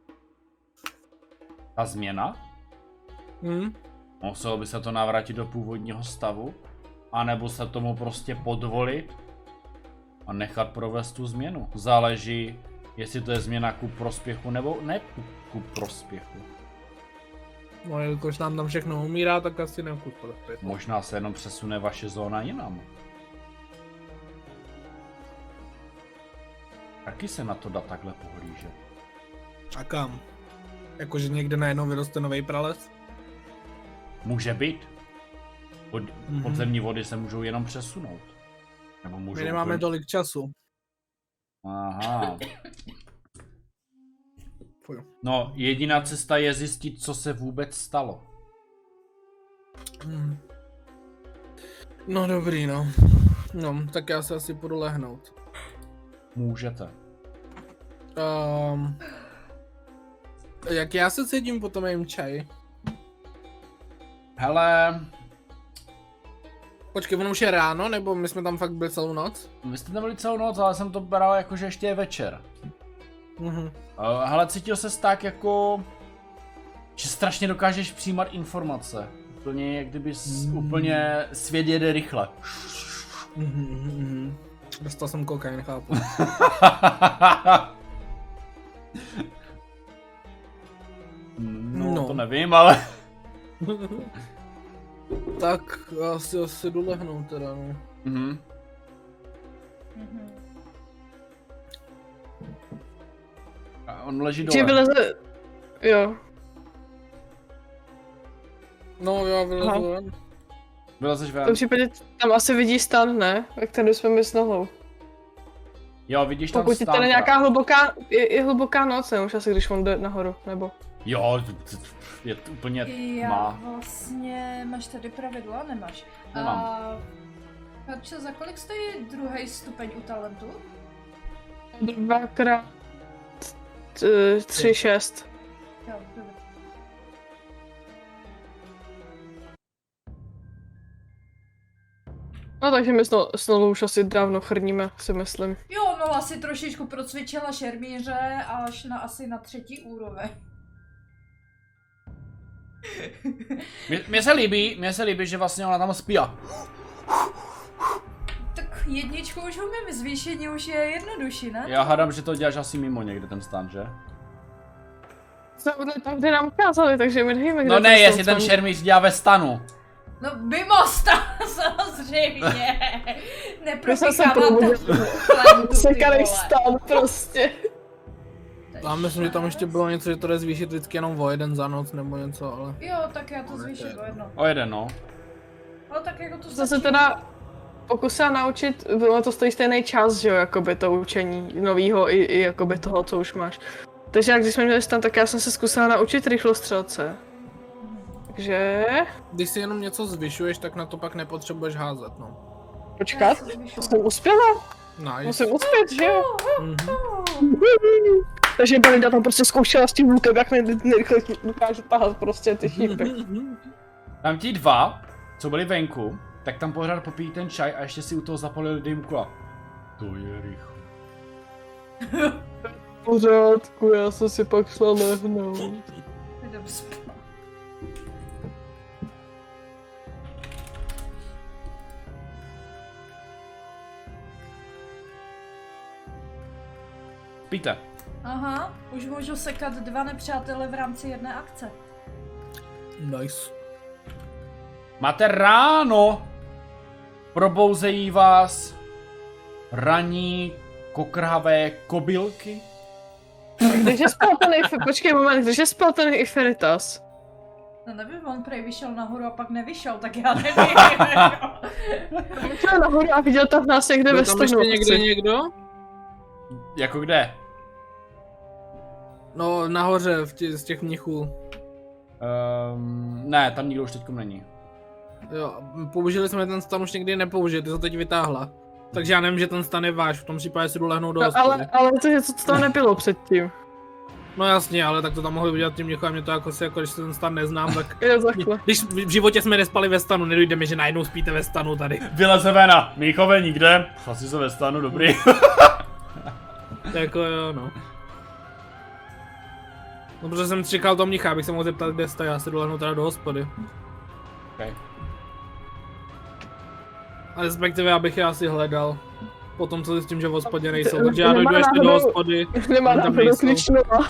Ta změna? Muselo by se to navrátit do původního stavu, anebo se tomu prostě podvolit a nechat provést tu změnu. Záleží, jestli to je změna ku prospěchu nebo ne ku prospěchu. No, jelikož nám tam všechno umírá, tak asi nekus prospěch. Možná se jenom přesune vaše zóna jinam. Taky se na to dá takhle pohlížet. A kam? Jakože někde najednou vyroste nový prales? Může být. Podzemní vody se můžou jenom přesunout. Nebo můžou My nemáme tolik času. Aha. No, jediná cesta je zjistit, co se vůbec stalo. No dobrý, no. No, tak já se asi půjdu lehnout. Můžete. Jak já se cítím po tom mým čaj? Hele, Počkej, ono už je ráno, nebo my jsme tam fakt byli celou noc? vy jste tam byli celou noc, ale jsem to bral jako, že ještě je večer. Hele, cítil ses tak jako, že strašně dokážeš přijímat informace. Úplně, jak kdyby úplně svět jede rychle. Dostal jsem kokain, chápu. No, to nevím, ale Tak asi jdu lehnout teda, no. Mhm. Mhm. A on leží Či dole. vyleze... Jo. No já vylezu Aha. ven. Vylezeš V ven. tom případě tam asi vidí stan, ne? Ve kterém jsme my s nohou. Jo, vidíš tam Pokud je tady nějaká hluboká, je hluboká noc, ne? Už asi když on jde nahoru, nebo... Jo, je to úplně Já má. vlastně, máš tady pravidla? Nemáš. Nemám. Karče, za kolik stojí druhý stupeň u talentu? 2x 3, 6. Jo, dobře. No takže my s Nolou už asi dávno chrníme, si myslím. Jo, no asi trošičku procvičila šermíře až na asi na 3. úroveň. Mně se líbí, že vlastně ona tam spí a... Tak jedničku už umím, zvýšení už je jednodušší, ne? Já hádám, že to děláš asi mimo někde ten stan, že? Tam, kde nám ukázali, takže my nevíme, kde No ne, ten jestli stan ten jsou. šermíř dělá ve stanu. No mimo stan, samozřejmě. My jsme se Nepropíchávám probudili. plentu, ty Sekaný vole. stan prostě. Já myslím, že tam ještě bylo něco, že to jde zvýšit vždycky jenom o 1 za noc nebo něco, ale... Jo, tak já to zvýším o 1. O jeden, no. No tak jako to Jsem se stačí. teda pokusila naučit, bylo to stojí stejný čas, že jo, jakoby to učení novýho i jakoby toho, co už máš. Takže jak když jsme měli stan, tak já jsem se zkusila naučit rychlostřelce. Takže... Když si jenom něco zvyšuješ, tak na to pak nepotřebuješ házet, no. Počkat, Já si zvyšuju. to jsem uspěla? Nice. Musím uspět, že jo? Mhm. Takže Belinda tam prostě zkoušela s tím lukem, jak nejrychleji dokáže tahat prostě ty šípy. Tam ti dva, co byli venku, tak tam pořád popíjí ten čaj a ještě si u toho zapalili dýmku a... To je rychle. V pořádku, já jsem si pak šla lehnout. Jdem spát. Píte. Aha, už můžu sekat 2 nepřátele v rámci jedné akce. Nice. Máte ráno. Probouzejí vás ranní kokrhavé kobylky. Když je spal ten počkej moment, když je spal ten Iferitas? No nevím, on prej vyšel nahoru a pak nevyšel, tak já nevím. Šel nahoru a viděl tam nás někde Byl ve tam stanu. ještě někde někdo? Jako kde? No, nahoře, z těch mnichů. Ne, tam nikdo už teďkom není. Jo, použili jsme ten stan už někdy nepoužili, ty to teď vytáhla. Takže já nevím, že ten stan je váš, v tom případě si jdu lehnout do No, hospody. ale to je, co tam nebylo předtím. No jasně, ale tak to tam mohli udělat tím mnichu a mě to jako když se ten stan neznám, tak... Je takhle. Když v životě jsme nespali ve stanu, nedojde mi, že najednou spíte ve stanu tady. Vyleze ven Míchové nikde. Asi se ve stanu, dobrý. Jako jo, no. No, protože jsem čekal toho mnicha, abych se mohl zeptat, kde jste, já se jdu lehnout teda do hospody. Okay. A respektive abych je asi hledal. Potom co zjistím, že v hospodě nejsou, takže já Nemá dojdu ještě do náhodou- hospody. Nemá tam náhodou nejsou. klíčnova.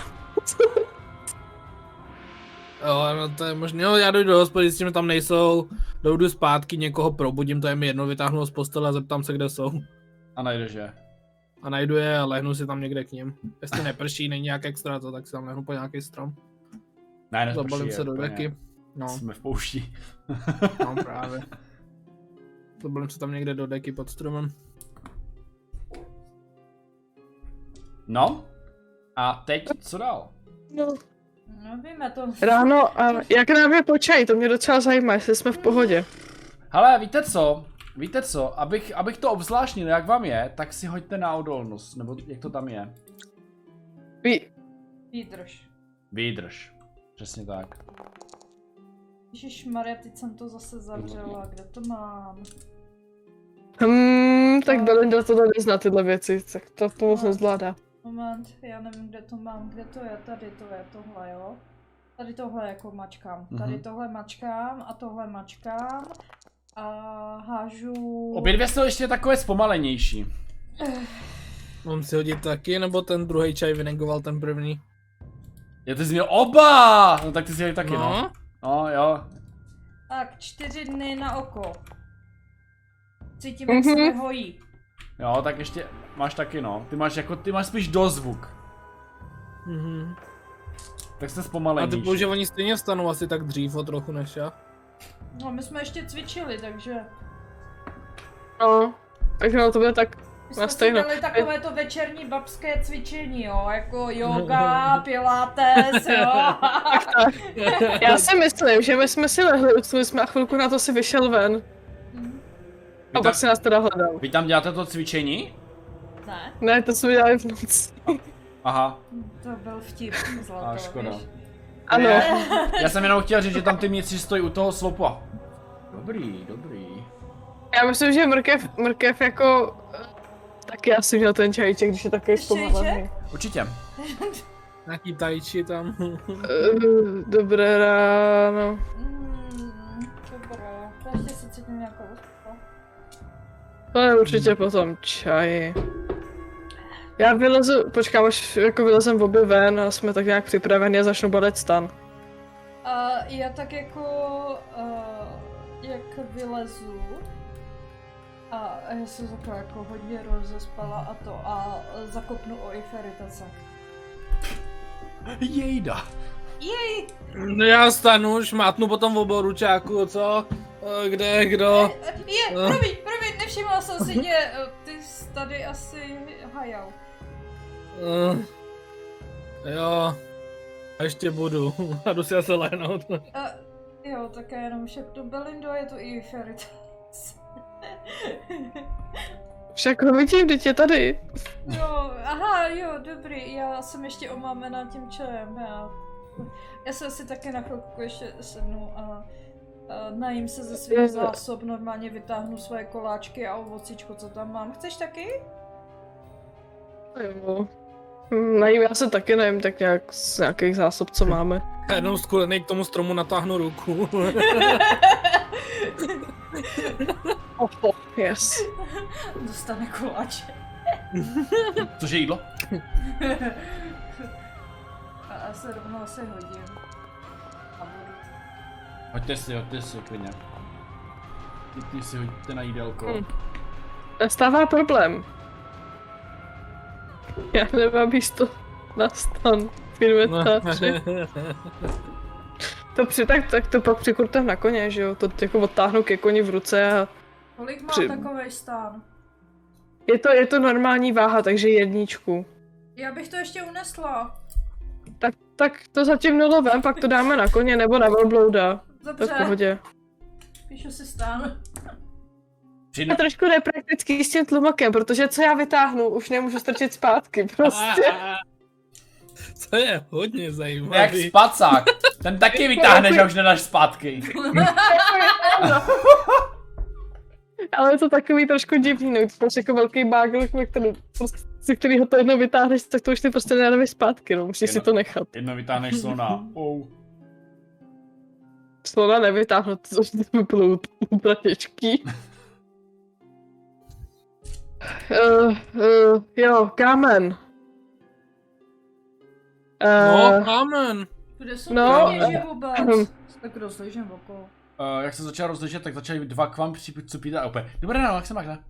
Jo, no to je možné, jo, já dojdu do hospody, zjistím, že tam nejsou, dojdu zpátky, někoho probudím, to je mi jedno, vytáhnu ho z postele a zeptám se, kde jsou. A najdeš je. A najdu je a lehnu si tam někde k ním. Jestli neprší, není nějak extra to, tak si tam lehnu po nějaký strom. Ne, nesprší, Zabalím je se do úplně- deky. No, Jsme v poušti. no právě. Zabalím se tam někde do deky pod stromem. No. A teď co dál? No. No víme to. Ráno, a jak nám je počaj, to mě docela zajímá, jestli jsme v pohodě. Hele, víte co? Víte co? Abych to obzvláštnil, jak vám je, tak si hoďte na odolnost, nebo jak to tam je. Výdrž. Výdrž. Přesně tak. Ježišmarja, teď jsem to zase zavřela, kde to mám? Tak Belinda to nezná tyhle věci, tak to moc nezvládá. Moment, já nevím, kde to mám, kde to je, tady to je tohle, jo? Tady tohle jako mačkám, tady tohle mačkám a tohle mačkám a hážu... Obě dvě jsou ještě takové zpomalenější. Mám si hodit taky, nebo ten druhý čaj vynegoval ten první? Já ty jsi měl oba! No tak ty si je taky, no. No jo, Tak, 4 dny na oko. Cítím, jak se mi hojí. Jo, tak ještě máš taky no. Ty máš spíš dozvuk. Tak jste A zpomalenější. ty že oni stejně vstanou asi tak dřív o trochu než já. No, my jsme ještě cvičili, takže... No, takže no to bude tak My jsme na si stejno. dali takové to večerní babské cvičení, jo, jako yoga, pilates, jo. Já si myslím, že my jsme si lehli, usnuli jsme a chvilku na to si vyšel ven. A pak si nás teda hledal. Vy tam děláte to cvičení? Ne, Ne, to jsme dělali v noci. Aha, to byl vtip, Zlato, a škoda. víš. Ano. Ne, já jsem jenom chtěl říct, že tam ty míci stojí u toho slopu a... Dobrý. Já myslím, že mrkev jako... Taky asi měl ten čajíček, když je takový zpomalený. Určitě. Nějaký tajči tam. Dobré ráno. Dobré, to ještě se cítím nějakou uspěl. To je určitě potom čaj. Já vylezu, počkám, až jako vylezem obě ven a jsme tak nějak připraveni a začnu balet stan. A já tak jako, jak vylezu, a já jsem taková jako hodně rozespala a zakopnu o Iferitace. Jejda. Jej! No já stanu, šmátnu potom v oboru čáku, co? Kde, kdo? Promiň, nevšimla jsem si tě, ty jsi tady asi hajal. Jo. A ještě budu. A jdu si asi lehnout. Jo, tak já jenom šepnu Belindo, je to Iferitas. Však ho vidím, teď je tady. Jo, aha, jo, dobrý, já jsem ještě omámená tím čajem, já se asi taky na chvilku ještě sednu a najím se ze svých zásob, normálně vytáhnu svoje koláčky a ovocíčko, co tam mám. Chceš taky? Jo. Najím, já se taky najím tak nějak z nějakých zásob, co máme. Jednou skulenej k tomu stromu natáhnu ruku. Yes. Dostane koláče. Cože jídlo? A se rovnou se hodím. A budu. Hoďte si, klidně. Ty si hoďte na jídelko. Nastává problém. Já nemám místo na stan v inventáři. Tak to pak přikurtem na koně, že jo? To jako odtáhnu ke koni v ruce a... Kolik má takovej stán? Je to normální váha, takže 1. Já bych to ještě unesla. Tak to zatím nelovem, pak to dáme na koně nebo na velblouda. To Dobře. je v pohodě. Píšu si stán. Je trošku nepraktický s tím tlumokem, protože co já vytáhnu, už nemůžu strčit zpátky, prostě. Co je hodně zajímavý. Jak spacák. Ten taky vytáhneš a už nedáš zpátky. Ale je to takový trošku divný, no, když máš jako velký bágl, ze kterého to jedno vytáhneš, tak to už ty prostě nedáš zpátky, no, musíš si to nechat. Jedno vytáhneš slona. Slona nevytáhnu, to by bylo ultra těžký. Jo, kámen. No, kámen. Kde jsou No, peněži vůbec? Tak rozležím okolo. Jak se začal rozlišet, tak začali 2 k vám přicupit a opět. Dobré ráno, jak se máš, ne?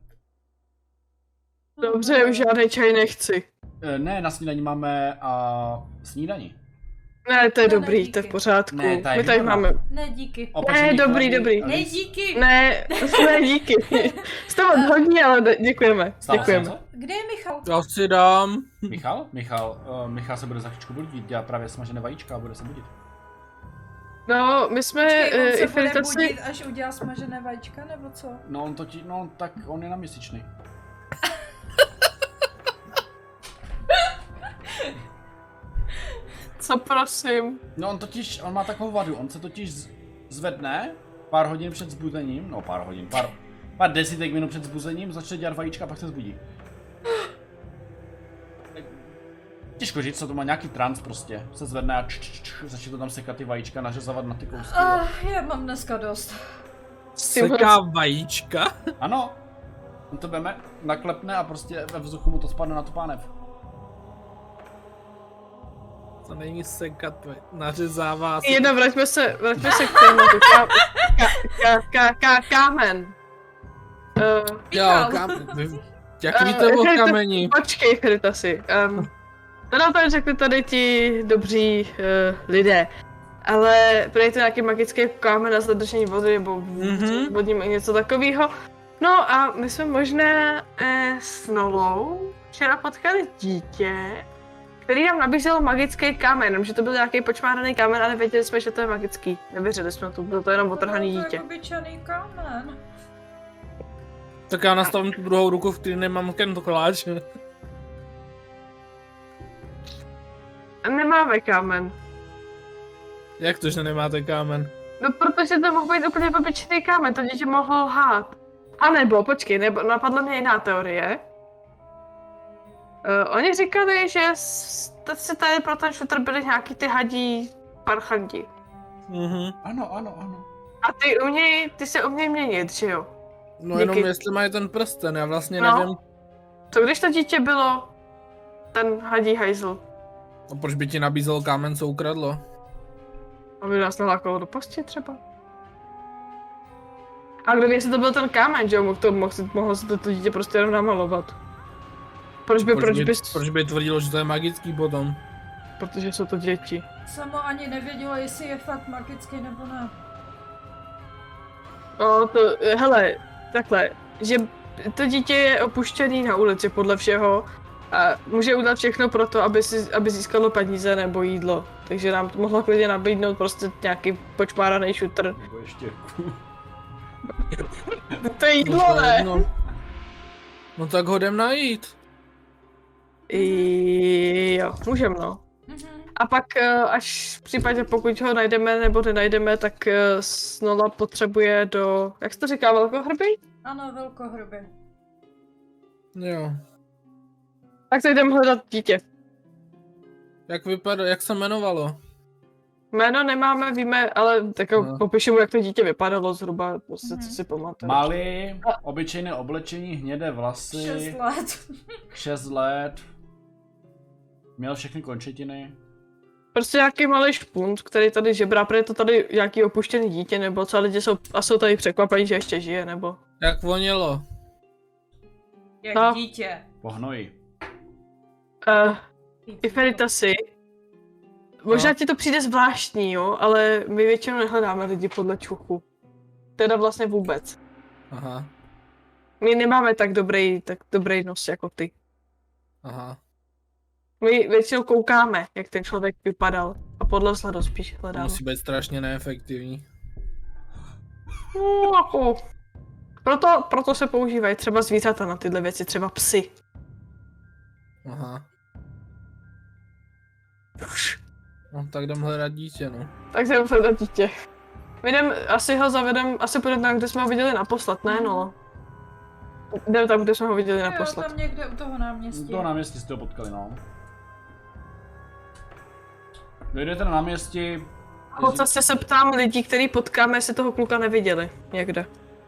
Dobře, už žádný čaj nechci. Ne, na snídani máme snídani. Ne, to je No, ne, dobrý, díky. to je v pořádku. Ne, ta je My tady výborná. máme... Ne, díky. Ne, dobrý. Ne, díky. Ne, díky. Stalo hodně, ale děkujeme. Stalo Děkujeme. se něco? Kde je Michal? Já si dám. Michal se bude za chvíličku budit, dělá právě smažené vajíčka a bude se budit. No, my jsme Počkej, on se bude Iferitaci... budit, až udělá smažené vajíčka, nebo co? No tak on je na měsíčný. Co prosím? No on má takovou vadu, on se totiž zvedne pár hodin před zbuzením, no pár desítek minut před zbuzením, začne dělat vajíčka a pak se zbudí. Těžko říct, co to má nějaký trans prostě, se zvedne a začne to tam sekat ty vajíčka, nařezovat na ty kousky. Já mám dneska dost. Seká vajíčka. Ano, on to veme, naklepne a prostě ve vzduchu mu to spadne na tu pánev. To není sekat, nařezává se. Jedna, vraťme se k tématu. Kámen. Jo, jak víte o kameni? Počkej, Chrytasi. To nám tady řekli tady ti dobří lidé. Ale prý to nějaký magický kámen na zadržení vody nebo vodním něco takového. No a my jsme možná s Nolou včera potkali dítě, který nám nabízel magický kámen, že to byl nějaký počmáraný kámen, ale věděli jsme, že to je magický. Nevěřili jsme to, bylo to jenom otrhaný dítě. To je obyčejný kámen. Tak já nastavím tu druhou ruku, v který nemám tento koláč. Nemáme kámen. Jak to, že nemáte kámen? No protože to mohl být úplně obyčejný kámen, to dítě mohlo lhát. A nebo, počkej, napadla mě jiná teorie. Oni říkali, že si tady pro ten šutr byli nějaký ty hadí parchanti. Ano. A ty se umějí měnit, že jo? No jenom jestli mají ten prsten, já vlastně nevím. Co když to dítě bylo ten hadí hajzl? A proč by ti nabízel kámen, co ukradlo? Aby nás nalákalo do posti třeba. A kdyby to byl ten kámen, že jo, mohlo se to dítě prostě jenom namalovat. Proč by tvrdilo, že to je magický potom? Protože jsou to děti. Samo ani nevěděla, jestli je fakt magický nebo ne. No to, hele, takhle, že to dítě je opuštěný na ulici podle všeho a může udělat všechno pro to, aby získalo peníze nebo jídlo. Takže nám to mohlo klidně nabídnout prostě nějaký počmáraný šutr. Nebo ještě. To je jídlo, ne? No tak ho jdem najít. Jo, můžem no. A pak až v případě, pokud ho najdeme nebo nenajdeme, tak Snola potřebuje do, jak se to říká, velkohrby? Ano, velkohrby. Jo. Tak se jdeme hledat dítě. Jak se jmenovalo? Jméno nemáme, víme, ale tak popíšu, jak to dítě vypadalo zhruba, prostě co si pamatuju. Malý, obyčejné oblečení, hnědé vlasy. 6 let. 6 let. Měl všechny končetiny. Prostě nějaký malý špunt, který tady žebrá, protože je to tady nějaký opuštěný dítě, nebo co lidi jsou tady překvapení, že ještě žije, nebo... Jak vonělo? Jak dítě. Po hnoji. I Feritasi. Možná ti to přijde zvláštní, jo, ale my většinou nehledáme lidi podle čuchu. Teda vlastně vůbec. Aha. My nemáme tak dobrý nos jako ty. Aha. My většinou koukáme, jak ten člověk vypadal a podle vzhledu spíš To hledáme. musí být strašně neefektivní. No, jako... Proto se používají třeba zvířata na tyhle věci, třeba psy. Aha. No tak jdem hledat dítě, no. Tak jdem hledat dítě. My asi půjdeme tam, kde jsme ho viděli naposled, ne no. Jdeme tam, kde jsme ho viděli naposled. Jo, tam někde u toho náměstí. U toho náměstí jste ho potkali, no. Dojdete na náměstí. Po cestě se ptám lidí, který potkáme, jestli toho kluka neviděli někde.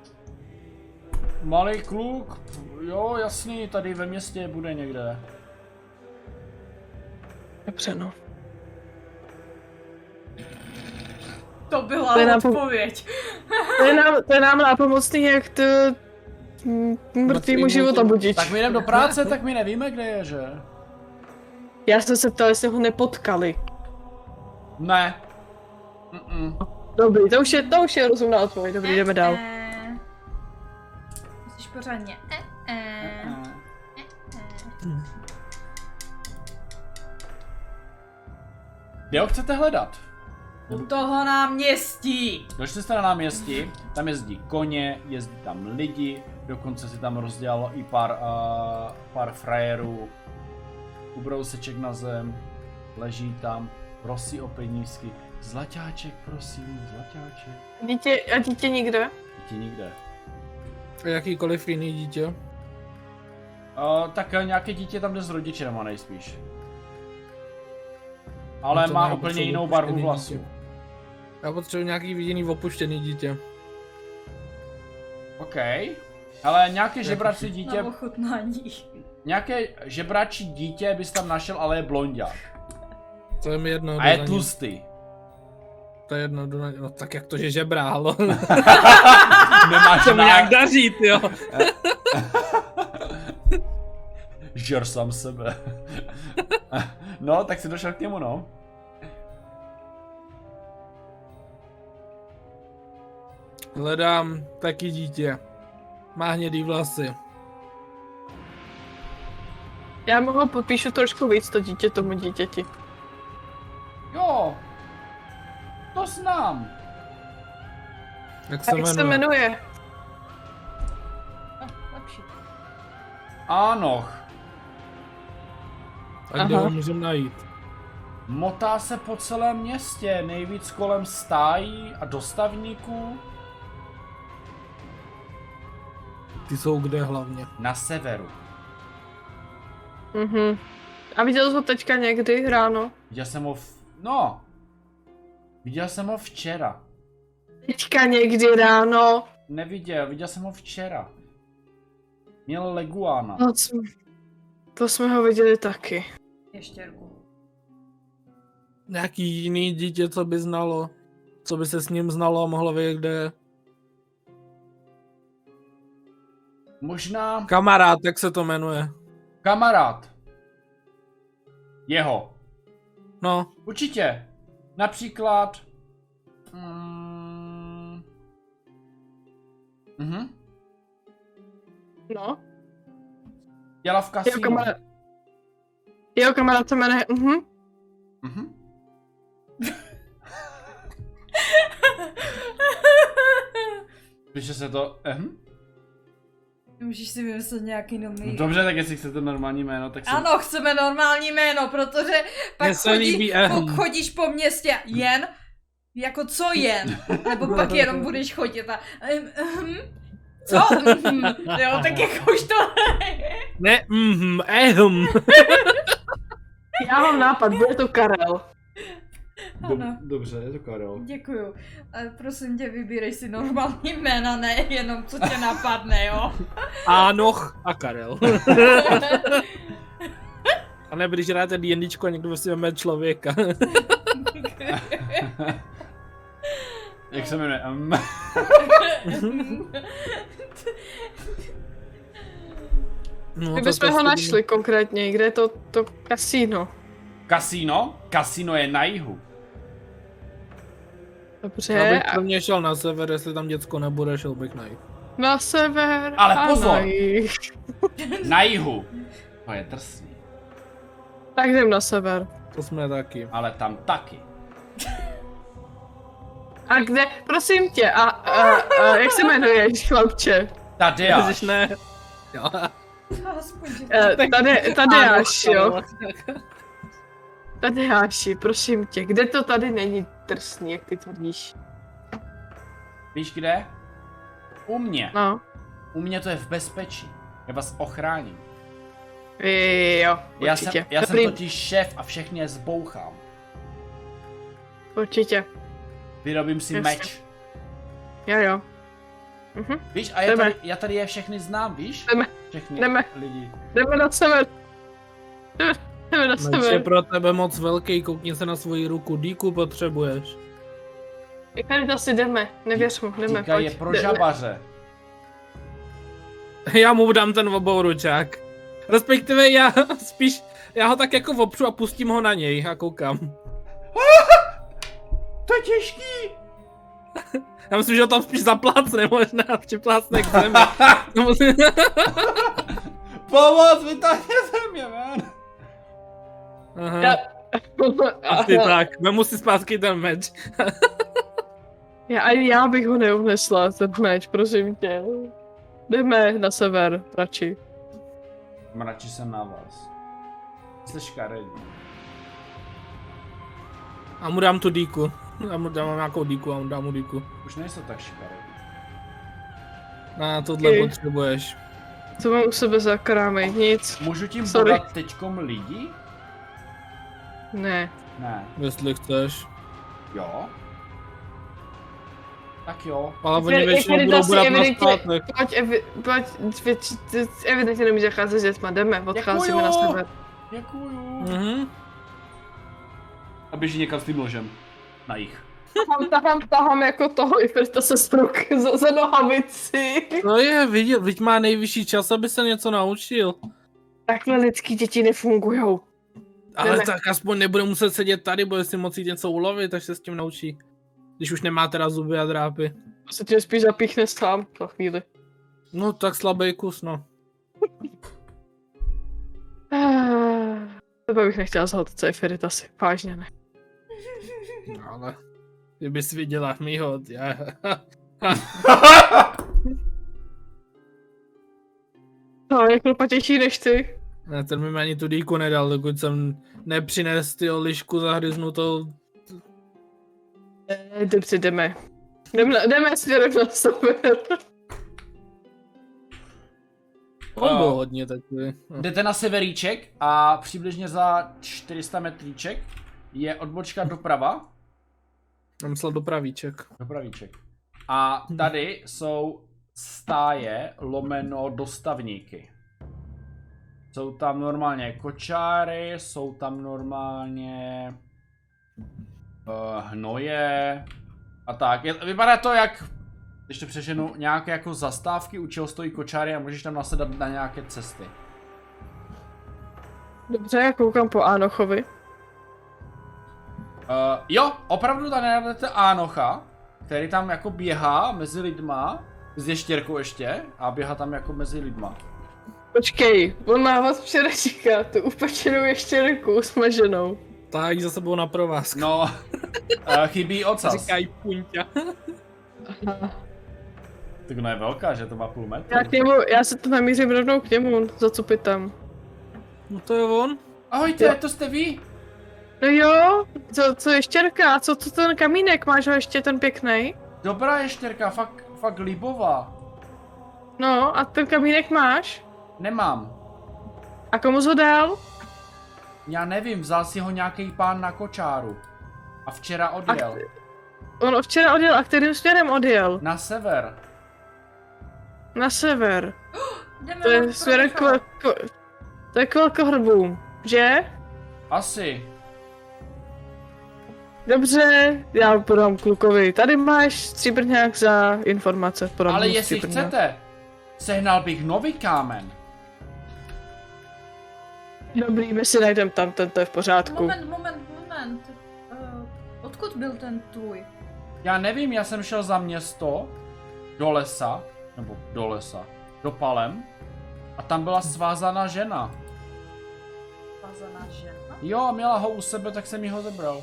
Malý kluk, jo jasný, tady ve městě bude někde. Dobře no. To byla odpověď. To je nám nápomocný, jak to mrtvýmu života budič. Tak my jdeme do práce, tak my nevíme, kde je, že? Já jsem se ptal, jestli ho nepotkali. Ne. Dobrý, to už je rozumná odpověď, dobrý, jdeme dál. Musíš pořádně. Kde ho chcete hledat? U toho náměstí. Došli jste na náměstí, tam jezdí koně, jezdí tam lidi, dokonce si tam rozdělalo i pár frajerů. Ubrouseček na zem, leží tam, prosí o penízky. Zlaťáček, prosím, zlaťáček. A dítě nikde? Dítě nikde. A jakýkoliv jiný dítě? Tak nějaké dítě tam jde s rodičema nejspíš. Ale No má ne, úplně potřebuji jinou barvu opuštěný vlasů. dítě. Já potřebuji nějaký jiný opuštěný dítě. OK. Ale nějaké žebračí dítě... Na ochutnání. Nějaké žebračí dítě bys tam našel, ale je blonďák. To je mi jedno. A je tlustý. To je jedno, no tak jak to, že žebrálo. Nemáš To mi nějak daří, jo. Žer sám sebe. No, tak si došel k němu, no. Hledám taky dítě. Má hnědý vlasy. Já mohu popíšu trošku víc to dítě tomu dítěti. Jo. To znám. Jak se Jak se jmenuje? jmenuje? Lepší. Ánoch. A kde ho můžeme najít? Motá se po celém městě, nejvíc kolem stájí a dostavníků. Ty jsou kde hlavně? Na severu. Mhm. A viděl jsi ho teďka někdy ráno? Viděl jsem ho No. Viděl jsem ho včera. Teďka někdy ráno. Viděl jsem ho včera. Měl leguána. No, to jsme ho viděli taky. Ještěrku. Nějaký jiný dítě, co by znalo? Co by se s ním znalo a mohlo vědět, kde je? Možná Kamarád, jak se to jmenuje. kamarád. Jeho. No, Určitě. Například... No. Dělá v kasínu. Jeho kamarád se jmenuje, Píše se to... Můžeš si vymyslet nějaký nový... No dobře, tak jestli chcete normální jméno, tak si... Ano, chceme normální jméno, protože pak Mně se líbí chodíš po městě jen, jako co jen, nebo pak jenom budeš chodit a... Co? Jo, tak jako už to... ne, Já mám nápad, bude to Karel. Ano. Dobře, je to Karel. Děkuju. Ale prosím tě, vybírej si normální jména, ne jenom co tě napadne, jo? Ánoch a Karel. A nebo když hrajete D&Dčko a někdo prostě veme člověka. Jak se jmenuje? No, My to bychom ho prostě- našli konkrétně, kde je to kasíno. Kasíno? Kasíno je na jihu. Dobře, Já bych prvně šel na sever, jestli tam děcko nebude, šel bych na jih. na sever Ale a pozor! na jih. Na jihu. To je drsný. Tak jdem na sever. To jsme taky. Ale tam taky. A kde, prosím tě, a jak se jmenuješ, chlapče? Tadeáš. Ježiš, ne. Jo. Aspoň, že... Tadeáš, jo? Ánoch. Tadeáši, prosím tě, kde to tady není drsný, jak ty tvrdíš? Víš kde? U mě. No. U mě to je v bezpečí. Já vás ochráním. Jo, určitě. Já jsem Dobrý, totiž šéf a všechny je zbouchám. určitě. Vyrobím si Jasně. meč. Jo. Mhm. Víš, a Jdeme. já tady je všechny znám, víš? Jdeme. Všechny Jdeme. lidi. Jdeme na sever. Jdeme na Meč je sever. pro tebe moc velký, koukni se na svoji ruku, díku potřebuješ. Jak asi jdeme, nevěř mu, jdeme, Říká, je pojď. pro žabaře. Já mu dám ten obouručák. Respektive já ho tak jako opřu a pustím ho na něj a koukám. To je těžký. Já myslím, že ho tam spíš zaplácne, možná připlácne k zemi. Pomoc, vytáhně země, man. Aha. A ty tak, vemu si zpátky ten meč. Ani já bych ho neunesla, ten meč, prosím tě. Jdeme na sever, radši. Mračí jsem na vás. Jste škaredí. A mu dám tu díku. Já mu dám nějakou díku a mu dám mu díku. Už nejsou tak škaredí. Na tohle Okay. potřebuješ. Co mám u sebe za krámy? Nic. Můžu tím Sorry. podat teďkom lidi? Ne. Ne. Jestli chceš. Jo? Tak jo. Ale oni Jak většinou tady budou asi brát na evidentně- zpátek. Pojď, evidentně nemůžeš zacházet s dětma, jdeme, odcházíme na Děkuju. sever. Děkuju. Mhm. A běží někam s tím nožem. Na jich. Tahám jako toho Iferta se z ruk za nohavici. No je, viděl, teď má nejvyšší čas, aby se něco naučil. Takhle lidský děti nefungujou. Ale Jdeme. tak aspoň nebude muset sedět tady, bude si moci něco ulovit, až se s tím naučí. Když už nemá teda zuby a drápy. Se tím spíš zapíchne sám za chvíli. No tak slabý kus, no. Tebe bych nechtěla zhodit Iferit asi. Vážně ne. Ale kdybys viděla mýho, já... No, je klopatější než ty. Ne, ten mi ani tu dýku nedal, dokud jsem nepřines ty lišku zahryznutou. Dobře, jdeme. Jdeme směrem na sever. On byl hodně takový. No. Jdete na severíček a přibližně za 400 metríček je odbočka doprava. Mám myslel do pravíček. Dopravíček. A tady jsou stáje lomeno dostavníky. Jsou tam normálně kočáry, jsou tam normálně hnoje a tak. Vypadá to jak, když to přeženu, nějaké jako zastávky, u čeho stojí kočáry a můžeš tam nasedat na nějaké cesty. Dobře, já koukám po Ánochovi. Jo, opravdu tam najdete Ánocha, který tam jako běhá mezi lidma, s ještěrkou ještě, a běhá tam jako mezi lidma. Počkej, on má vás předečíka, tu upečenou ještěrku smaženou. Tak za sebou na provázku. No, chybí ocas. Říkají punťa. Tak ona je velká, že to má půl metru. Já se to namířím rovnou k němu, zacupit tam. No to je on. Ahojte, to jste vy? No jo, co ještěrka, co ten kamínek, máš ho ještě ten pěkný? Dobrá ještěrka, fakt libová. No a ten kamínek máš? Nemám. A komu jsi ho dal? Já nevím, vzal si ho nějaký pán na kočáru. A včera odjel. On včera odjel, a kterým směrem odjel? Na sever. Na sever. Jdeme To na je směrem to je k velkohrbům, že? Asi. Dobře, já podám klukovi. Tady máš stříbrňák za informace. Podám Ale mu jestli stříbrňák. chcete, sehnal bych nový kámen. Dobrý, my si najdem tam, to je v pořádku. Moment. Odkud byl ten tvůj? Já nevím, já jsem šel za město, do lesa, do Palem, a tam byla svázaná žena. Vázaná žena? Jo, měla ho u sebe, tak jsem jí ho zebral.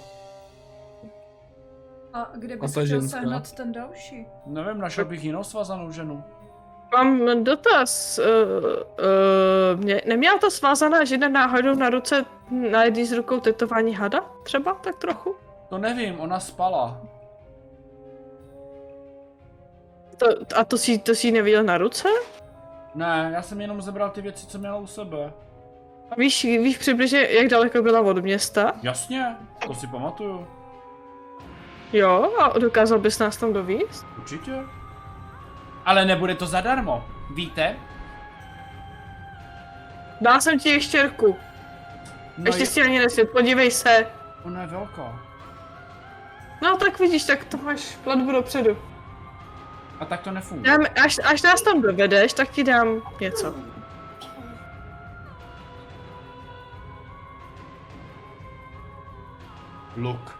A kde A bys ta chtěl ženská? sehnat ten další? Nevím, našel bych jinou svázanou ženu. Mám dotaz. Neměla ta svázaná žena náhodou na ruce na jedný z rukou tetování hada? Třeba tak trochu? To nevím, ona spala. To jsi neviděl na ruce? Ne, já jsem jenom zebral ty věci, co měla u sebe. Víš přibližně, jak daleko byla od města? Jasně, to si pamatuju. Jo, a dokázal bys nás tam dovízt? Určitě. Ale nebude to zadarmo, víte? Dal jsem ti ještěrku. No Ještě si ani nesvět, podívej se. Ona je velká. No tak vidíš, tak to máš platbu dopředu. A tak to nefunguje. Až nás tam dovedeš, tak ti dám něco. Luk.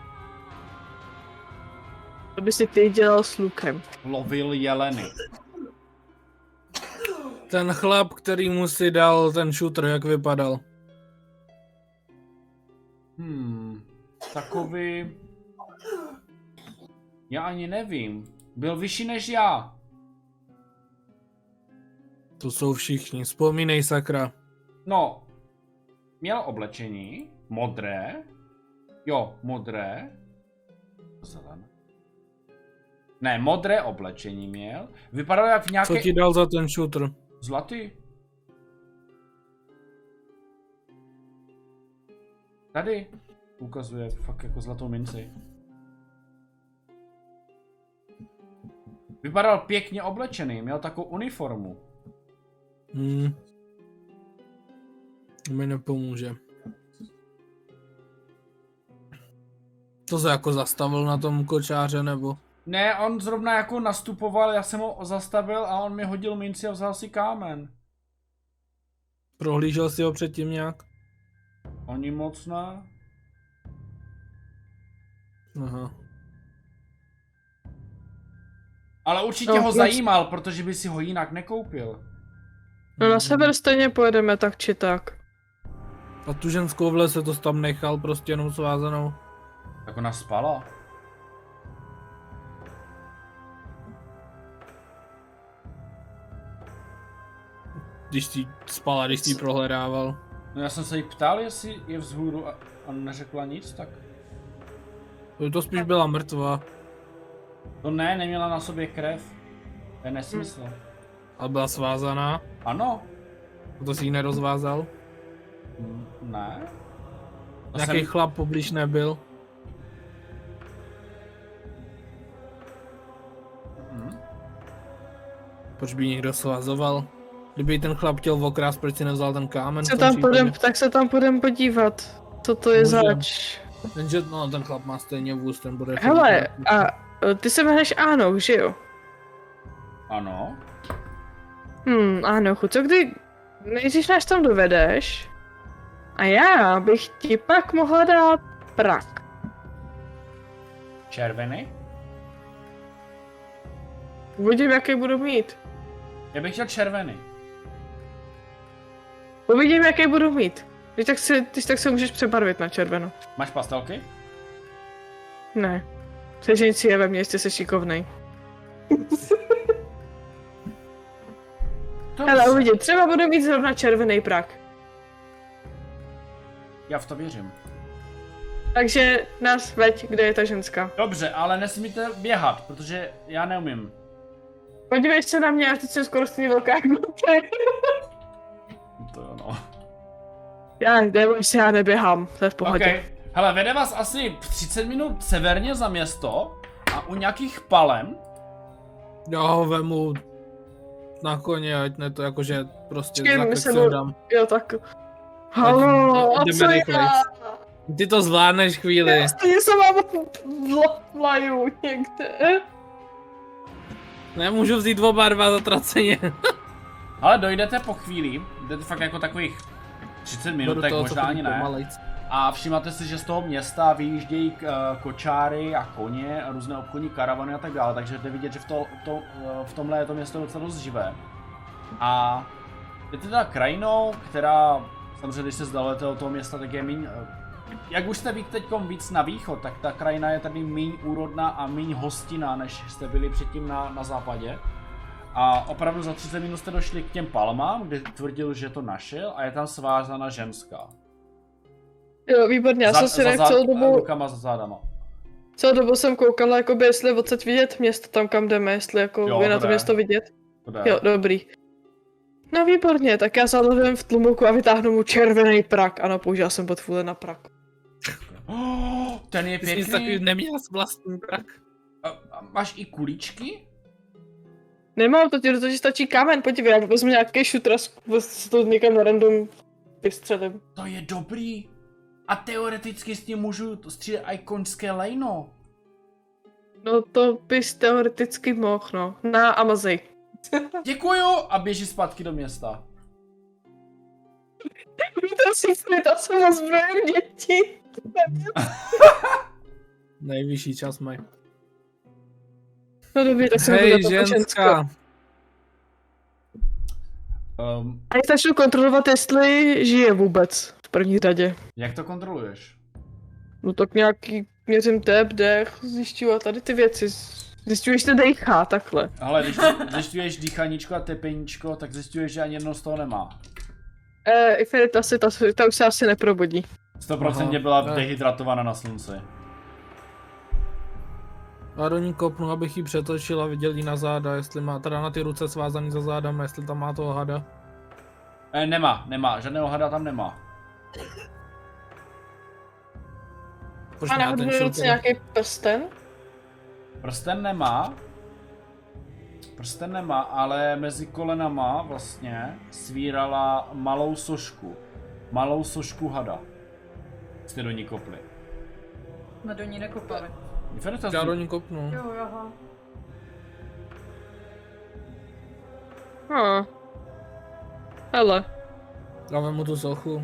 To by si ty dělal s lukem. Lovil jeleny. Ten chlap, který mu si dal ten shooter, jak vypadal? Takový... Já ani nevím. Byl vyšší než já. To jsou všichni, vzpomínej sakra. No, měl oblečení, modré. Jo, modré. Zelené. Ne, modré oblečení měl. Vypadal jak v nějaké... Co ti dal za ten shooter? Zlatý. Tady. Ukazuje fakt jako zlatou minci. Vypadal pěkně oblečený, měl takovou uniformu. Mi nepomůže. To se jako zastavil na tom kočáře, nebo? Ne, on zrovna jako nastupoval, já jsem ho zastavil a on mi hodil minci a vzal si kámen. Prohlížel si ho předtím nějak? Oni moc ne. Aha. Ale určitě No, ho moc- zajímal, protože by si ho jinak nekoupil. No na sever stejně pojedeme tak či tak. A tu ženskou v lese to tam nechal prostě jenom svázanou. Tak ona spala. Když si spala, když si ji prohledával. No já jsem se jí ptal, jestli je vzhůru a neřekla nic, tak... To spíš byla mrtvá. To ne, neměla na sobě krev. To je nesmysl. A byla svázaná. Ano. A to si ji nerozvázal. Ne. To Nějaký chlap poblíž nebyl. Proč by někdo svazoval? Kdyby ten chlap chtěl okrást, proč si nevzal ten kámen? Tak se tam půjdem podívat. Co to je Můžem. zač. Jenže no, ten chlap má stejně vůz, ten bude... Hele, a ty se jmenuješ Ánoch, že jo? Ano. Ánochu, co kdy nejdřív nás tam dovedeš a já bych ti pak mohla dát prak. Červený? Uvidím, jaký budu mít. Já bych chtěl červený. Uvidím, jaký budu mít. Když tak se můžeš přebarvit na červeno. Máš pastelky? Ne. Přežeň si je ve mně, jestli jsi šikovnej. Hele, uvidím, třeba budu mít zrovna červený prak. Já v to věřím. Takže nás veď, kde je ta ženská. Dobře, ale nesmíte běhat, protože já neumím. Podívej se na mě, až teď jsem skoro stejně velká jak To jo, no. Já neběhám, to je v pohodě. Okay. Hele, vede vás asi 30 minut severně za město a u nějakých palem. Já ho vemu na koně, ať ne to jakože prostě Počkej, za my krk se se ho dám. Jo, tak. Halo, a Jdeme co rychlejc. já? Ty to zvládneš chvíli. Já stejně se mám vlaju někde. Nemůžu vzít oba dva zatraceně. Ale dojdete po chvíli, jdete fakt jako takových 30 minutek, možná ani ne. Pomalejc. A všímáte si, že z toho města vyjíždějí kočáry a koně a různé obchodní karavany a tak dále, takže jde vidět, že v tomhle je to město docela dost živé. A jdete teda krajinou, která, samozřejmě když se zdalujete od toho města, tak je míň, jak už jste teďkom víc na východ, tak ta krajina je tady míň úrodná a míň hostinná, než jste byli předtím na západě. A opravdu za 30 minut jste došli k těm palmám, kde tvrdil, že to našel a je tam svázaná ženská. Jo, výborně, já jsem si celou dobu... Rukama za zádama. Celou dobu jsem koukala, jakoby, jestli odsaď vidět město tam, kam jdeme, jestli jako Jo, je na to to jde. město vidět. To jde. Jo, dobrý. No výborně, tak já zalovím v tlumoku a vytáhnu mu červený prak. Ano, použila jsem botfůle na prak. Oh, ten je Ty jsi nic takový pěkný. neměl vlastní prak. A máš i kuličky? Nemám, to ti stačí kámen, podívej, já vezmu nějaký šutr a se to někam na random vystřelím. To je dobrý. A teoreticky s tím můžu střílet i koňské lejno. No to bys teoreticky mohl, no. Na Amazej. Děkuju a běží zpátky do města. To si to jsem ozbrojem děti. Nejvyšší čas mají. No dobrý, tak jsem Hej, to ženská. A já začnu kontrolovat, jestli žije vůbec v první řadě. Jak to kontroluješ? No tak nějaký, měřím tep, dech, zjišťuju a tady ty věci. Zjišťuju, jestli dejchá, takhle. Ale když zjišťuješ dýchaníčko a tepeníčko, tak zjišťuješ, že ani jedno z toho nemá. Iferit asi, ta už se asi neprobudí. 100% byla tak. dehydratovaná na slunci. Já do ní kopnu, abych ji přetočil a viděl jí na záda, jestli má, teda na ty ruce svázaný za zádama, jestli tam má toho hada. Nemá, žádného hada tam nemá. Proč A má náhodou ten na ruce šiltel? nějaký prsten? Prsten nemá, ale mezi kolenama vlastně svírala malou sošku hada. Jste do ní kopli. Jsme do ní nekopali. Diference Já do ní kopnu. Jo, aha. Hele. Dáme mu tu sochu.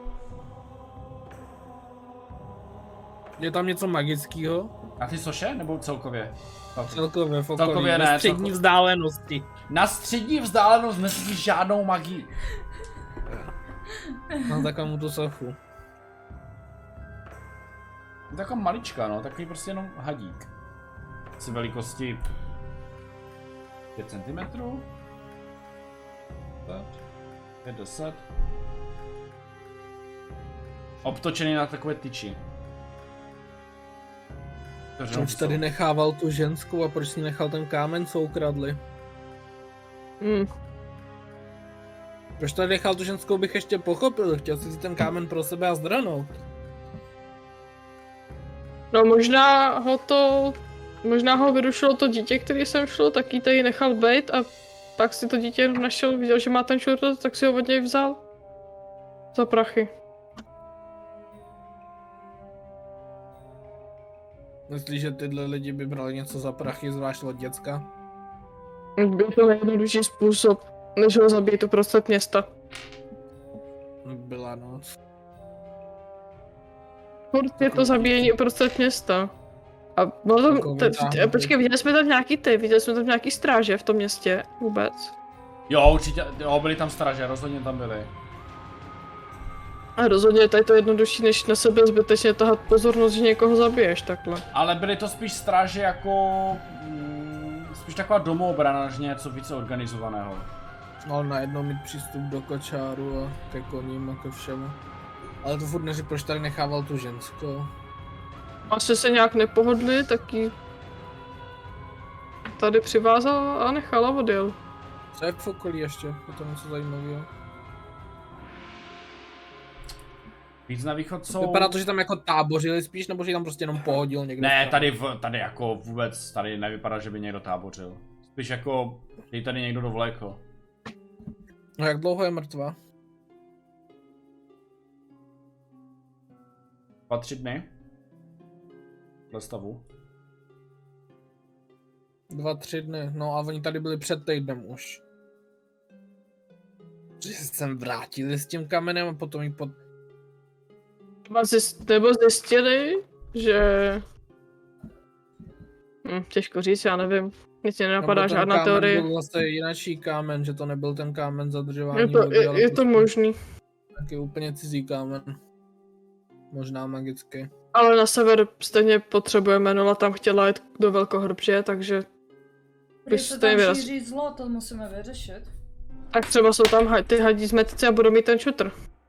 Je tam něco magického? A ty soše, nebo celkově? Celkově v okolí, Celkově ne, na střední celkově. vzdálenosti. Na střední vzdálenost nesmí žádnou magii. No tak mu tu sochu. Je taková malička, no, takový prostě jenom hadík. Asi velikosti 5 cm. 5, 10. Obtočený na takové tyči. Proč tady nechával tu ženskou a proč si nechal ten kámen, co ukradli? Proč tady nechal tu ženskou, bych ještě pochopil, chtěl si ten kámen pro sebe a zdrhnout. No možná ho vyrušilo to dítě, který jsem šel, tak jí tady nechal bejt a pak si to dítě jenom našel, viděl, že má ten šurr, tak si ho od něj vzal. Za prachy. Myslíš, že tyhle lidi by brali něco za prachy, zvlášť od děcka? Byl to nejjednodušší způsob, než ho zabít uprostřed města. Byla noc. Furt je to zabíjení uprostřed města. A bylo to, počkej, viděli jsme tam nějaký stráže v tom městě vůbec. Jo, určitě, jo, byli tam straže, rozhodně tam byli. A rozhodně je tady to jednodušší, než na sebe zbytečně tahat pozornost, že někoho zabiješ takhle. Ale byly to spíš stráže jako... spíš taková domoobrana, než něco více organizovaného. Ale najednou mít přístup do kočáru a ke koním a ke všemu. Ale to furt neři, proč tady nechával tu ženskou. Asi se nějak nepohodli, tak ji tady přivázal a nechal a odjel. Co je v okolí ještě? Je to něco zajímavého? Víc na východ jsou... Vypadá to, že tam jako tábořili spíš, nebo že tam prostě jenom pohodil někdo? Ne, tady jako vůbec, tady nevypadá, že by někdo tábořil. Spíš jako, tady někdo dovlékl. No jak dlouho je mrtvá? 2-3 dny. Dle stavu. 2-3 dny, no a oni tady byli před týdnem už. Že se sem vrátili s tím kamenem a potom jich Nebo zjistili, že... těžko říct, já nevím. Nic mě nenapadá žádná teorie. Byl vlastně jináčí kámen, že to nebyl ten kámen zadržování Je to možný. Taky úplně cizí kámen. Možná magický. Ale na sever stejně potřebujeme, Nola tam chtěla jít do Velkohrbže, takže... Když se tam šíří zlo, to musíme vyřešit. Tak třeba jsou tam ty hadí zmetci a budou mít ten šutr.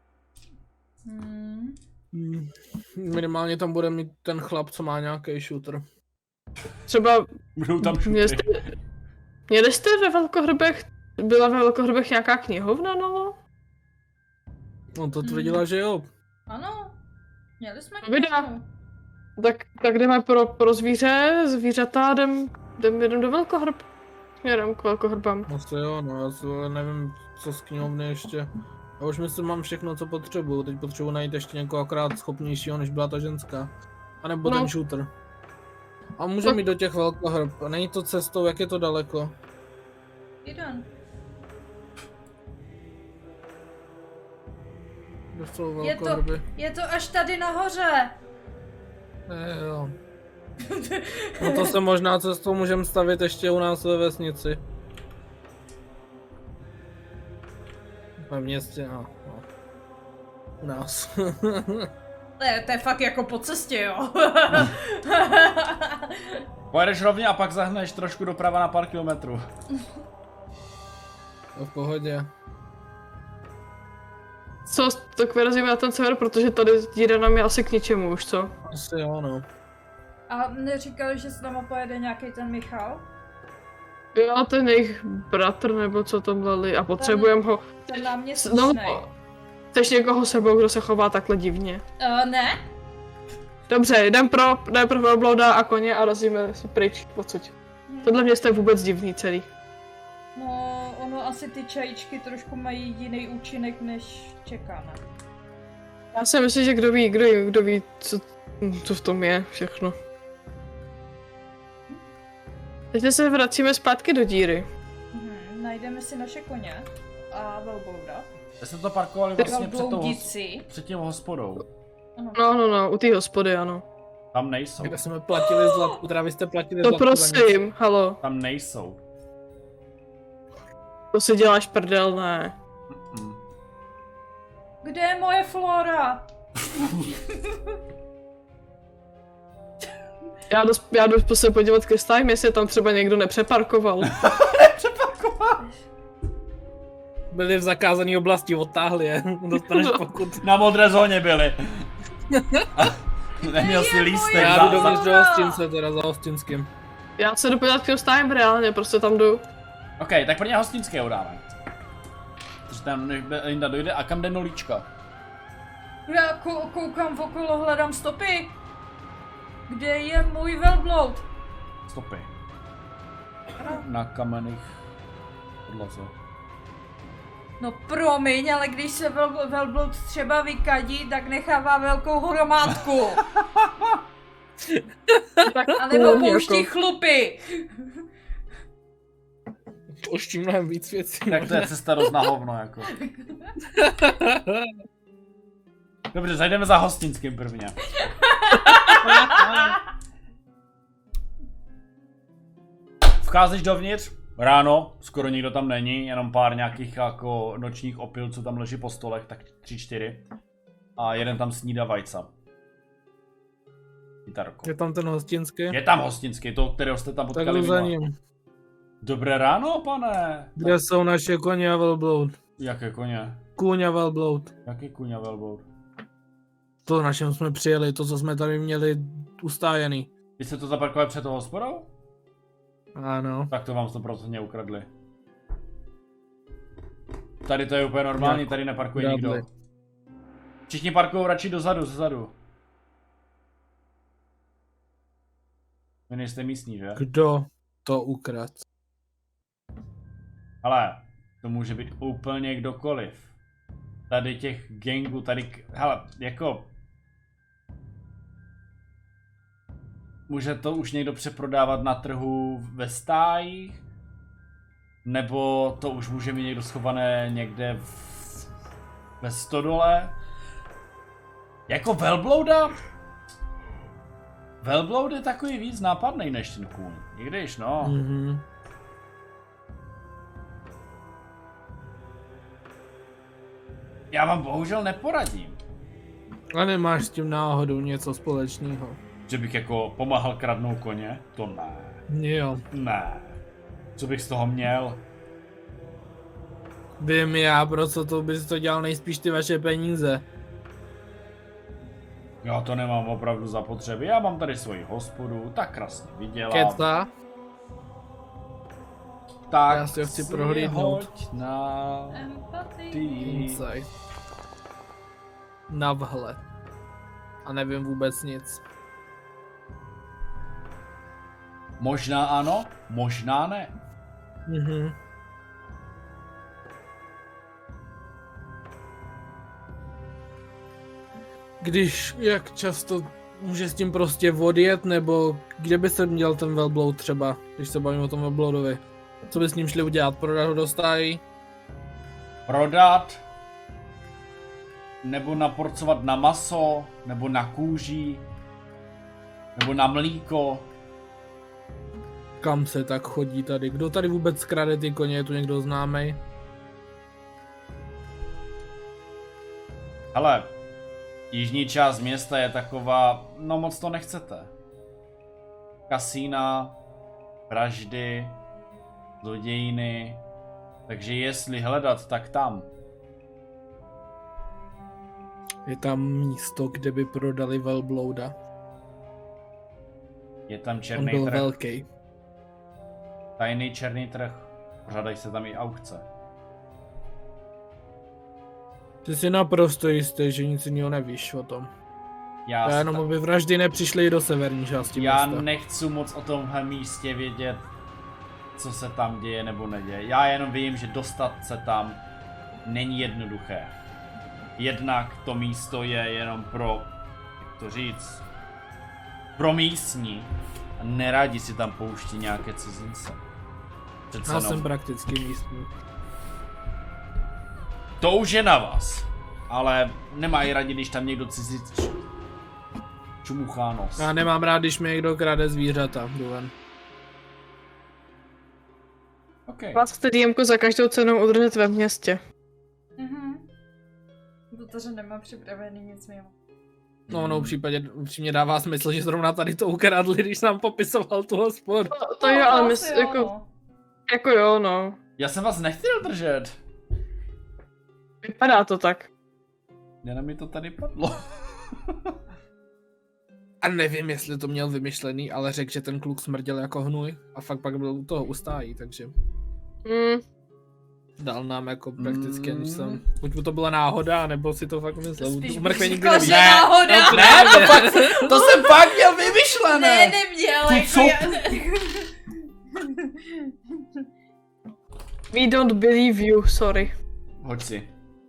Minimálně tam bude mít ten chlap, co má nějaký shooter. Třeba... Budou tam šutry. Měli jste ve Velkohrbech... Byla ve Velkohrbech nějaká knihovna, Nolo? No to tvrdila, že jo. Ano. Měli jsme knihovnu. Tak jdeme pro zvířata, jdem do Velkohrb. Směrem k Velkohrbám. Asi jo, no já si nevím, co z knihovny ještě. Já už myslím, mám všechno, co potřebuju. Teď potřebuji najít ještě někoho akorát schopnějšího, než byla ta ženská. A nebo ten shooter. A můžeme jít do těch Velkohrb. Není to cestou, jak je to daleko? Jeden. Kde jsou Velkohrby? Je to až tady nahoře. Jo. No to se možná cestou můžeme stavit ještě u nás ve vesnici. Ve městě, no. U nás. To je fakt jako po cestě, jo. Pojedeš rovně a pak zahneš trošku doprava na pár kilometrů. To v pohodě. Co, tak vyrazíme na ten sever, protože tady díra nám je asi k ničemu už, co? Asi jo, no. A neříkali, že s náma pojede nějaký ten Michal? Jo, ten jejich bratr, nebo co tam dali, a potřebujeme ho... Ten na mě No, slušnej. chceš někoho sebou, kdo se chová takhle divně? Ne. Dobře, jdem pro velblouda a koně a razíme si pryč odsud. Tohle město je vůbec divný celý. No, ono asi ty čajíčky trošku mají jiný účinek, než čekáme. Já si myslím, že kdo ví, Co v tom je všechno. Teď se vracíme zpátky do díry. Najdeme si naše koně a velblouda. Vy jste to parkovali vlastně Velbloudici. před tím hospodou. No, u té hospody, ano. Tam nejsou. Kde jsme platili zlatku, teda vy jste platili To zlatku. prosím, halo. Tam nejsou. To si děláš prdel, ne. Kde je moje Flora? Já jdu se podívat ke stájím, jestli tam třeba někdo nepřeparkoval. Byli v zakázané oblasti, odtáhli je. Dostaneš pokud. Na modré zóně byli. Neměl si lístek. Já jdu dovnitř do hostince, teda za hostinským. Já se jdu podívat k těm stájím reálně, prostě tam jdu. OK, tak prvně hostinské udáme. Takže tam než Linda dojde a kam jde Nolíčka? Já koukám okolo, hledám stopy. Kde je můj velbloud? Stopy. Na kamenných podlaze. No promiň, ale když se velbloud třeba vykadí, tak nechává velkou hromádku. A nebo pouští chlupy. Pouští mnohem víc věcí. Tak to je cesta dost na hovno, jako. Dobře, zajdeme za hostinským prvně. Vcházíš dovnitř, ráno, skoro nikdo tam není, jenom pár nějakých jako nočních opilců tam leží po stolech, tak 3-4. A jeden tam snídá vajca. Gitarko. Je tam ten hostinský? Je tam hostinský, to, kterého jste tam Tak potkali jdu za minule. ním. Dobré ráno, pane. Kde jsou naše koně a velbloud? Jaké koně? Kůň a velbloud. Jaký kůň a velbloud? To, na čem jsme přijeli, to, co jsme tady měli ustájený. Vy jste to zaparkovali před tou hospodou? Ano. Tak to vám 100% ukradli. Tady to je úplně normální, Jak tady neparkuje ukradli? nikdo. Všichni parkují radši dozadu, zezadu. Vy nejste místní, že? Kdo to ukradl? Hele, to může být úplně kdokoliv. Tady těch gangů, hele, jako... Může to už někdo přeprodávat na trhu ve stájích? Nebo to už může mít někdo schované někde ve stodole? Jako velblouda? Velbloud je takový víc nápadnej než ten kůň. I když, no. Mhm. Já vám bohužel neporadím. A nemáš s tím náhodou něco společného? Že bych jako pomáhal kradnout koně? To ne. Jo. Ne. Co bych z toho měl? Vím já, pro co to bys to dělal nejspíš ty vaše peníze. Já to nemám opravdu zapotřebí. Já mám tady svoji hospodu, tak krásně vydělám. Keca. Tak Já si ho chci prohlídnout. hoď na... Insight. Na vhled. A nevím vůbec nic. Možná ano, možná ne. Mhm. Když, jak často může s tím prostě odjet, nebo kde by se měl ten velbloud třeba, když se bavíme o tom velbloudovi? Co by s ním šli udělat? Prodat ho do stájí? Prodat. Nebo naporcovat na maso, nebo na kůži, nebo na mlíko. Kam se tak chodí tady? Kdo tady vůbec krade ty koně? Je tu někdo známej? Hele, jižní část města je taková, no moc to nechcete. Kasína, vraždy, zlodějiny, takže jestli hledat, tak tam. Je tam místo, kde by prodali velblouda. Je tam On černý byl trh, velký. tajný černý trh, pořádají se tam i aukce. Ty jsi naprosto jistý, že nic jiného nevíš o tom. Já si jenom, aby vraždy nepřišly do severní části Já města. nechci moc o tomhle místě vědět, co se tam děje nebo neděje. Já jenom vím, že dostat se tam není jednoduché. Jednak to místo je jenom pro, jak to říct, pro místní. A neradi si tam pouští nějaké cizince. Přece Já jenom. jsem prakticky místní. To už je na vás. Ale nemají rádi, když tam někdo cizic čumuchá nos. Já nemám rád, když mi někdo krade zvířata, Duven. Okay. Vás chce DMko za každou cenu udržet ve městě. Protože nemám připravený nic mimo. No, v případě upřímně dává smysl, že zrovna tady to ukradli, když nám popisoval tu hospodu. To jo, ale asi my, jako jo, no. Já jsem vás nechtěl držet. Vypadá to tak. Jenom mi to tady padlo. A nevím, jestli to měl vymyšlený, ale řekl, že ten kluk smrděl jako hnůj a fakt pak byl u toho ustájí, takže dal nám jako prakticky, než jsem, buď mu to byla náhoda, nebo si to fakt myslel. Spíš Mrkve bych nikdy řekla, že neví. náhoda. Ne, to jsem fakt měl vymyšlené. Ne, neměl, Ty jako co? We don't believe you, sorry. Hoď si.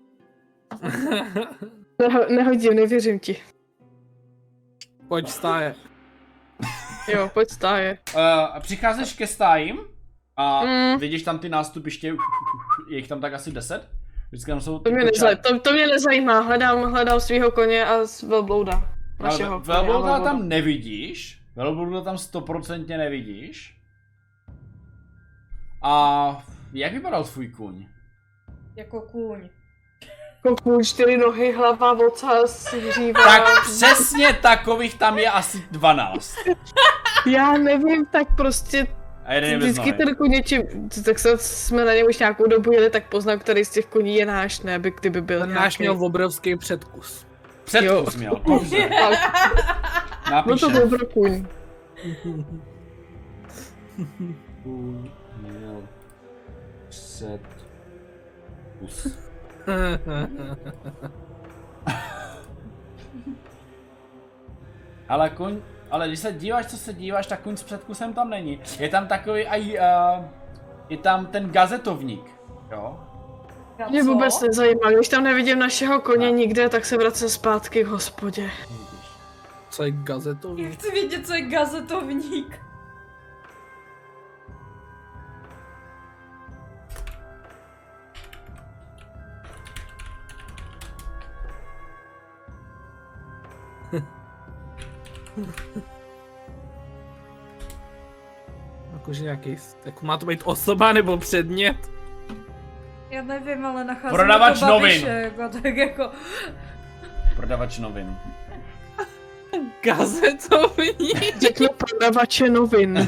Nehodím, nevěřím ti. Pojď stáje. Jo, pojď stáje. Přicházíš ke stájím a vidíš tam ty nástupiště, je jich tam tak asi 10. Vždycky tam jsou To mě nezajímá, hledám svého koně a velblouda. Našeho koně a velblouda tam nevidíš. Velblouda tam 100% nevidíš. A jak vypadal tvůj kůň? Jako kůň. Kůň, 4 nohy, hlava, ocas, hříva. Tak přesně takových tam je asi 12. Já nevím, tak prostě A jeden je bez vždycky nohy. ten kůň něčím, tak jsme na něm už nějakou dobu jeli, tak poznám, který z těch koní je náš, ne, by kdyby byl Ten nějaký. náš měl obrovský předkus. Předkus měl, dobře. No to Napíšem. byl pro kůň. Kůň měl předkus. Ale když se díváš, co se díváš, tak kůň s předkusem tam není. Je tam takový je tam ten gazetovník, jo? Mě vůbec nezajímá, když tam nevidím našeho koně nikde, tak se vracím zpátky k hospodě. Co je gazetový? Chci vědět, co je gazetovník. Jakože nějaký, jako má to být osoba nebo předmět? Já nevím, ale nacházím Prodavač to novin. Babiše, tak jako... Prodavač novin. Gazetovní? Řeknu prodavače novin.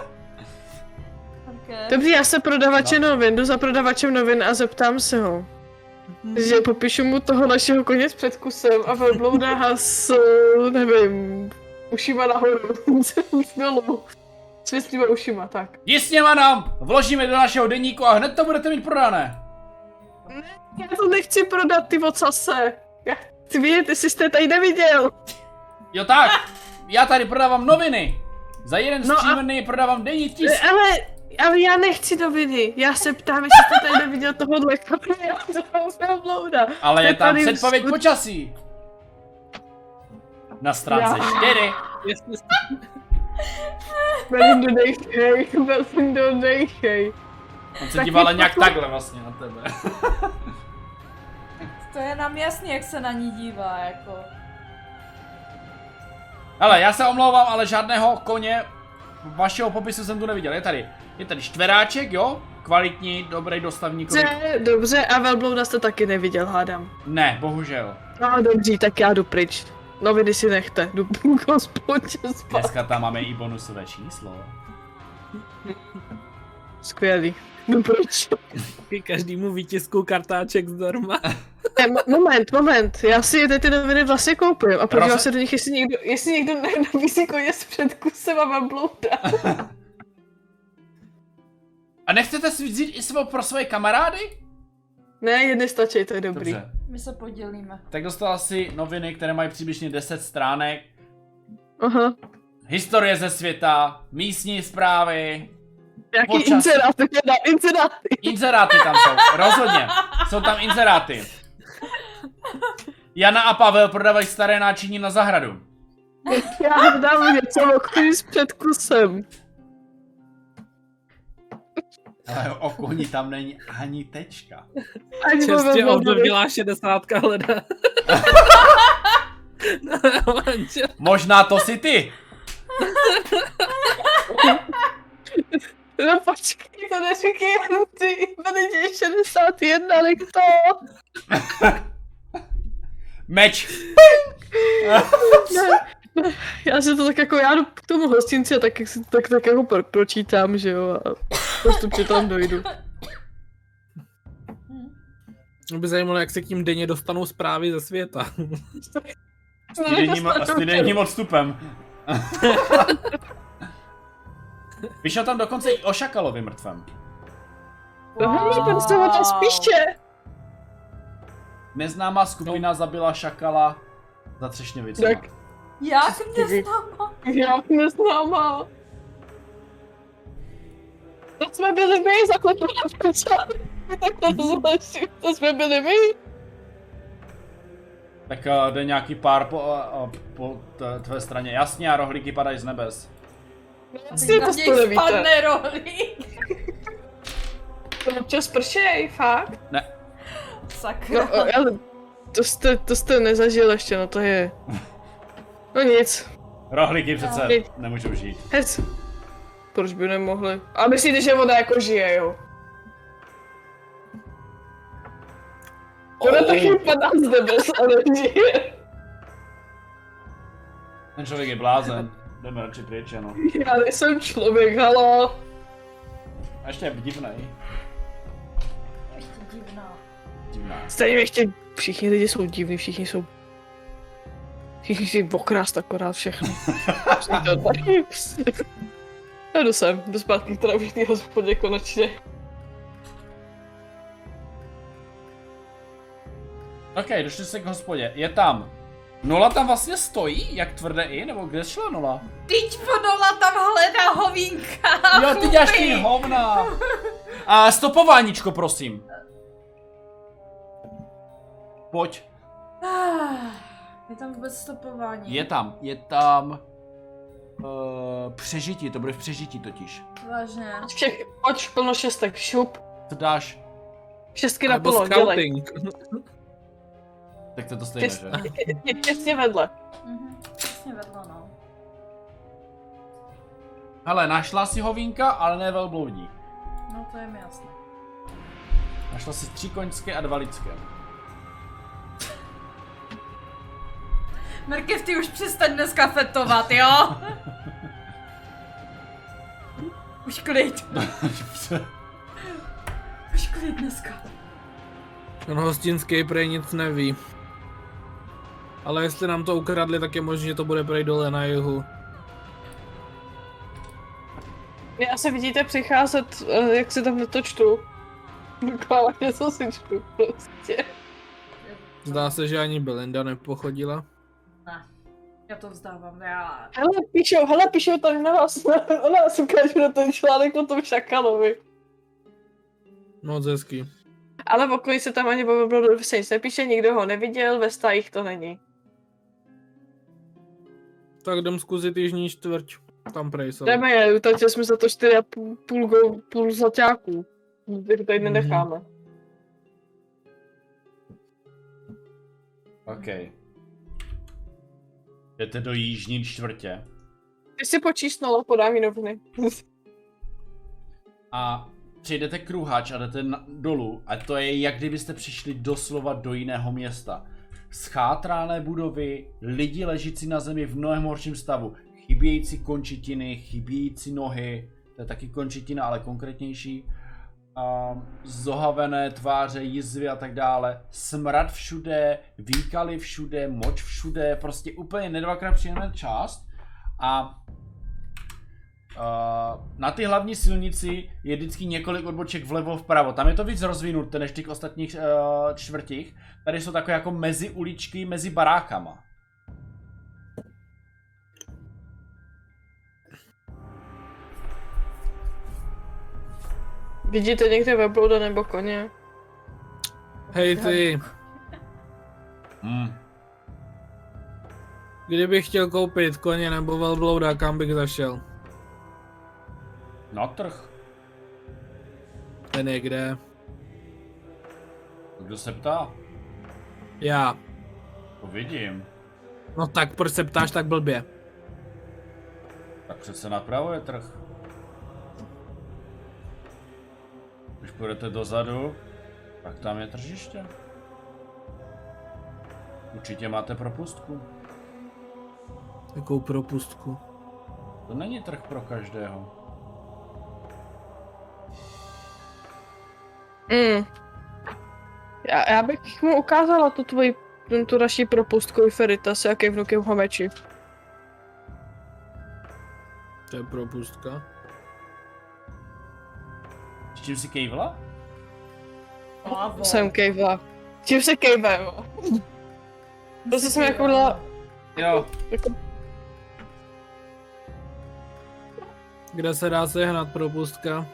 Okay. Dobrý, já se prodavače novin, jdu za prodavačem novin a zeptám se ho. Že popíšu mu toho našeho koně s předkusem a velblouda s, nevím, ušima nahoru, dolů. S věcnýma ušima, tak. Jdi s něma nám, vložíme do našeho deníku a hned to budete mít prodané. Já to nechci prodat, ty ocase. Já chci vědět, jestli jste tady neviděl. Jo tak, já tady prodávám noviny. Za jeden No a- stříbrný prodávám denní tisk. Ale já nechci noviny. Já se ptám, jestli jste tady neviděl tohohle kapela, toho velblouda. Ale je tam tady předpověď skut- počasí. Na stránce 4. Jestli Velmi dodejchej, velmi dodejchej. On se Tak díval je nějak to- takhle vlastně na tebe. To je nám jasný, jak se na ní dívá, jako. Hele, já se omlouvám, ale žádného koně vašeho popisu jsem tu neviděl. Je tady čtveráček, jo? Kvalitní, dobrý dostavníkový. Dobře, a velblouda jste taky neviděl, hádám. Ne, bohužel. No dobří, tak já jdu pryč. Noviny si nechte, jdu k hospodě spát. Dneska tam máme i bonusové číslo. Skvělý. Jdu pryč. každému výtisku kartáček zdarma. Ne, moment, já si ty noviny vlastně koupím a podívám se do nich, jestli někdo nabízí koně s předkusem a velblouda. A nechcete si vzít i svou pro svoje kamarády? Ne, jedny stačí, to je dobrý. Dobře. My se podělíme. Tak dostala si noviny, které mají přibližně 10 stránek. Aha. Historie ze světa, místní zprávy, Jaký Počasí. inzeráty, inzeráty. inzeráty tam jsou, rozhodně. Jsou tam inzeráty. Jana a Pavel prodávají staré náčiní na zahradu. Já hledám něco okolí s předkusem. Ale o koni tam není ani tečka. Ani Čestě mluvím, ovdovělá 60 hledá. Možná to si ty! No počkej, to neříkej jen ty, byli 61, nech to. Meč! Já si to tak jako, já jdu k tomu hostinci a tak, jak si to tak jako pročítám, že jo, a postupně tam dojdu. Mě by zajímalo, jak se k tím denně dostanou zprávy ze světa. S týdenním odstupem. Vyšel tam dokonce i o šakalovi mrtvem. No, ten se hodně spíše. Neznámá skupina zabila šakala za třešňovicema. Tak. Jak neznámá? Jak neznámá. To jsme byli my, zaklepili v kucáři. Tak to jsme byli my. Tak jde nějaký pár po tvé straně. Jasně, a rohlíky padají z nebes. Jasně, to Na jste něj nevíte. spadne rohlík. To občas pršej, fakt? Ne. Sakra. No, ale to jste nezažil ještě, no to je... No nic. Rohlíky přece Nic. nemůžou žít. Hec. Proč by nemohli? A myslíte, že voda jako žije, jo? Voda taky padá z nebes, ale žije. Ten člověk je blázen. Jdeme radši pryč, ano. Já nejsem člověk, halo. A ještě je divnej. Ještě divná. Divná. Stejně ještě všichni lidi jsou divní, všichni si okrást akorát všechno. Já jdu sem, jdu zpátky k travitý hospodě konečně. OK, došli se k hospodě. Je tam. Nola tam vlastně stojí? Jak tvrdé i? Nebo kde šla Nola? Teď Nola tam hledá hovínka. Jo, ty děláš ty hovna. A stopováníčko, prosím. Pojď. Je tam vůbec stopování? Je tam přežití, to bude v přežití totiž. Vážně. Pojď, plno šestek, šup. To dáš, Šestky na Nebo plno, dělej. scouting. tak to stejné, že? Těsně vedle. Přesně vedle, no. Hele, našla si hovínka, ale ne velbloudí. No to je mi jasné. Našla si 3 koňské a 2 lidské. Mrkev, ty už přestaň dneska fetovat, jo? Už klid. Už klid dneska. Ten hostinský prej nic neví. Ale jestli nám to ukradli, tak je možné, že to bude prej dole na jihu. Já se vidíte přicházet, jak si tam to čtu. Dokála něco si čtu, prostě. Zdá se, že ani Belinda nepochodila. Ne, já to vzdávám, já... Hele, píšou tady na vás, ona nás ukáže na ten článek o tom šakalovi. Moc hezký. Ale v okolí se tam ani opravdu se nic nepíše, nikdo ho neviděl, ve stájích to není. Tak jdem zkusit jižní čtvrť. Tam prej jsou. Jdeme, utratili jsme za to 4,5 zlaťáků. Tak tady nenecháme. OK. Jdete do jižní čtvrtě. Ty si počísnula, podám mi noviny. A přijdete kruhač a jdete dolů a to je, jak kdybyste přišli doslova do jiného města. Schátrané budovy, lidi ležící na zemi v mnohem horším stavu, chybějící končetiny, chybějící nohy, to je taky končetina, ale konkrétnější, zohavené tváře, jizvy a tak dále, smrad všude, výkaly všude, moč všude, prostě úplně nedvakrát příjemná část a na ty hlavní silnici je vždycky několik odboček vlevo vpravo. Tam je to víc rozvinuté než v těch ostatních čtvrtích. Tady jsou takové jako mezi uličky, mezi barákama. Vidíte někde weblouda nebo koně? Hej ty, Kdybych chtěl koupit koně nebo velblouda, kam bych zašel? Na trh. Ten je kde? Kdo se ptá? Já. To vidím. No tak proč se ptáš tak blbě? Tak přece napravo je trh. Když půjdete dozadu, tak tam je tržiště. Určitě máte propustku. Jakou propustku? To není trh pro každého. Já bych mu ukázala tu naší propustku i Feritas, jak je vnukem homeči. To je propustka. S čím si kejvla? Jsem kejvla. Tím se kejvem. To jsem jako byla... Jo. Kde se dá sehnat propustka?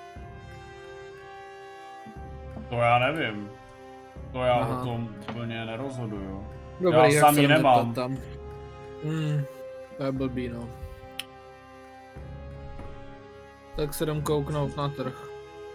To já nevím. To já Aha. o tom úplně nerozhoduju. Dobrý, Já jak sám se ji zeptat nemám. tam. To je blbý, no. Tak se jdem kouknout na trh.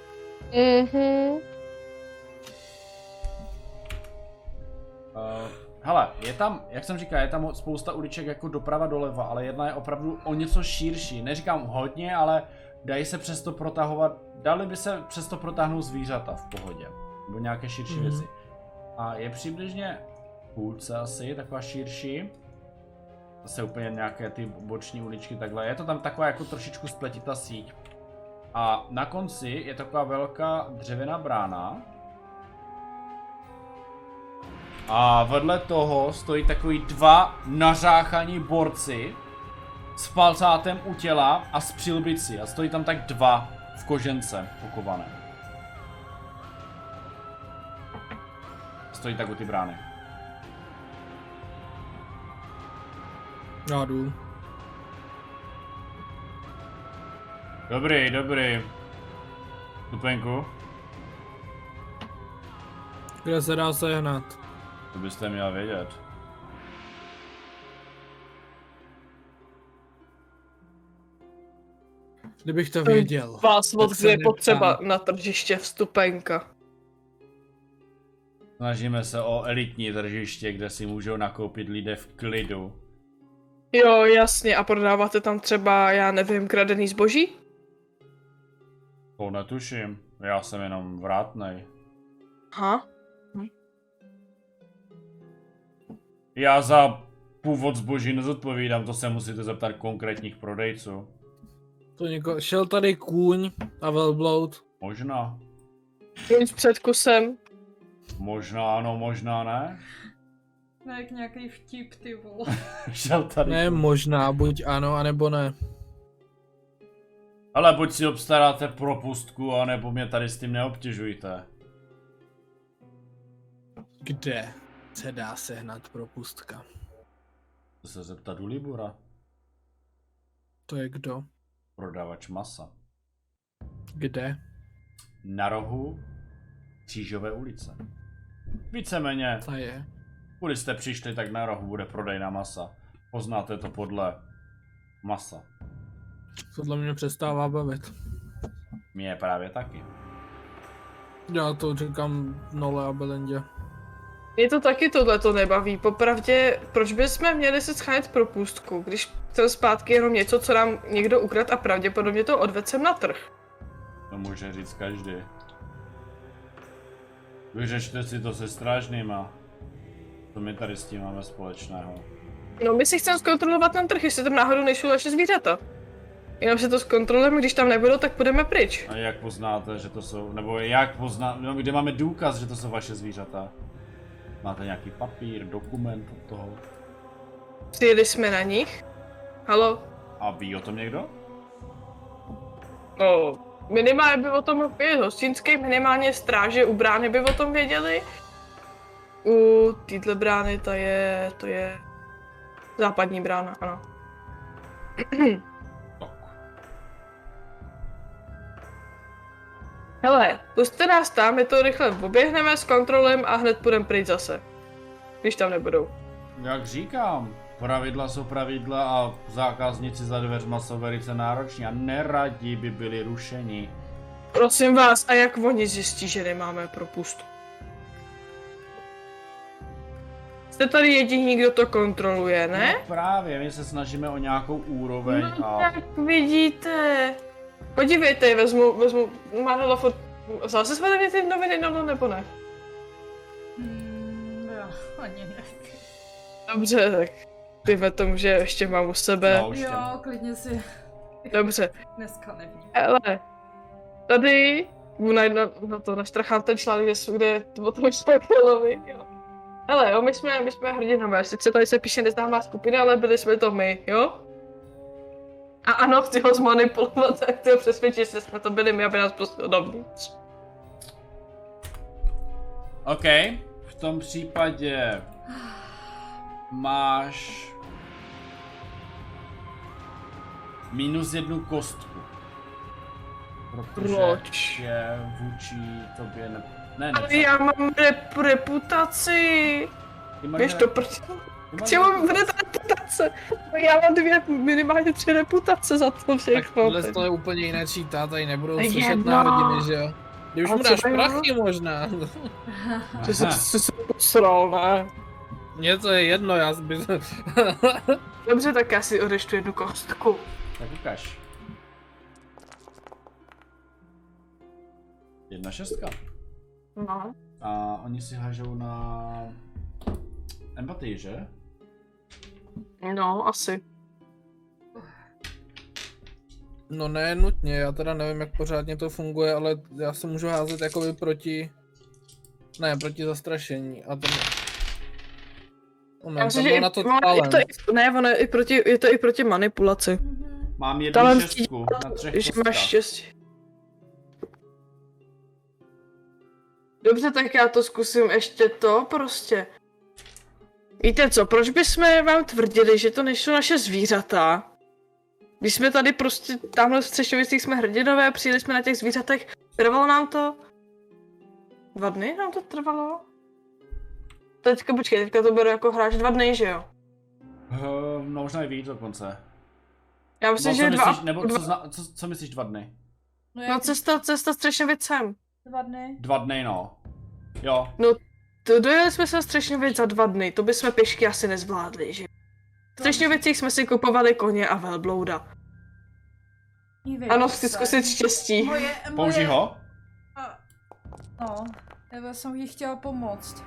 Hele, je tam, jak jsem říkal, je tam spousta uliček jako doprava doleva, ale jedna je opravdu o něco širší. Neříkám hodně, ale dali by se přesto protáhnout zvířata v pohodě. Nebo nějaké širší věci. A je přibližně půlce asi, taková širší. Zase úplně nějaké ty boční uličky takhle. Je to tam taková jako trošičku spletitá síť. A na konci je taková velká dřevěná brána. A vedle toho stojí takový dva nařáchaní borci s palcátem u těla a s přilbicí. A stojí tam tak dva v kožence okované. Stojí tak u ty brány. Já jdu. Dobrý. Stupenku, Kde se dá sehnat? to byste měl vědět. Kdybych to věděl. Vás Tak moc se je neptám. potřeba na tržiště vstupenka. Snažíme se o elitní tržiště, kde si můžou nakoupit lidé v klidu. Jo, jasně, a prodáváte tam třeba, já nevím, kradený zboží? To netuším, já jsem jenom vrátnej. Aha. Já za původ zboží nezodpovídám, to se musíte zeptat konkrétních prodejců. Šel tady kůň a velbloud. Možná. S předkusem. Možná ano, možná ne. Ne, jak nějaký vtip, ty vole. Šel tady. Ne, možná, buď ano, anebo ne. Ale buď si obstaráte propustku, anebo mě tady s tím neobtěžujte. Kde se dá sehnat propustka? To se zeptat u Libura, To je kdo? prodavač masa. Kde? Na rohu Křížové ulice. Víceméně, Ta je. když jste přišli, tak na rohu bude prodejna masa. Poznáte to podle masa. Tohle mě přestává bavit. Mě právě taky. Já to říkám Nole a Belendě. Mě to taky tohleto nebaví. Popravdě, proč bychom měli si schánět propustku, když chceme zpátky jenom něco, co nám někdo ukradl a pravděpodobně to odved sem na trh. To může říct každý. Vyřešte si to se strážnýma. To my tady s tím máme společného. No, my si chceme zkontrolovat ten trh, jestli tam náhodou nejsou naše zvířata. Jenom si to zkontrolujeme, když tam nebudou, tak půjdeme pryč. A jak poznáte, že to jsou, nebo jak poznáte, no, kde máme důkaz, že to jsou vaše zvířata? Máte nějaký papír, dokument od toho? Přijeli jsme na nich. Halo? A ví o tom někdo? No, minimálně by o tom věděli hostinský, minimálně stráže u brány by o tom věděli. U téhle brány to je západní brána, ano. Hele, pusťte nás tam, my to rychle oběhneme s kontrolem a hned půjdeme pryč zase. Když tam nebudou. Jak říkám, Pravidla jsou pravidla a zákazníci za dveřma jsou velice nároční a neradi by byli rušeni. Prosím vás, a jak oni zjistí, že nemáme propust? Jste tady jediný, kdo to kontroluje, ne? No právě, my se snažíme o nějakou úroveň No, a... jak vidíte. Podívejte, vezmu, Manolo, vzal jsi své ty noviny, no, nebo ne? Jo, ani ne. Dobře, tak dejme tomu, že ještě mám u sebe. No, už Jo, těm. klidně si Dobře, dneska nevím. ale tady na to naštrachám ten článek, kde je o tom Špakelovi, jo. Hele, jo, my jsme hrdinové, sice tady se píše neznámá skupina, ale byli jsme to my, jo? A ano, chci ho zmanipulovat, tak chci ho přesvědčit, že jsme to byli my, aby nás pustil dovnitř. OK, v tom případě máš -1 kostku. Protože Proč? je vůči tobě ne, Ale já mám reputaci. ty máš Běž to K čemu mi bude ta reputace? Já mám minimálně 3 reputace za to Tak všechno. tohle to je úplně jiné čítá, tady nebudou slyšet Jedno. na rodiny, že jo? Když už A mu dáš třeba jo? prachy možná. Že jsi se posral, ne? Mně to je jedno, já bych... Dobře, tak já si odeštu 1 kostku. Tak ukaž. 1,6. No. A oni si hážou na empatii, že? No, asi. No ne nutně, já teda nevím, jak pořádně to funguje, ale já se můžu házet jakoby proti... Ne, proti zastrašení a to... Já myslím, to že bylo na to je to i proti manipulaci. Mám 1,6 na 3 Že máš kostkách. štěstí. Dobře, tak já to zkusím ještě to prostě. Víte co, proč bychom vám tvrdili, že to nejsou naše zvířata? Když jsme tady prostě, tamhle v Střešovicích jsme hrdinové, přijeli jsme na těch zvířatech, trvalo nám to... 2 dny nám to trvalo? Teďka počkej, teďka to beru jako hráč 2 dny, že jo? No možná i víc dokonce. Já myslím, No, že co 2... myslíš, nebo co myslíš 2 dny? No cesta Střešovicem. 2 dny. 2 dny, no. Jo. Dojeli jsme se Střešňovic za 2 dny, to bychom pěšky asi nezvládli, že? V Střešňovicích jsme si kupovali koně a velblouda. Ano, chci zkusit štěstí. Použij ho. No, já jsem jí chtěla pomoct.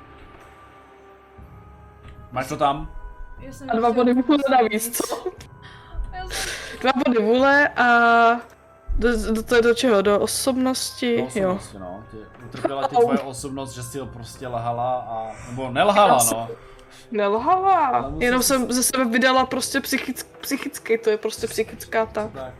Máš to tam? Já jsem A jí 2 chtěla body vůle pomoct navíc, nejvíc. co? Já jsem... 2 body vůle a... Do čeho? Do osobnosti? To Jo. osobnosti, no. Utrpěla ti tvoje osobnost, že si ho prostě lhala a... Nebo nelhala, no. Nelhala, Ale musím jenom si- jsem ze sebe vydala prostě psychicky, to je prostě psychická ta. Tak.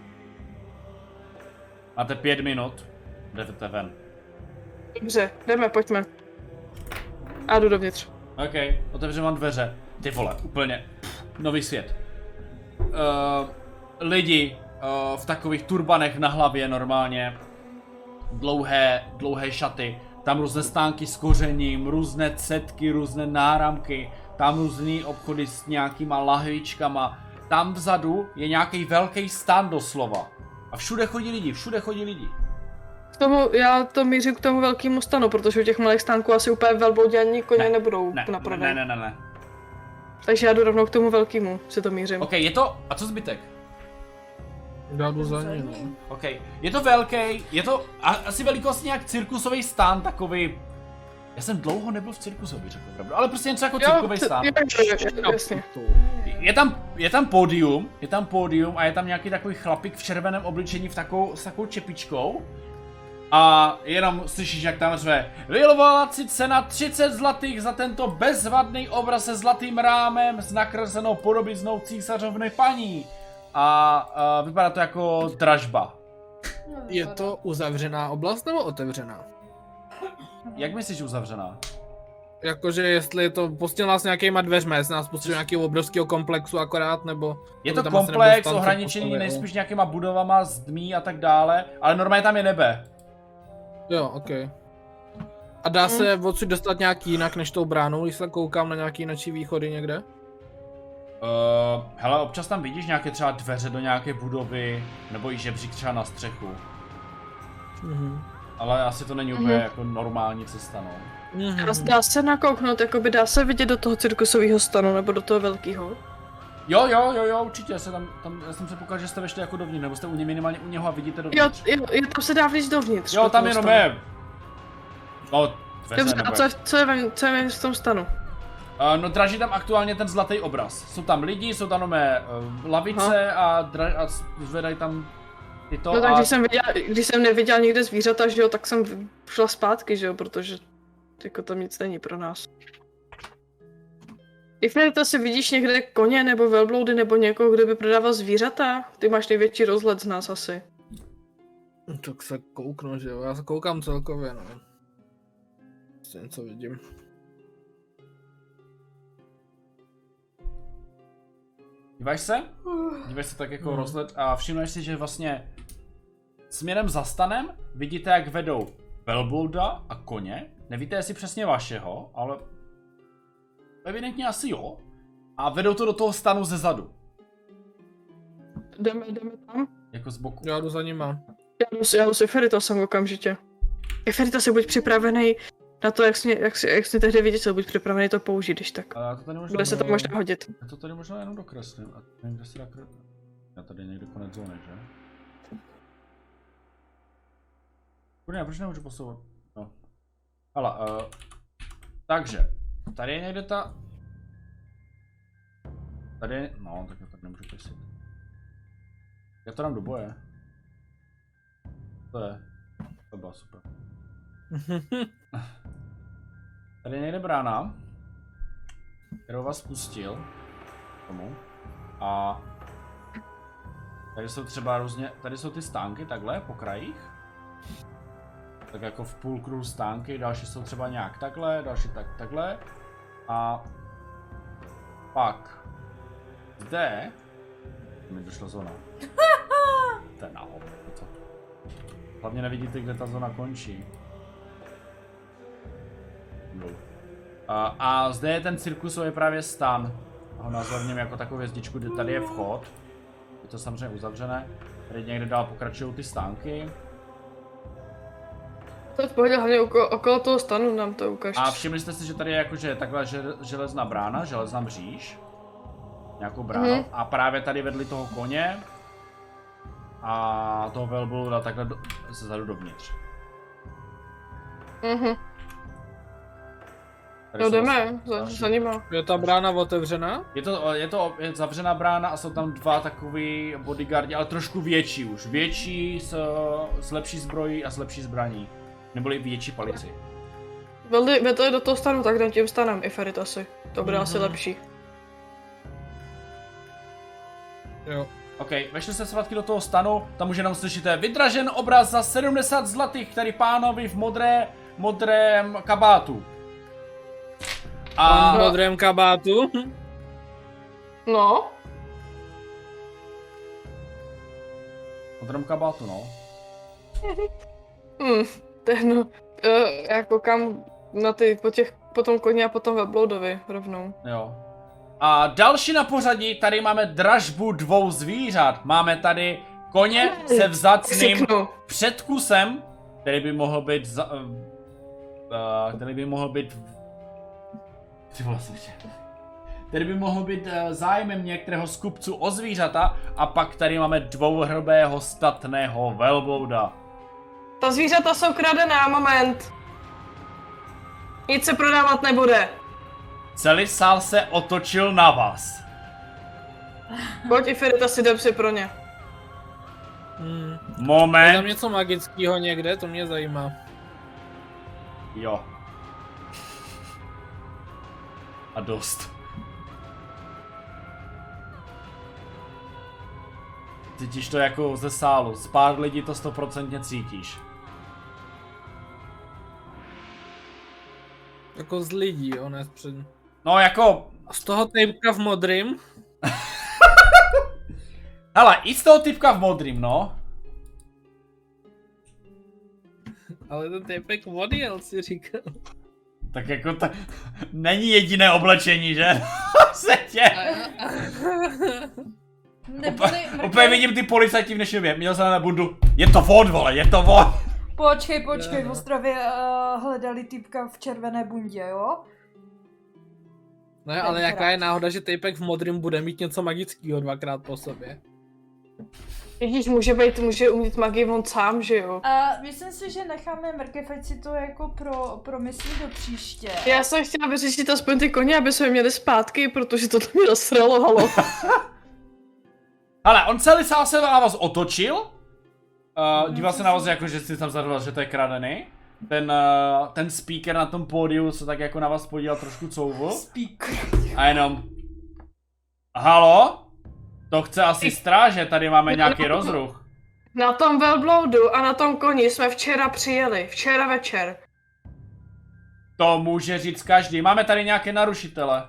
Máte 5 minut. Jdete ven. Dobře, jdeme, pojďme. A jdu dovnitř. OK, otevřu vám dveře. Ty vole, úplně nový svět. Lidi v takových turbanech na hlavě normálně. Dlouhé šaty. Tam různé stánky s kořením, různé cetky, různé náramky. Tam různý obchody s nějakýma lahvičkama. Tam vzadu je nějaký velký stan doslova. A všude chodí lidi. K tomu, já to mířím k tomu velkému stanu, protože u těch malých stánků asi úplně velbloudi ani koně nebudou na prodej. Ne. Takže já jdu rovnou k tomu velkému, si to mířím. OK, je to... A co zbytek? Já jdu za ní, no. OK, je to velký, je to asi velikost nějak cirkusový stán, takový... Já jsem dlouho nebyl v cirkusu, bych řekl pravdu, ale prostě něco jako cirkusový stán. Jasně. Je tam pódium a je tam nějaký takový chlapík v červeném obličení s takovou čepičkou. A jenom slyšíš, jak tam řve: vylovala si cena 30 zlatých za tento bezvadný obraz se zlatým rámem s nakreslenou podobiznou císařovny paní. A vypadá to jako dražba. Je to uzavřená oblast nebo otevřená? Jak myslíš uzavřená? Jakože jestli je to pustil nás nějakýma dveřma, jestli nás pustil do nějakého obrovského komplexu akorát, nebo... Je to tam asi komplex nebyl stan, co ohraničený postavil. nejspíš nějakýma budovama s dmí a tak dále, ale normálně tam je nebe. Jo, ok. A dá se odsud dostat nějak jinak než tou bránou, když se koukám na nějaký noční východy někde? Hele, občas tam vidíš nějaké třeba dveře do nějaké budovy, nebo i žebřík třeba na střechu. Ale asi to není úplně jako normální cesta, no. Dá se nakouknout, jakoby dá se vidět do toho cirkusového stanu, nebo do toho velkého. Jo, určitě, já jsem se poukal, že jste vešli jako dovnitř, nebo jste u něj minimálně u něho a vidíte dovnitř. Jo, tam se dá vlíct dovnitř. Jo, do tam toho jenom stanu. je. No, dveře, Dobře, a nebo co je v tom stanu? no draží tam aktuálně ten zlatý obraz. Jsou tam lidi, jsou tam nové lavice a zvedají tam tyto. No tak a... když jsem neviděla nikde zvířata, že jo, tak jsem šla zpátky, že jo, protože jako tam nic není pro nás. Ifrita, si vidíš někde koně nebo velbloudy nebo někoho, kdo by prodával zvířata? Ty máš největší rozhled z nás asi. Tak se kouknu, že jo, já se koukám celkově, no. Něco vidím. Díváš se tak jako rozhled a všimneš si, že vlastně směrem za stanem vidíte, jak vedou velblouda a koně. Nevíte, jestli přesně vašeho, ale evidentně asi jo. A vedou to do toho stanu ze zadu. Jdeme tam? Jako z boku. Já jdu za nima. Já jdu s Iferitasem okamžitě. Iferitas, buď připravený na to, jak jsi tehdy viděl, buď připravený to použít, když tak. A to tady možná, Bude se to možná hodit. Já to tady možná jenom dokreslím. A nevím, kde se dá já tady někde konec zóny, že? Kurňa, proč nemůžu posouvat? No. Hala, takže, tady je někde ta... Tady je... No, tak já tady nemůžu pesit. Já to dám do boje. To je. To byla super. Tady je někde brána, kterou vás pustil tomu. A tady jsou třeba různě, tady jsou ty stánky takhle po krajích. Tak jako v půl kruhu stánky, další jsou třeba nějak takhle, další takhle. A pak zde mi došla zóna. To je náhod. Hlavně nevidíte, kde ta zóna končí. A zde je ten cirkusový právě stan. Ho nazorním jako takovou hvězdičku, kde tady je vchod. Je to samozřejmě uzavřené. Tady někde dál pokračují ty stánky. To je v pohodě, hlavně okolo toho stanu nám to ukáž. A všimli jste si, že tady je jakože takhle železná brána, železná mříž. Nějakou bránu. A právě tady vedli toho koně. A toho velblouda takhle zezadu dovnitř. No jdeme, za nima. Je ta brána otevřená? Je to zavřená brána a jsou tam dva takový bodyguardi, ale trošku větší už. Větší s lepší zbrojí a s lepší zbraní. Neboli větší palici. Vedli do toho stanu, tak jdem tím stanem, Iferitasi. To bude asi lepší. Jo. OK, vešli se svatky do toho stanu, tam už jenom slyšíte vydražen obraz za 70 zlatých, který pánovi v modrém kabátu. A v modrém kabátu? No. V modrém kabátu, no. Já koukám na po tom koni a potom velbloudovi rovnou. Jo. A další na pořadí, tady máme dražbu dvou zvířat. Máme tady koně se vzácným předkusem, který by mohl být zájmem některého z kupců o zvířata. A pak tady máme dvouhrbého statného velblouda. Ta zvířata jsou kradená, moment. Nic se prodávat nebude. Celý sál se otočil na vás. Pojď Iferita, si jdem si pro ně. Je Moment. tam něco magického někde, to mě zajímá. Jo. A dost. Cítíš to jako ze sálu, z pár lidí to 100% cítíš. Jako z lidí, jo, ne před... No jako... A z toho typka v modrým? Hele, i z toho typka v modrým, no. Ale ten typek odjel, si říkal. Tak jako to není jediné oblečení, že? Setě. Úplně vidím ty policajti v dnešní době. Měl jsem na bundu. Je to vod, vole, je to vod. Počkej, v Ostravě hledali týpka v červené bundě, jo? Ne, ale jaká je náhoda, že týpek v modrém bude mít něco magického dvakrát po sobě. Ježíš, může umět magii on sám, že jo? A myslím si, že necháme mrkev, ať si to jako promyslí do příště. Já jsem chtěla vyřešit aspoň ty koně, aby jsme je měli zpátky, protože to mi rozsralo, halo. Ale on celý sál se na vás otočil. Díval se na vás jako, že si tam zadoval, že to je kradený. Ten speaker na tom pódiu se tak jako na vás podíval trošku couvu. Speaker. A jenom... Halo? To chce asi stráže, tady máme nějaký rozruch. Na tom velbloudu a na tom koni jsme včera přijeli, včera večer. To může říct každý, máme tady nějaké narušitele.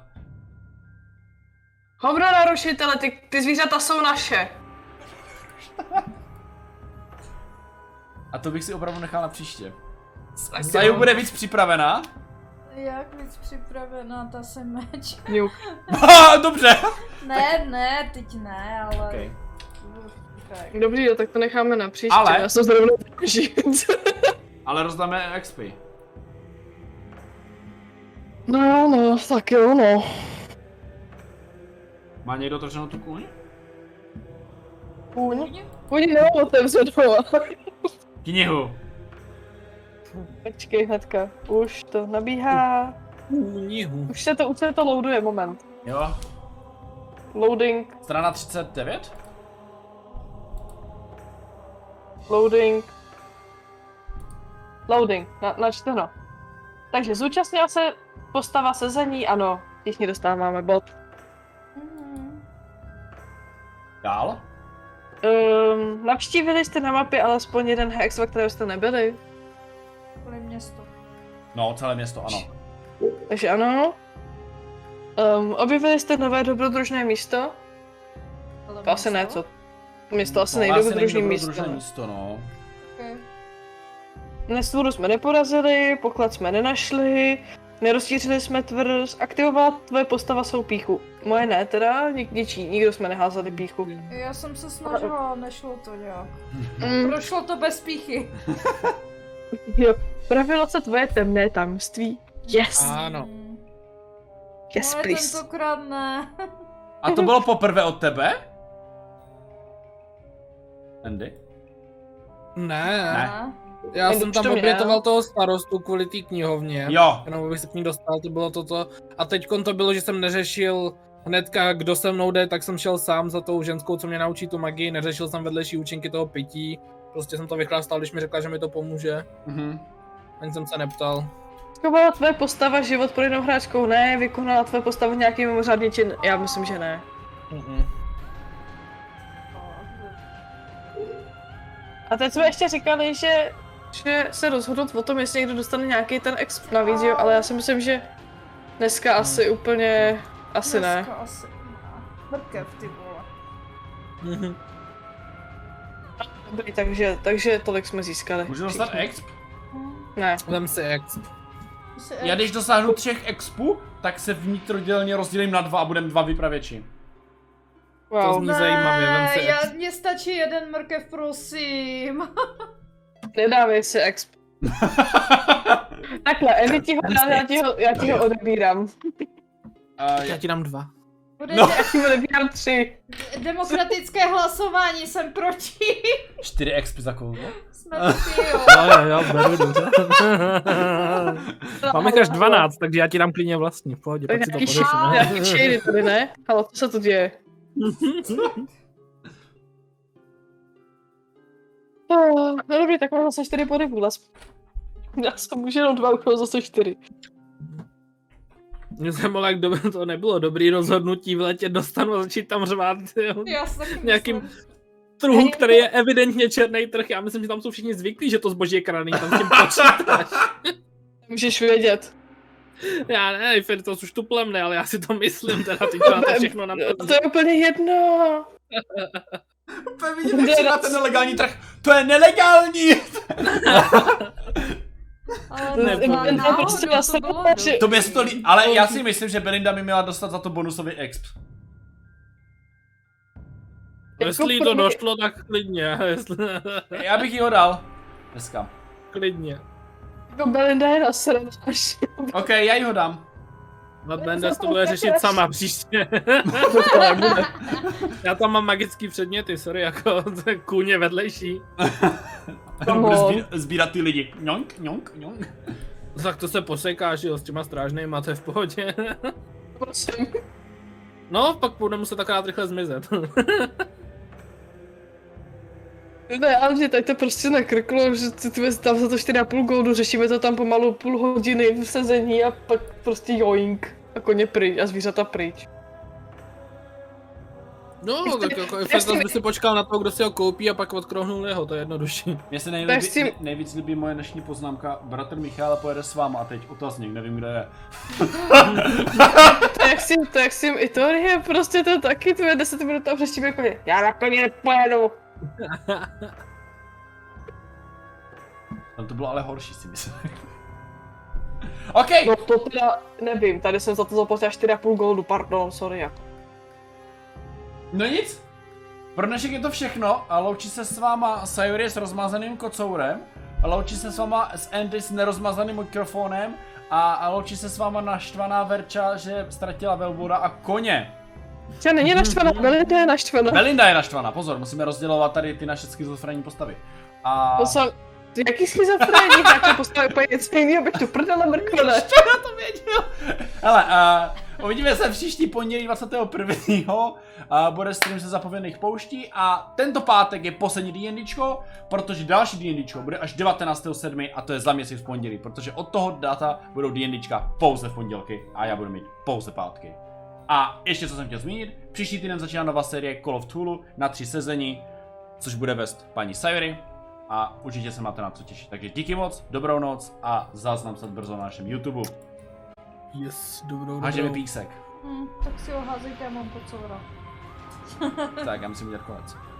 Hovno narušitele, ty zvířata jsou naše. A to bych si opravdu nechal na příště. Saju bude víc připravená. Jak víc připravená, ta se meč. Dobře. Ne, teď ne, ale... Okay. Tak. Dobrý, tak to necháme na příště, Ale- já jsem zrovna žít. Ale rozdáme XP. No, tak jo, no. Má někdo otevřenou tu kůň? Kůň nemám otevřenou. Knihu. Počkej hnedka, už to nabíhá. Knihu. Už se to loaduje, moment. Jo. Loading, Strana 39? loading. Loading, načteno. Takže zúčastnila se postava sezení, ano, všichni dostáváme bod. Dál? Navštívili jste na mapě alespoň jeden hex, ve kterém jste nebyli? Kvůli město. No, celé město, ano. Takže ano. Objevili jste nové dobrodružné místo? To asi ne, co? Město asi nejdobrodružné místo. No. Okay. Nestvůru jsme neporazili, poklad jsme nenašli, nerozšířili jsme tvrz, aktivovala tvoje postava svou píchu. Moje ne teda, nikdo jsme neházeli píchu. Já jsem se snažila, nešlo to nějak. Mm, Prošlo to bez píchy. jo, pravilo se tvoje temné tajemství. Yes! Ano. Yes, Ale please. tentokrát ne. A to bylo poprvé od tebe? Andy? Ne. Já Andy, jsem už tam to měl. obětoval toho starostu kvůli té knihovně. Jo. Jenom abych se k ní dostal, to bylo toto. A teďkon to bylo, že jsem neřešil hnedka, kdo se mnou jde, tak jsem šel sám za tou ženskou, co mě naučí tu magii, neřešil jsem vedlejší účinky toho pití. Prostě jsem to vychlastal, když mi řekla, že mi to pomůže. Ani jsem se neptal. Vykonala tvoje postava život pro jednou hráčkou? Ne, vykonala tvoje postava nějaký mimořádný čin? Já myslím, že ne. A teď jsme ještě říkali, že se rozhodnout o tom, jestli někdo dostane nějaký ten exp navíc, jo, ale já si myslím, že dneska asi úplně, asi ne. Dneska asi ne. Mrkev, ty vole. Dobrý, takže tolik jsme získali. Můžu dostat Všichni. exp? Ne. Vem si exp. Já když dosáhnu 3 expů, tak se vnitrodělně rozdělím na 2 a budeme 2 vypravěči. To Wow. zní zajímavě, vem si exp. Mně stačí jeden mrkev, prosím. Nedávej si exp. Takhle, Evi ti ho dá, já ti ho odebírám. Já ti dám 2. Bude No. Já ti odebírám 3. demokratické hlasování, jsem proti. 4 expy za kouzlo? Jsme proti, jo. Jo, beru, dobře. Máme až 12, takže já ti dám klidně vlastní, v pohodě, pak si to pořešíme. Nějaký shady tady, ne? Halo, co se tu děje? No dobrý, tak mám zase 4 body vůbec. Já jsem už jenom 2, už mám zase 4. Mně se jak to nebylo dobrý rozhodnutí v létě dostanu a začít tam řvát Já si taky nějakým myslím. trhu, který je evidentně černý trh. Já myslím, že tam jsou všichni zvyklí, že to zboží je kradený, tam s tím počítáš. Můžeš vědět. Já ne, to už tu plemne, ale já si to myslím, teda teď máte všechno na To je úplně jedno. Úplně vidím, jak si na ten nelegální trh. To je nelegální! Ale prostě náhodou to bylo že- To by se to ale já si myslím, že Belinda by měla dostat za to bonusový exp. Jestli jí to došlo, tak klidně. Já bych jí ho dal. Dneska. Klidně. Jako Belinda je nasranáš. OK, já jí ho dám. Nad Mendes to bude řešit sama příště. Já tam mám magický předměty, sorry, jako kůně vedlejší. Bude sbírat ty lidi. Ňonk, ňonk, ňonk. Tak to se posekáš, jo, s těma strážnejma, to je v pohodě. Prosím. No, pak bude muset takrát rychle zmizet. Ne, ale že tady to prostě nakrklo, že tam za to 4,5 goldu, řešíme to tam pomalu půl hodiny v sezení a pak prostě joink. A koně pryč a zvířata pryč. No, tak jako Efestas by si počkal na to, kdo si ho koupí a pak odkrohnul jeho, to je jednodušší. Mně se tím- nejvíc líbí moje dnešní poznámka. Bratr Michal pojede s váma a teď otazník, nevím, kde je. To jak si i teorie, prostě to taky, tvoje 10 minut tam přeštíme koně. Já na koně nepojedu. Tam to bylo ale horší, si myslím. OK! No to teda nevím, tady jsem za to zaplatil 4,5 goldu, pardon, sorry. Jako. No nic. Pro dnešek je to všechno a loučí se s váma Sayuri s rozmazaným kocourem. A loučí se s váma s Andy s nerozmazaným mikrofonem. A loučí se s váma naštvaná Verča, že ztratila velbůra a koně. Tě není naštvaná, Belinda je naštvaná. Belinda je naštvaná, pozor, musíme rozdělovat tady ty naše schizofrenní postavy. A... To jsem... Jaký schizofrení, tak postavit úplně něco jiného, bych tu prdele mrkvele. Já to věděl. Hele, uvidíme se příští pondělí 21. Bude stream ze zapovědných pouští a tento pátek je poslední D&Dčko, protože další D&Dčko bude až 19.7. a to je za měsíc v pondělí, protože od toho data budou D&Dčka pouze v pondělky a já budu mít pouze pátky. A ještě co jsem chtěl zmínit, příští týden začíná nová série Call of Cthulhu na 3 sezení, což bude vést paní Sayuri. A určitě se máte na co těšit. Takže díky moc, dobrou noc a záznam se brzo na našem YouTube. Yes, dobrou. Hážeme písek. Tak si ho házejte, já mám kocoura. Tak, já musím udělat konec.